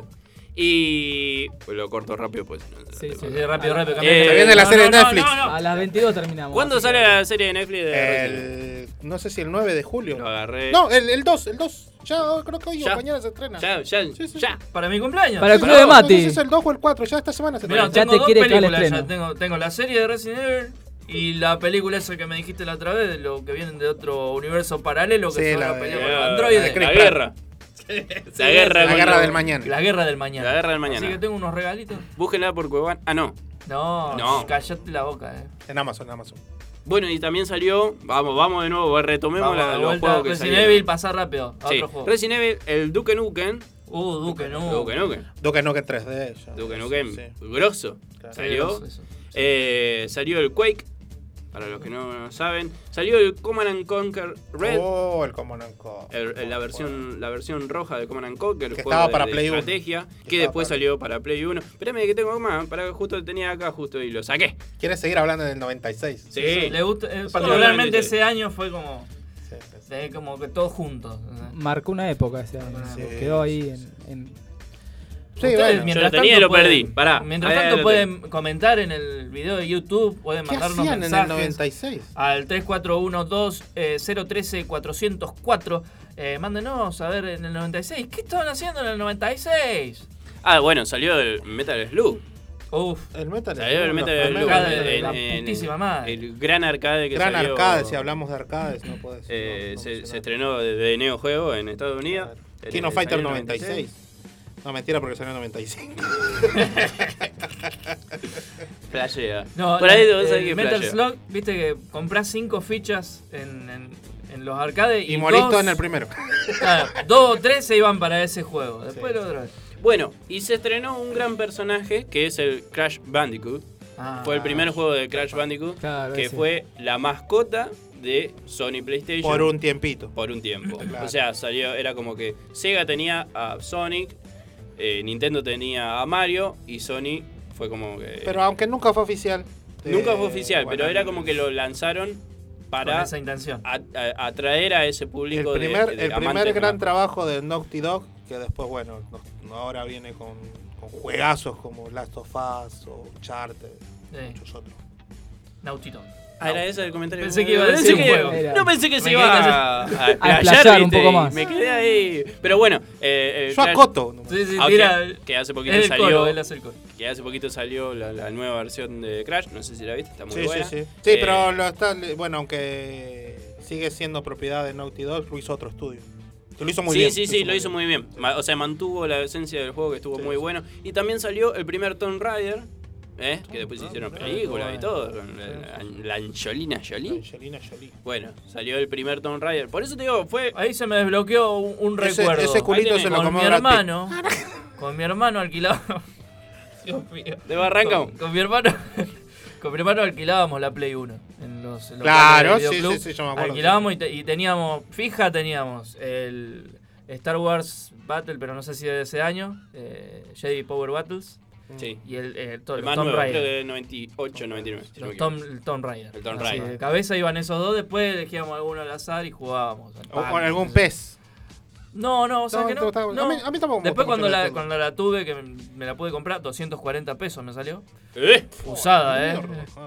[SPEAKER 3] Y pues lo corto rápido, pues.
[SPEAKER 1] Sí, rápido.
[SPEAKER 4] Se viene la serie de Netflix.
[SPEAKER 2] A las 22 terminamos.
[SPEAKER 3] ¿Cuándo sale la serie de Netflix?
[SPEAKER 4] No sé si el 9 de julio.
[SPEAKER 3] Lo agarré.
[SPEAKER 4] No, el 2. Ya creo que hoy o mañana se estrena.
[SPEAKER 3] Ya.
[SPEAKER 1] Para mi cumpleaños.
[SPEAKER 2] Para el club de Mati.
[SPEAKER 4] No sé si es el 2 o el 4. Ya esta semana se estrena.
[SPEAKER 1] Ya te quiere caer el estreno. Tengo la serie de Resident Evil. Y la película esa que me dijiste la otra vez, de lo que vienen de otro universo paralelo, que son la pelea con los androides.
[SPEAKER 3] La guerra.
[SPEAKER 4] La guerra del mañana.
[SPEAKER 1] La guerra del mañana.
[SPEAKER 3] La guerra del mañana.
[SPEAKER 1] Así que tengo unos regalitos.
[SPEAKER 3] Búsquenla por Cuevana.
[SPEAKER 1] No, callate la boca,
[SPEAKER 4] En Amazon.
[SPEAKER 3] Bueno, y también salió, vamos de nuevo, retomemos los juegos que
[SPEAKER 1] Resident
[SPEAKER 3] salieron.
[SPEAKER 1] Evil, pasar rápido a otro juego.
[SPEAKER 3] Resident Evil, el Duke Nukem.
[SPEAKER 1] Duke Nukem.
[SPEAKER 4] Duke Nukem 3D.
[SPEAKER 3] Duke Nukem, grosso. Salió. Salió el Quake. Para los que no saben, salió el Command & Conquer Red.
[SPEAKER 4] El Command & Conquer.
[SPEAKER 3] La versión roja de Command & Conquer,
[SPEAKER 4] que
[SPEAKER 3] el
[SPEAKER 4] estaba
[SPEAKER 3] juego
[SPEAKER 4] para
[SPEAKER 3] de
[SPEAKER 4] Play
[SPEAKER 3] estrategia, que después salió para Play 1. Espérame que tengo más, para que justo tenía acá y lo saqué.
[SPEAKER 4] ¿Quieres seguir hablando del 96?
[SPEAKER 3] Sí.
[SPEAKER 1] Le gusta, particularmente ese año fue como como que todos juntos.
[SPEAKER 2] Marcó una época ese año. Quedó ahí en
[SPEAKER 4] Sí, bueno.
[SPEAKER 1] Mientras
[SPEAKER 3] tanto, lo perdí.
[SPEAKER 1] Mientras tanto pueden comentar en el video de YouTube, pueden mandarnos mensajes
[SPEAKER 4] en el 96?
[SPEAKER 1] Al 3412-013-404. Mándenos a ver en el 96. ¿Qué estaban haciendo en el 96?
[SPEAKER 3] Bueno, salió el Metal Slug.
[SPEAKER 4] El Metal Slug.
[SPEAKER 3] Salió el Metal Slug.
[SPEAKER 1] La putísima madre.
[SPEAKER 3] El gran arcade que
[SPEAKER 4] gran
[SPEAKER 3] salió.
[SPEAKER 4] Arcade, si hablamos de arcades, no puede ser.
[SPEAKER 3] Se estrenó de Neo Geo en Estados Unidos.
[SPEAKER 4] King of Fighter 96. No, mentira, porque salió en 95.
[SPEAKER 3] Flashea.
[SPEAKER 1] No,
[SPEAKER 3] por ahí vos sabés que
[SPEAKER 1] Metal Slug, viste que comprás 5 fichas en los arcades
[SPEAKER 4] y morís todo en el primero.
[SPEAKER 1] Claro, 2 o 3 se iban para ese juego. Después lo otro.
[SPEAKER 3] Bueno, y se estrenó un gran personaje que es el Crash Bandicoot. Fue el primer juego de Crash Bandicoot, que fue la mascota de Sony PlayStation.
[SPEAKER 4] Por un tiempito.
[SPEAKER 3] Por un tiempo.
[SPEAKER 4] Claro.
[SPEAKER 3] O sea, era como que Sega tenía a Sonic, Nintendo tenía a Mario y Sony fue como que...
[SPEAKER 4] Pero aunque nunca fue oficial.
[SPEAKER 3] Nunca fue oficial, pero era como que lo lanzaron para
[SPEAKER 1] con esa intención.
[SPEAKER 3] Atraer a ese público
[SPEAKER 4] el primer gran trabajo de Naughty Dog, que después, bueno, ahora viene con juegazos como Last of Us o Uncharted, muchos otros.
[SPEAKER 1] Naughty Dog.
[SPEAKER 3] Era ese el comentario.
[SPEAKER 1] Pensé que iba a decir un juego.
[SPEAKER 3] No pensé que se iba a
[SPEAKER 2] explayar un poco más.
[SPEAKER 3] Me quedé ahí. Pero bueno,
[SPEAKER 4] yo acoto.
[SPEAKER 3] Sí, que hace poquito salió. Que hace poquito salió la nueva versión de Crash. No sé si la viste, está muy buena.
[SPEAKER 4] Sí, pero bueno, aunque sigue siendo propiedad de Naughty Dog, lo hizo otro estudio. Lo hizo muy bien.
[SPEAKER 3] Sí, lo hizo muy bien. O sea, mantuvo la esencia del juego, que estuvo muy bueno. Y también salió el primer Tomb Raider. Que después hicieron películas y todo, con la Angelina Jolie. Bueno, salió el primer Tomb Raider. Por eso te digo,
[SPEAKER 1] ahí se me desbloqueó un recuerdo.
[SPEAKER 4] Ese culito se lo comió
[SPEAKER 1] con mi hermano alquilábamos. Dios mío.
[SPEAKER 3] ¿De Barranca?
[SPEAKER 1] Con mi hermano alquilábamos la Play 1 en los
[SPEAKER 4] claro, sí, yo me acuerdo.
[SPEAKER 1] Alquilábamos y teníamos el Star Wars Battle, pero no sé si de ese año, Jedi Power Battles.
[SPEAKER 3] Sí.
[SPEAKER 1] Y el Tomb
[SPEAKER 3] nuevo,
[SPEAKER 1] Raider.
[SPEAKER 3] creo que de 98, 99. Si
[SPEAKER 1] el Tomb Raider.
[SPEAKER 3] El Tomb Raider.
[SPEAKER 1] De cabeza iban esos dos, después elegíamos alguno al azar y jugábamos.
[SPEAKER 4] O algún pez.
[SPEAKER 1] No, o sea que no.
[SPEAKER 4] A mí tampoco.
[SPEAKER 1] Después cuando la tuve, que me la pude comprar, 240 pesos me salió. Usada,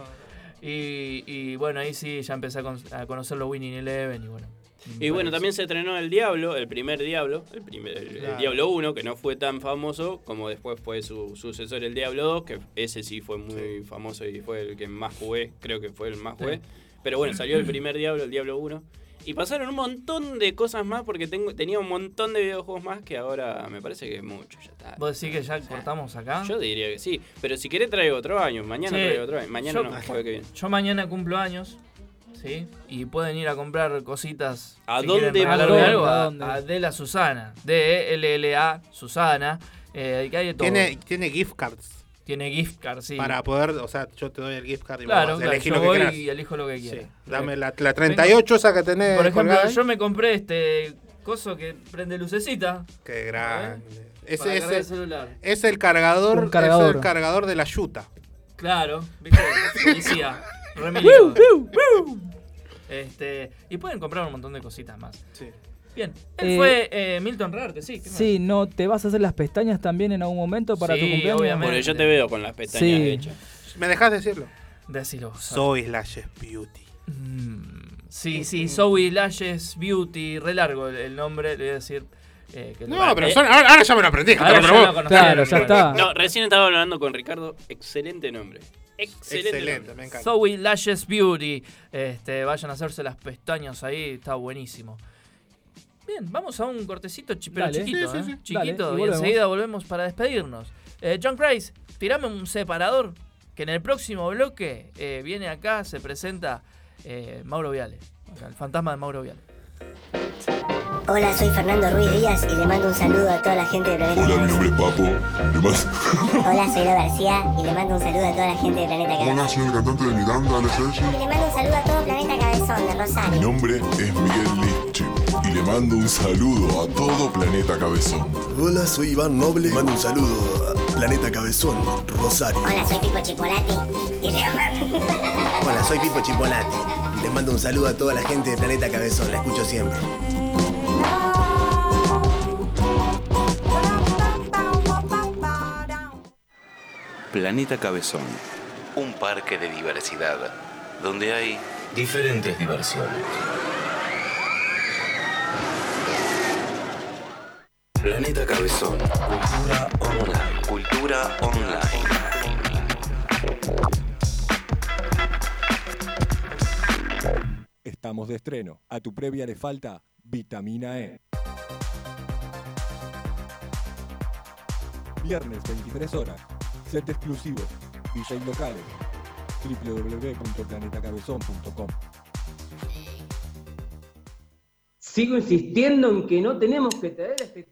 [SPEAKER 1] Y bueno, ahí sí ya empecé a conocer los Winning Eleven y bueno.
[SPEAKER 3] Y bueno, también se estrenó el Diablo, el primer Diablo, el Diablo 1, que no fue tan famoso como después fue su sucesor el Diablo 2, que ese sí fue muy famoso y fue el que más jugué, creo que fue el más jugué. Pero bueno, salió el primer Diablo, el Diablo 1. Y pasaron un montón de cosas más porque tenía un montón de videojuegos más que ahora me parece que es mucho, ya está.
[SPEAKER 1] ¿Vos decís que ya cortamos acá?
[SPEAKER 3] Yo diría que sí, pero si querés traigo otro año, mañana traigo otro año, mañana jueves que viene.
[SPEAKER 1] Yo mañana cumplo años, ¿sí? Y pueden ir a comprar cositas.
[SPEAKER 3] ¿A
[SPEAKER 1] si
[SPEAKER 3] dónde?
[SPEAKER 1] Algo, a De la Susana, DLLA Susana. Que hay de todo.
[SPEAKER 4] Tiene gift cards.
[SPEAKER 1] Tiene gift card, sí.
[SPEAKER 4] Para poder, o sea, yo te doy el gift card y
[SPEAKER 1] claro,
[SPEAKER 4] elegí
[SPEAKER 1] yo
[SPEAKER 4] lo que
[SPEAKER 1] voy
[SPEAKER 4] quieras.
[SPEAKER 1] Y elijo lo que quiera.
[SPEAKER 4] Sí. Dame la 38 esa que tenés.
[SPEAKER 1] Por ejemplo,
[SPEAKER 4] colgada.
[SPEAKER 1] yo me compré este coso que prende lucecita.
[SPEAKER 4] Qué grande.
[SPEAKER 1] Ese es el celular.
[SPEAKER 4] Es el cargador. Es el cargador de la yuta.
[SPEAKER 1] Claro, ¿viste? Policía. Remilito. Y pueden comprar un montón de cositas más. Sí. Bien, él fue Milton Rearte, sí.
[SPEAKER 2] Sí, ¿no te vas a hacer las pestañas también en algún momento para tu cumpleaños?
[SPEAKER 1] Obviamente.
[SPEAKER 3] Bueno, yo te veo con las pestañas hechas.
[SPEAKER 4] ¿Me dejás decirlo?
[SPEAKER 1] Decilo.
[SPEAKER 4] Zoe Lashes Beauty.
[SPEAKER 1] Sí, Zoe Lashes Beauty, re largo el nombre, le voy a decir.
[SPEAKER 4] Pero ahora ya me lo aprendí.
[SPEAKER 2] Claro, ya está.
[SPEAKER 3] No, recién estaba hablando con Ricardo, excelente nombre. Excelente,
[SPEAKER 4] me encanta.
[SPEAKER 1] Zoe Lashes Beauty. Vayan a hacerse las pestañas ahí, está buenísimo. Bien, vamos a un cortecito, pero chiquito,
[SPEAKER 4] sí.
[SPEAKER 1] chiquito,
[SPEAKER 2] Dale,
[SPEAKER 1] y enseguida volvemos para despedirnos. John Price, tirame un separador, que en el próximo bloque viene acá, se presenta Mauro Viale, el fantasma de Mauro Viale.
[SPEAKER 8] Hola, soy Fernando Ruiz Díaz y le mando un saludo a toda la gente de Planeta Cabezón.
[SPEAKER 17] Hola, mi nombre es Papo.
[SPEAKER 8] Hola, soy Lo García y le mando un saludo a toda la gente de Planeta Cabezón.
[SPEAKER 17] Hola, soy el cantante de Miranda, Ale Sergi.
[SPEAKER 8] Y le mando un saludo a todo Planeta Cabezón de Rosario.
[SPEAKER 17] Mi nombre es Miguel Liche y le mando un saludo a todo Planeta Cabezón.
[SPEAKER 10] Hola, soy Iván Noble, mando un saludo a Planeta Cabezón, Rosario.
[SPEAKER 8] Hola, soy Pipo Chipolati y le mando...
[SPEAKER 10] Hola, soy Pipo Chipolati y les mando un saludo a toda la gente de Planeta Cabezón, la escucho siempre.
[SPEAKER 18] Planeta Cabezón, un parque de diversidad, donde hay diferentes diversiones. Planeta Cabezón, cultura online. Cultura online.
[SPEAKER 23] Estamos de estreno. A tu previa le falta vitamina E. Viernes 23 horas. Set exclusivo. DJ locales. www.planetacabezón.com.
[SPEAKER 24] Sigo insistiendo en que no tenemos que tener este...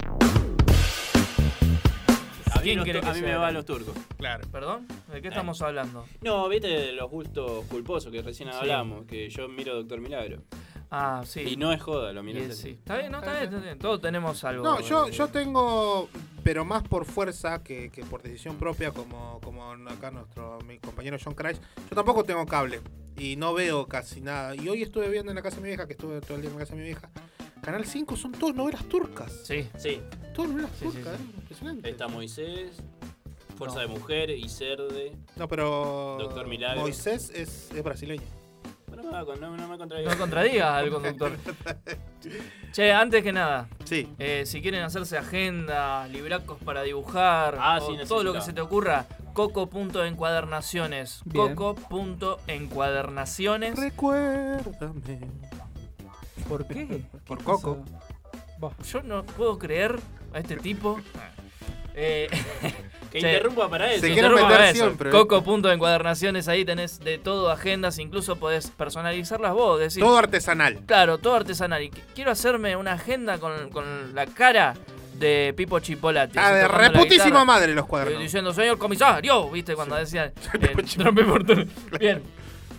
[SPEAKER 3] A mí me va a los turcos.
[SPEAKER 1] Claro. ¿Perdón? ¿De qué estamos hablando?
[SPEAKER 3] No, viste de los gustos culposos que recién hablamos, que yo miro Doctor Milagro.
[SPEAKER 1] Ah, sí.
[SPEAKER 3] Y no es joda, lo miras así.
[SPEAKER 1] Sí. Está bien, está bien. Todos tenemos algo.
[SPEAKER 4] No, yo tengo, pero más por fuerza que por decisión propia, como acá mi compañero John Christ. Yo tampoco tengo cable y no veo casi nada. Y hoy estuve viendo en la casa de mi vieja, que estuve todo el día en la casa de mi vieja. Canal 5 son todas novelas turcas.
[SPEAKER 3] Sí.
[SPEAKER 4] Todas novelas turcas, impresionante.
[SPEAKER 3] Está Moisés, Fuerza de Mujer, Iserde.
[SPEAKER 4] No, pero
[SPEAKER 3] Doctor Milagro.
[SPEAKER 4] Moisés es brasileño.
[SPEAKER 3] No me contradigas.
[SPEAKER 1] No contradigas al conductor. Che, antes que nada,
[SPEAKER 4] sí.
[SPEAKER 1] Si quieren hacerse agendas, libracos para dibujar, todo lo que se te ocurra, coco.encuadernaciones. Coco.encuadernaciones.
[SPEAKER 4] Recuérdame.
[SPEAKER 2] ¿Por qué?
[SPEAKER 4] Por Coco.
[SPEAKER 1] Yo no puedo creer a este tipo.
[SPEAKER 3] Que interrumpa para eso.
[SPEAKER 4] Se quiere meter siempre.
[SPEAKER 1] Coco.encuadernaciones, ahí tenés de todo, agendas, incluso podés personalizarlas vos. Decir,
[SPEAKER 4] todo artesanal.
[SPEAKER 1] Claro, todo artesanal. Y quiero hacerme una agenda con la cara de Pipo Chipolati.
[SPEAKER 4] De reputísima madre los cuadernos.
[SPEAKER 1] Diciendo, señor comisario, ¿viste? Cuando decían... Bien.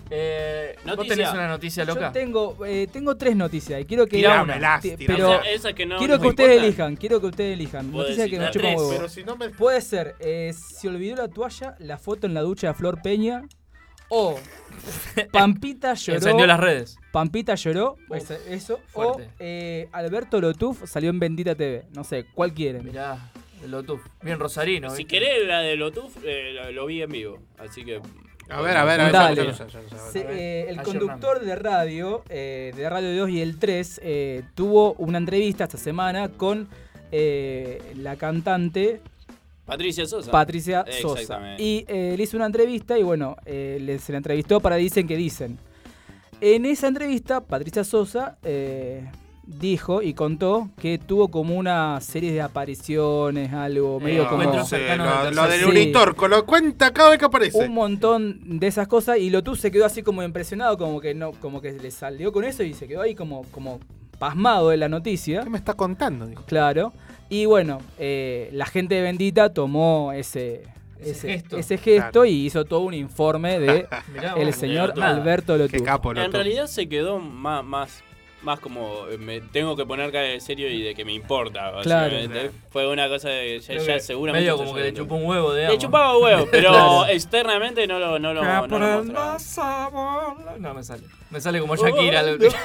[SPEAKER 1] ¿Vos tenés una noticia loca?
[SPEAKER 2] Yo tengo 3 noticias y quiero que
[SPEAKER 3] pero esa que no,
[SPEAKER 2] quiero
[SPEAKER 3] no
[SPEAKER 2] que ustedes
[SPEAKER 3] importa.
[SPEAKER 2] elijan, Noticia que me chupa un huevo.
[SPEAKER 4] Pero si no me...
[SPEAKER 2] Puede ser, se olvidó la toalla, la foto en la ducha de Flor Peña, o Pampita lloró.
[SPEAKER 1] Encendió las redes.
[SPEAKER 2] Pampita lloró, eso.
[SPEAKER 1] Fuerte.
[SPEAKER 2] O Alberto Lotuf salió en Bendita TV. No sé, ¿cuál quieren?
[SPEAKER 1] Mirá, el Lotuf. Bien rosarino.
[SPEAKER 3] Si
[SPEAKER 1] ¿viste?
[SPEAKER 3] querés la de Lotuf, lo vi en vivo. Así que.
[SPEAKER 4] A ver.
[SPEAKER 2] Dale. El conductor de Radio 2 y el 3, tuvo una entrevista esta semana con la cantante
[SPEAKER 3] Patricia Sosa.
[SPEAKER 2] Y le hizo una entrevista y bueno, se la entrevistó para Dicen que Dicen. En esa entrevista, Patricia Sosa dijo y contó que tuvo como una serie de apariciones, algo medio como...
[SPEAKER 4] Lo del Unitorco, lo cuenta cada vez que aparece.
[SPEAKER 2] Un montón de esas cosas y Lotuf se quedó así como impresionado, como que le salió con eso y se quedó ahí como pasmado de la noticia.
[SPEAKER 4] ¿Qué me está contando? Dijo.
[SPEAKER 2] Claro. Y bueno, la gente de Bendita tomó ese gesto y hizo todo un informe de el señor Alberto Lotuf.
[SPEAKER 3] En realidad se quedó más como me tengo que poner cara de serio y de que me importa, básicamente.
[SPEAKER 2] Claro.
[SPEAKER 3] Fue una cosa de ya seguramente.
[SPEAKER 1] Medio como que le chupó un huevo, digamos.
[SPEAKER 3] Le chupaba huevo, pero
[SPEAKER 1] claro.
[SPEAKER 3] Externamente no lo mostraba.
[SPEAKER 1] No me sale. Me sale como Shakira.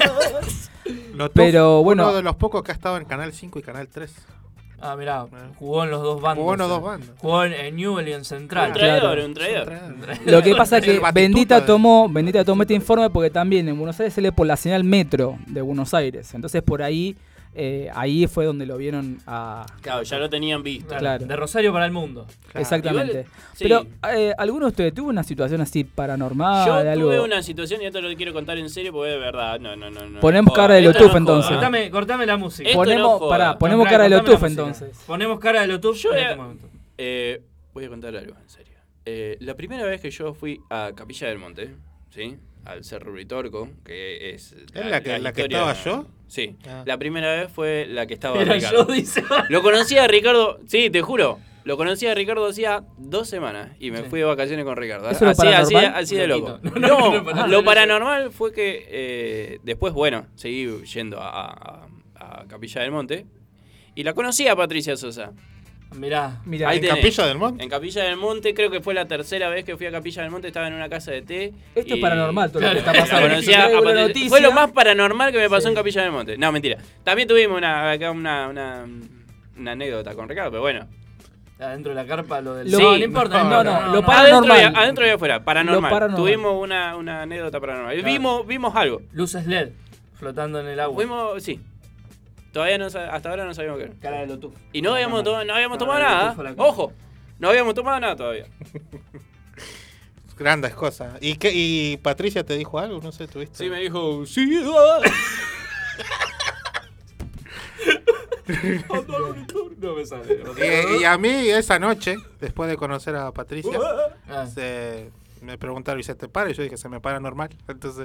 [SPEAKER 2] Pero bueno.
[SPEAKER 4] Uno de los pocos que ha estado en Canal 5 y Canal 3.
[SPEAKER 1] Ah, mirá, jugó en los dos bandos. Jugó en Newell y en Central.
[SPEAKER 3] Un traidor.
[SPEAKER 2] Lo que pasa es que Bendita tomó este informe porque también en Buenos Aires sale por la señal Metro de Buenos Aires. Entonces por ahí fue donde lo vieron a...
[SPEAKER 3] Claro, ya lo tenían visto.
[SPEAKER 2] Claro.
[SPEAKER 1] De Rosario para el mundo.
[SPEAKER 2] Claro. Exactamente.
[SPEAKER 3] Igual, sí.
[SPEAKER 2] Pero, ¿alguno de ustedes tuvo una situación así paranormal?
[SPEAKER 3] Yo tuve una situación y esto lo quiero contar en serio porque de verdad, no.
[SPEAKER 2] Ponemos cara de Lotuf entonces.
[SPEAKER 1] Cortame la música.
[SPEAKER 2] Ponemos cara de Lotuf entonces.
[SPEAKER 1] Ponemos cara de Lotuf en este momento.
[SPEAKER 3] Voy a contar algo en serio. La primera vez que yo fui a Capilla del Monte, ¿sí? Al Cerro Uritorco, que es...
[SPEAKER 4] la que estaba yo?
[SPEAKER 3] Sí. La primera vez fue la que estaba
[SPEAKER 1] Era
[SPEAKER 3] Ricardo.
[SPEAKER 1] yo, dice.
[SPEAKER 3] Lo conocía a Ricardo, sí, te juro. Lo conocía a Ricardo hacía 2 semanas y me fui de vacaciones con Ricardo.
[SPEAKER 2] ¿Eso
[SPEAKER 3] Así de loco. No, lo paranormal fue que después, bueno, seguí yendo a Capilla del Monte y la conocí a Patricia Sosa.
[SPEAKER 1] Mirá.
[SPEAKER 3] Ahí
[SPEAKER 4] ¿En Capilla del Monte?
[SPEAKER 3] En Capilla del Monte, creo que fue la tercera vez que fui a Capilla del Monte, estaba en una casa de té.
[SPEAKER 2] Esto es paranormal todo lo que está pasando.
[SPEAKER 3] Fue lo más paranormal que me pasó en Capilla del Monte. No, mentira. También tuvimos una anécdota con Ricardo, pero bueno.
[SPEAKER 1] Adentro de la carpa lo del...
[SPEAKER 3] No
[SPEAKER 1] importa.
[SPEAKER 2] No, lo paranormal.
[SPEAKER 3] Adentro y afuera, paranormal. Tuvimos una anécdota paranormal.
[SPEAKER 1] Claro.
[SPEAKER 3] Vimos algo.
[SPEAKER 1] Luces LED flotando en el agua.
[SPEAKER 3] Sí. Todavía hasta ahora no sabíamos qué era.
[SPEAKER 1] Cara de Lotuf.
[SPEAKER 3] Y no habíamos tomado nada. Ojo, no habíamos tomado nada todavía.
[SPEAKER 4] Grandes cosas. ¿Y Patricia te dijo algo? No sé, ¿tuviste?
[SPEAKER 3] Sí, me dijo, sí.
[SPEAKER 1] No me sale.
[SPEAKER 4] Y a mí esa noche, después de conocer a Patricia, me preguntaron, ¿y se te para? Y yo dije, se me para normal. Entonces...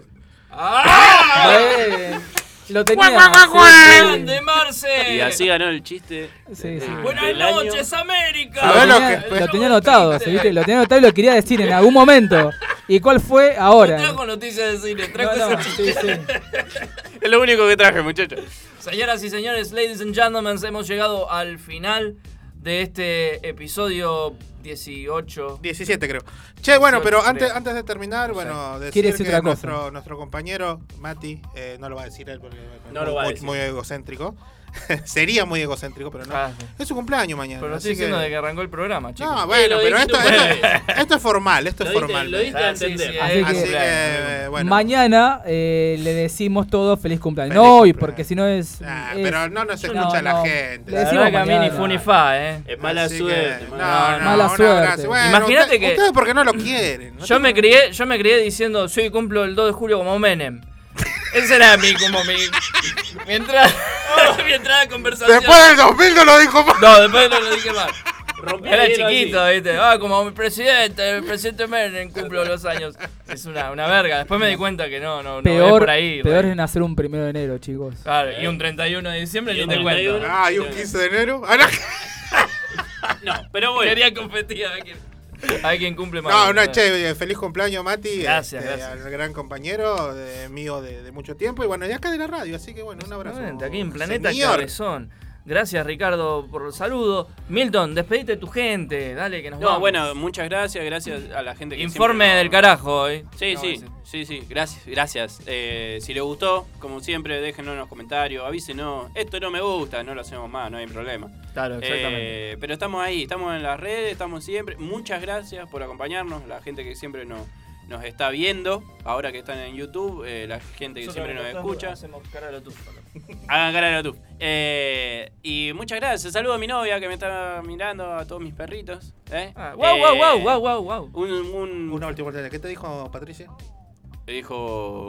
[SPEAKER 2] Lo tenía.
[SPEAKER 1] ¡Grande, Marce!
[SPEAKER 3] Y así ganó el chiste.
[SPEAKER 2] Sí.
[SPEAKER 1] Buenas noches, América.
[SPEAKER 2] Lo tenía anotado, ¿viste? Lo tenía anotado y lo quería decir en algún momento. ¿Y cuál fue ahora?
[SPEAKER 1] No trajo noticias de cine, trajo
[SPEAKER 2] sí.
[SPEAKER 3] Es lo único que traje, muchachos.
[SPEAKER 1] Señoras y señores, ladies and gentlemen, hemos llegado al final de este episodio 17
[SPEAKER 4] creo. Che, bueno, pero antes de terminar, bueno, decir que nuestro compañero Mati, no lo va a decir él porque es muy egocéntrico. Sería muy egocéntrico, pero no. Es su cumpleaños mañana.
[SPEAKER 1] Pero no estoy diciendo de que arrancó el programa, chicos.
[SPEAKER 4] No, bueno, pero esto es formal,
[SPEAKER 3] Lo diste a entender.
[SPEAKER 2] Así que bueno. Mañana le decimos todos feliz cumpleaños. No hoy, porque si no es...
[SPEAKER 4] pero no nos escucha la gente.
[SPEAKER 1] Le decimos que a mí ni fu ni fa,
[SPEAKER 3] Es mala suerte.
[SPEAKER 2] Mala suerte.
[SPEAKER 4] Bueno,
[SPEAKER 1] imagínate que...
[SPEAKER 4] Ustedes porque no lo quieren.
[SPEAKER 1] Yo me crié diciendo, soy cumplo el 2 de julio como Menem. Esa era mi entrada de conversación.
[SPEAKER 4] Después del 2000 no lo dijo más.
[SPEAKER 1] No, después no lo dije más. Era chiquito, ¿viste? Como mi presidente, el presidente Menem cumplo los años. Es una verga. Después me di cuenta que no es por ahí.
[SPEAKER 2] Peor es nacer un 1 de enero, chicos.
[SPEAKER 1] Claro, y un 31 de diciembre ni te cuento.
[SPEAKER 4] Y un 15 de enero.
[SPEAKER 3] No, pero bueno.
[SPEAKER 1] Quería competir. Hay quien cumple más.
[SPEAKER 4] No, che, feliz cumpleaños, Mati.
[SPEAKER 1] Gracias.
[SPEAKER 4] Al gran compañero mío de mucho tiempo. Y bueno, de acá de la radio, así que bueno, un abrazo.
[SPEAKER 1] Aquí en Planeta Cabezón. Gracias, Ricardo, por el saludo. Milton, despedite de tu gente. Dale, que nos vamos.
[SPEAKER 3] Bueno, muchas gracias. Gracias a la gente que
[SPEAKER 1] Informe del carajo hoy.
[SPEAKER 3] Sí. Gracias. Si les gustó, como siempre, déjenos en los comentarios. Avísenos. Esto no me gusta, no lo hacemos más, no hay problema.
[SPEAKER 1] Claro, exactamente.
[SPEAKER 3] Pero estamos ahí, estamos en las redes, estamos siempre. Muchas gracias por acompañarnos. La gente que siempre nos está viendo, ahora que están en YouTube, la gente que siempre nos escucha.
[SPEAKER 1] Hacemos cara de la tufa.
[SPEAKER 3] Hagan cara de la tufa. Y muchas gracias. Saludo a mi novia que me está mirando, a todos mis perritos.
[SPEAKER 1] Wow.
[SPEAKER 4] Una última vuelta. ¿Qué te dijo Patricia?
[SPEAKER 3] Me dijo...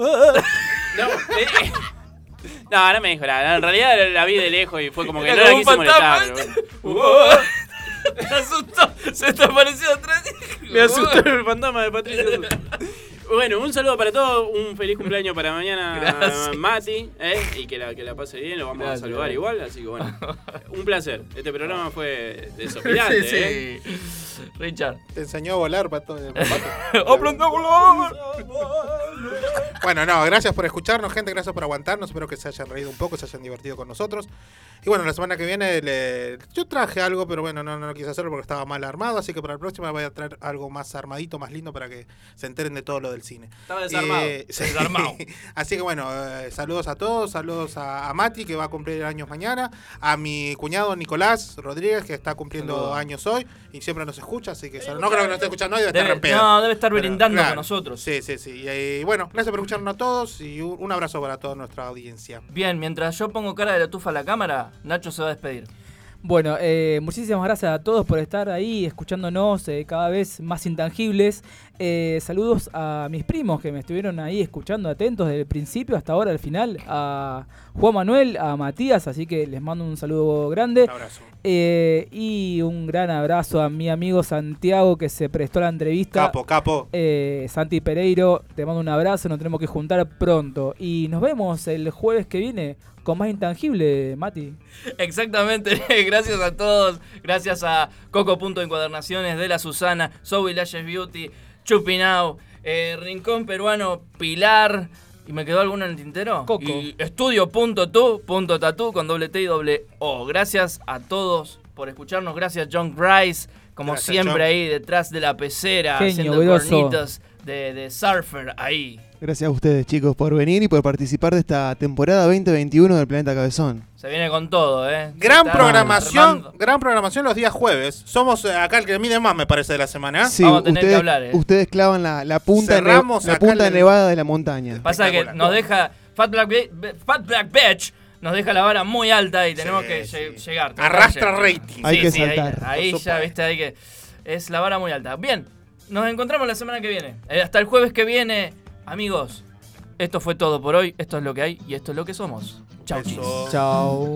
[SPEAKER 3] No me dijo nada. En realidad la vi de lejos y fue como que no la quise molestar.
[SPEAKER 1] Me asustó, se te apareció atrás.
[SPEAKER 3] Me asustó el fantasma de Patricia. Bueno, un saludo para todos, un feliz cumpleaños para mañana, Mati, y que la pase bien, lo vamos a saludar igual, así que bueno, un placer. Este programa fue desopilante,
[SPEAKER 1] sí. Richard.
[SPEAKER 4] Te enseñó a volar, Pato.
[SPEAKER 1] ¡Aprende a volar!
[SPEAKER 4] Bueno, gracias por escucharnos, gente, gracias por aguantarnos, espero que se hayan reído un poco, se hayan divertido con nosotros. Y bueno, la semana que viene yo traje algo, pero bueno, no quise hacerlo porque estaba mal armado, así que para la próxima voy a traer algo más armadito, más lindo, para que se enteren de todo lo del cine.
[SPEAKER 3] Estaba desarmado.
[SPEAKER 1] Desarmado.
[SPEAKER 4] Así que bueno, saludos a todos, saludos a Mati, que va a cumplir años mañana, a mi cuñado Nicolás Rodríguez, que está cumpliendo años hoy, y siempre nos escucha, así que no creo que nos esté escuchando hoy, debe estar en pedo.
[SPEAKER 1] No, debe estar brindando con nosotros.
[SPEAKER 4] Sí. Y bueno, gracias por escucharnos a todos, y un abrazo para toda nuestra audiencia.
[SPEAKER 1] Bien, mientras yo pongo cara de la tufa a la cámara, Nacho se va a despedir.
[SPEAKER 2] Bueno, muchísimas gracias a todos por estar ahí escuchándonos cada vez más intangibles. Saludos a mis primos que me estuvieron ahí escuchando atentos desde el principio hasta ahora al final. A Juan Manuel, a Matías, así que les mando un saludo grande.
[SPEAKER 4] Un abrazo.
[SPEAKER 2] Y un gran abrazo a mi amigo Santiago que se prestó a la entrevista.
[SPEAKER 4] Capo.
[SPEAKER 2] Santi Pereiro, te mando un abrazo, nos tenemos que juntar pronto. Y nos vemos el jueves que viene con más intangible, Mati.
[SPEAKER 1] Exactamente, gracias a todos, gracias a Coco Punto Encuadernaciones, de la Susana, Zoe Lashes Beauty, Chupinau, Rincón Peruano, Pilar, ¿y me quedó alguno en el tintero?
[SPEAKER 2] Coco.
[SPEAKER 1] Y estudio.tu.tatu con doble T y doble O. Gracias a todos por escucharnos, gracias John Grice, como gracias, siempre John. Ahí detrás de la pecera,
[SPEAKER 2] genio,
[SPEAKER 1] haciendo
[SPEAKER 2] buenoso.
[SPEAKER 1] cornitos de surfer ahí.
[SPEAKER 7] Gracias a ustedes, chicos, por venir y por participar de esta temporada 2021 del Planeta Cabezón.
[SPEAKER 1] Se viene con todo,
[SPEAKER 4] Gran programación los días jueves. Somos acá el que mide más, me parece, de la semana.
[SPEAKER 7] Sí, vamos a tener que hablar, Ustedes clavan la punta, punta nevada de la montaña.
[SPEAKER 1] Pasa que nos deja Fat Black Bitch, nos deja la vara muy alta y tenemos que llegar.
[SPEAKER 4] Arrastra rating.
[SPEAKER 7] Hay que saltar.
[SPEAKER 1] Ahí ya, viste, hay que... Es la vara muy alta. Bien, nos encontramos la semana que viene. Hasta el jueves que viene. Amigos, esto fue todo por hoy, esto es lo que hay y esto es lo que somos. Chau, chicos.
[SPEAKER 2] Chau.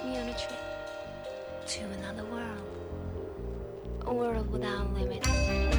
[SPEAKER 13] To another world, a world without limits.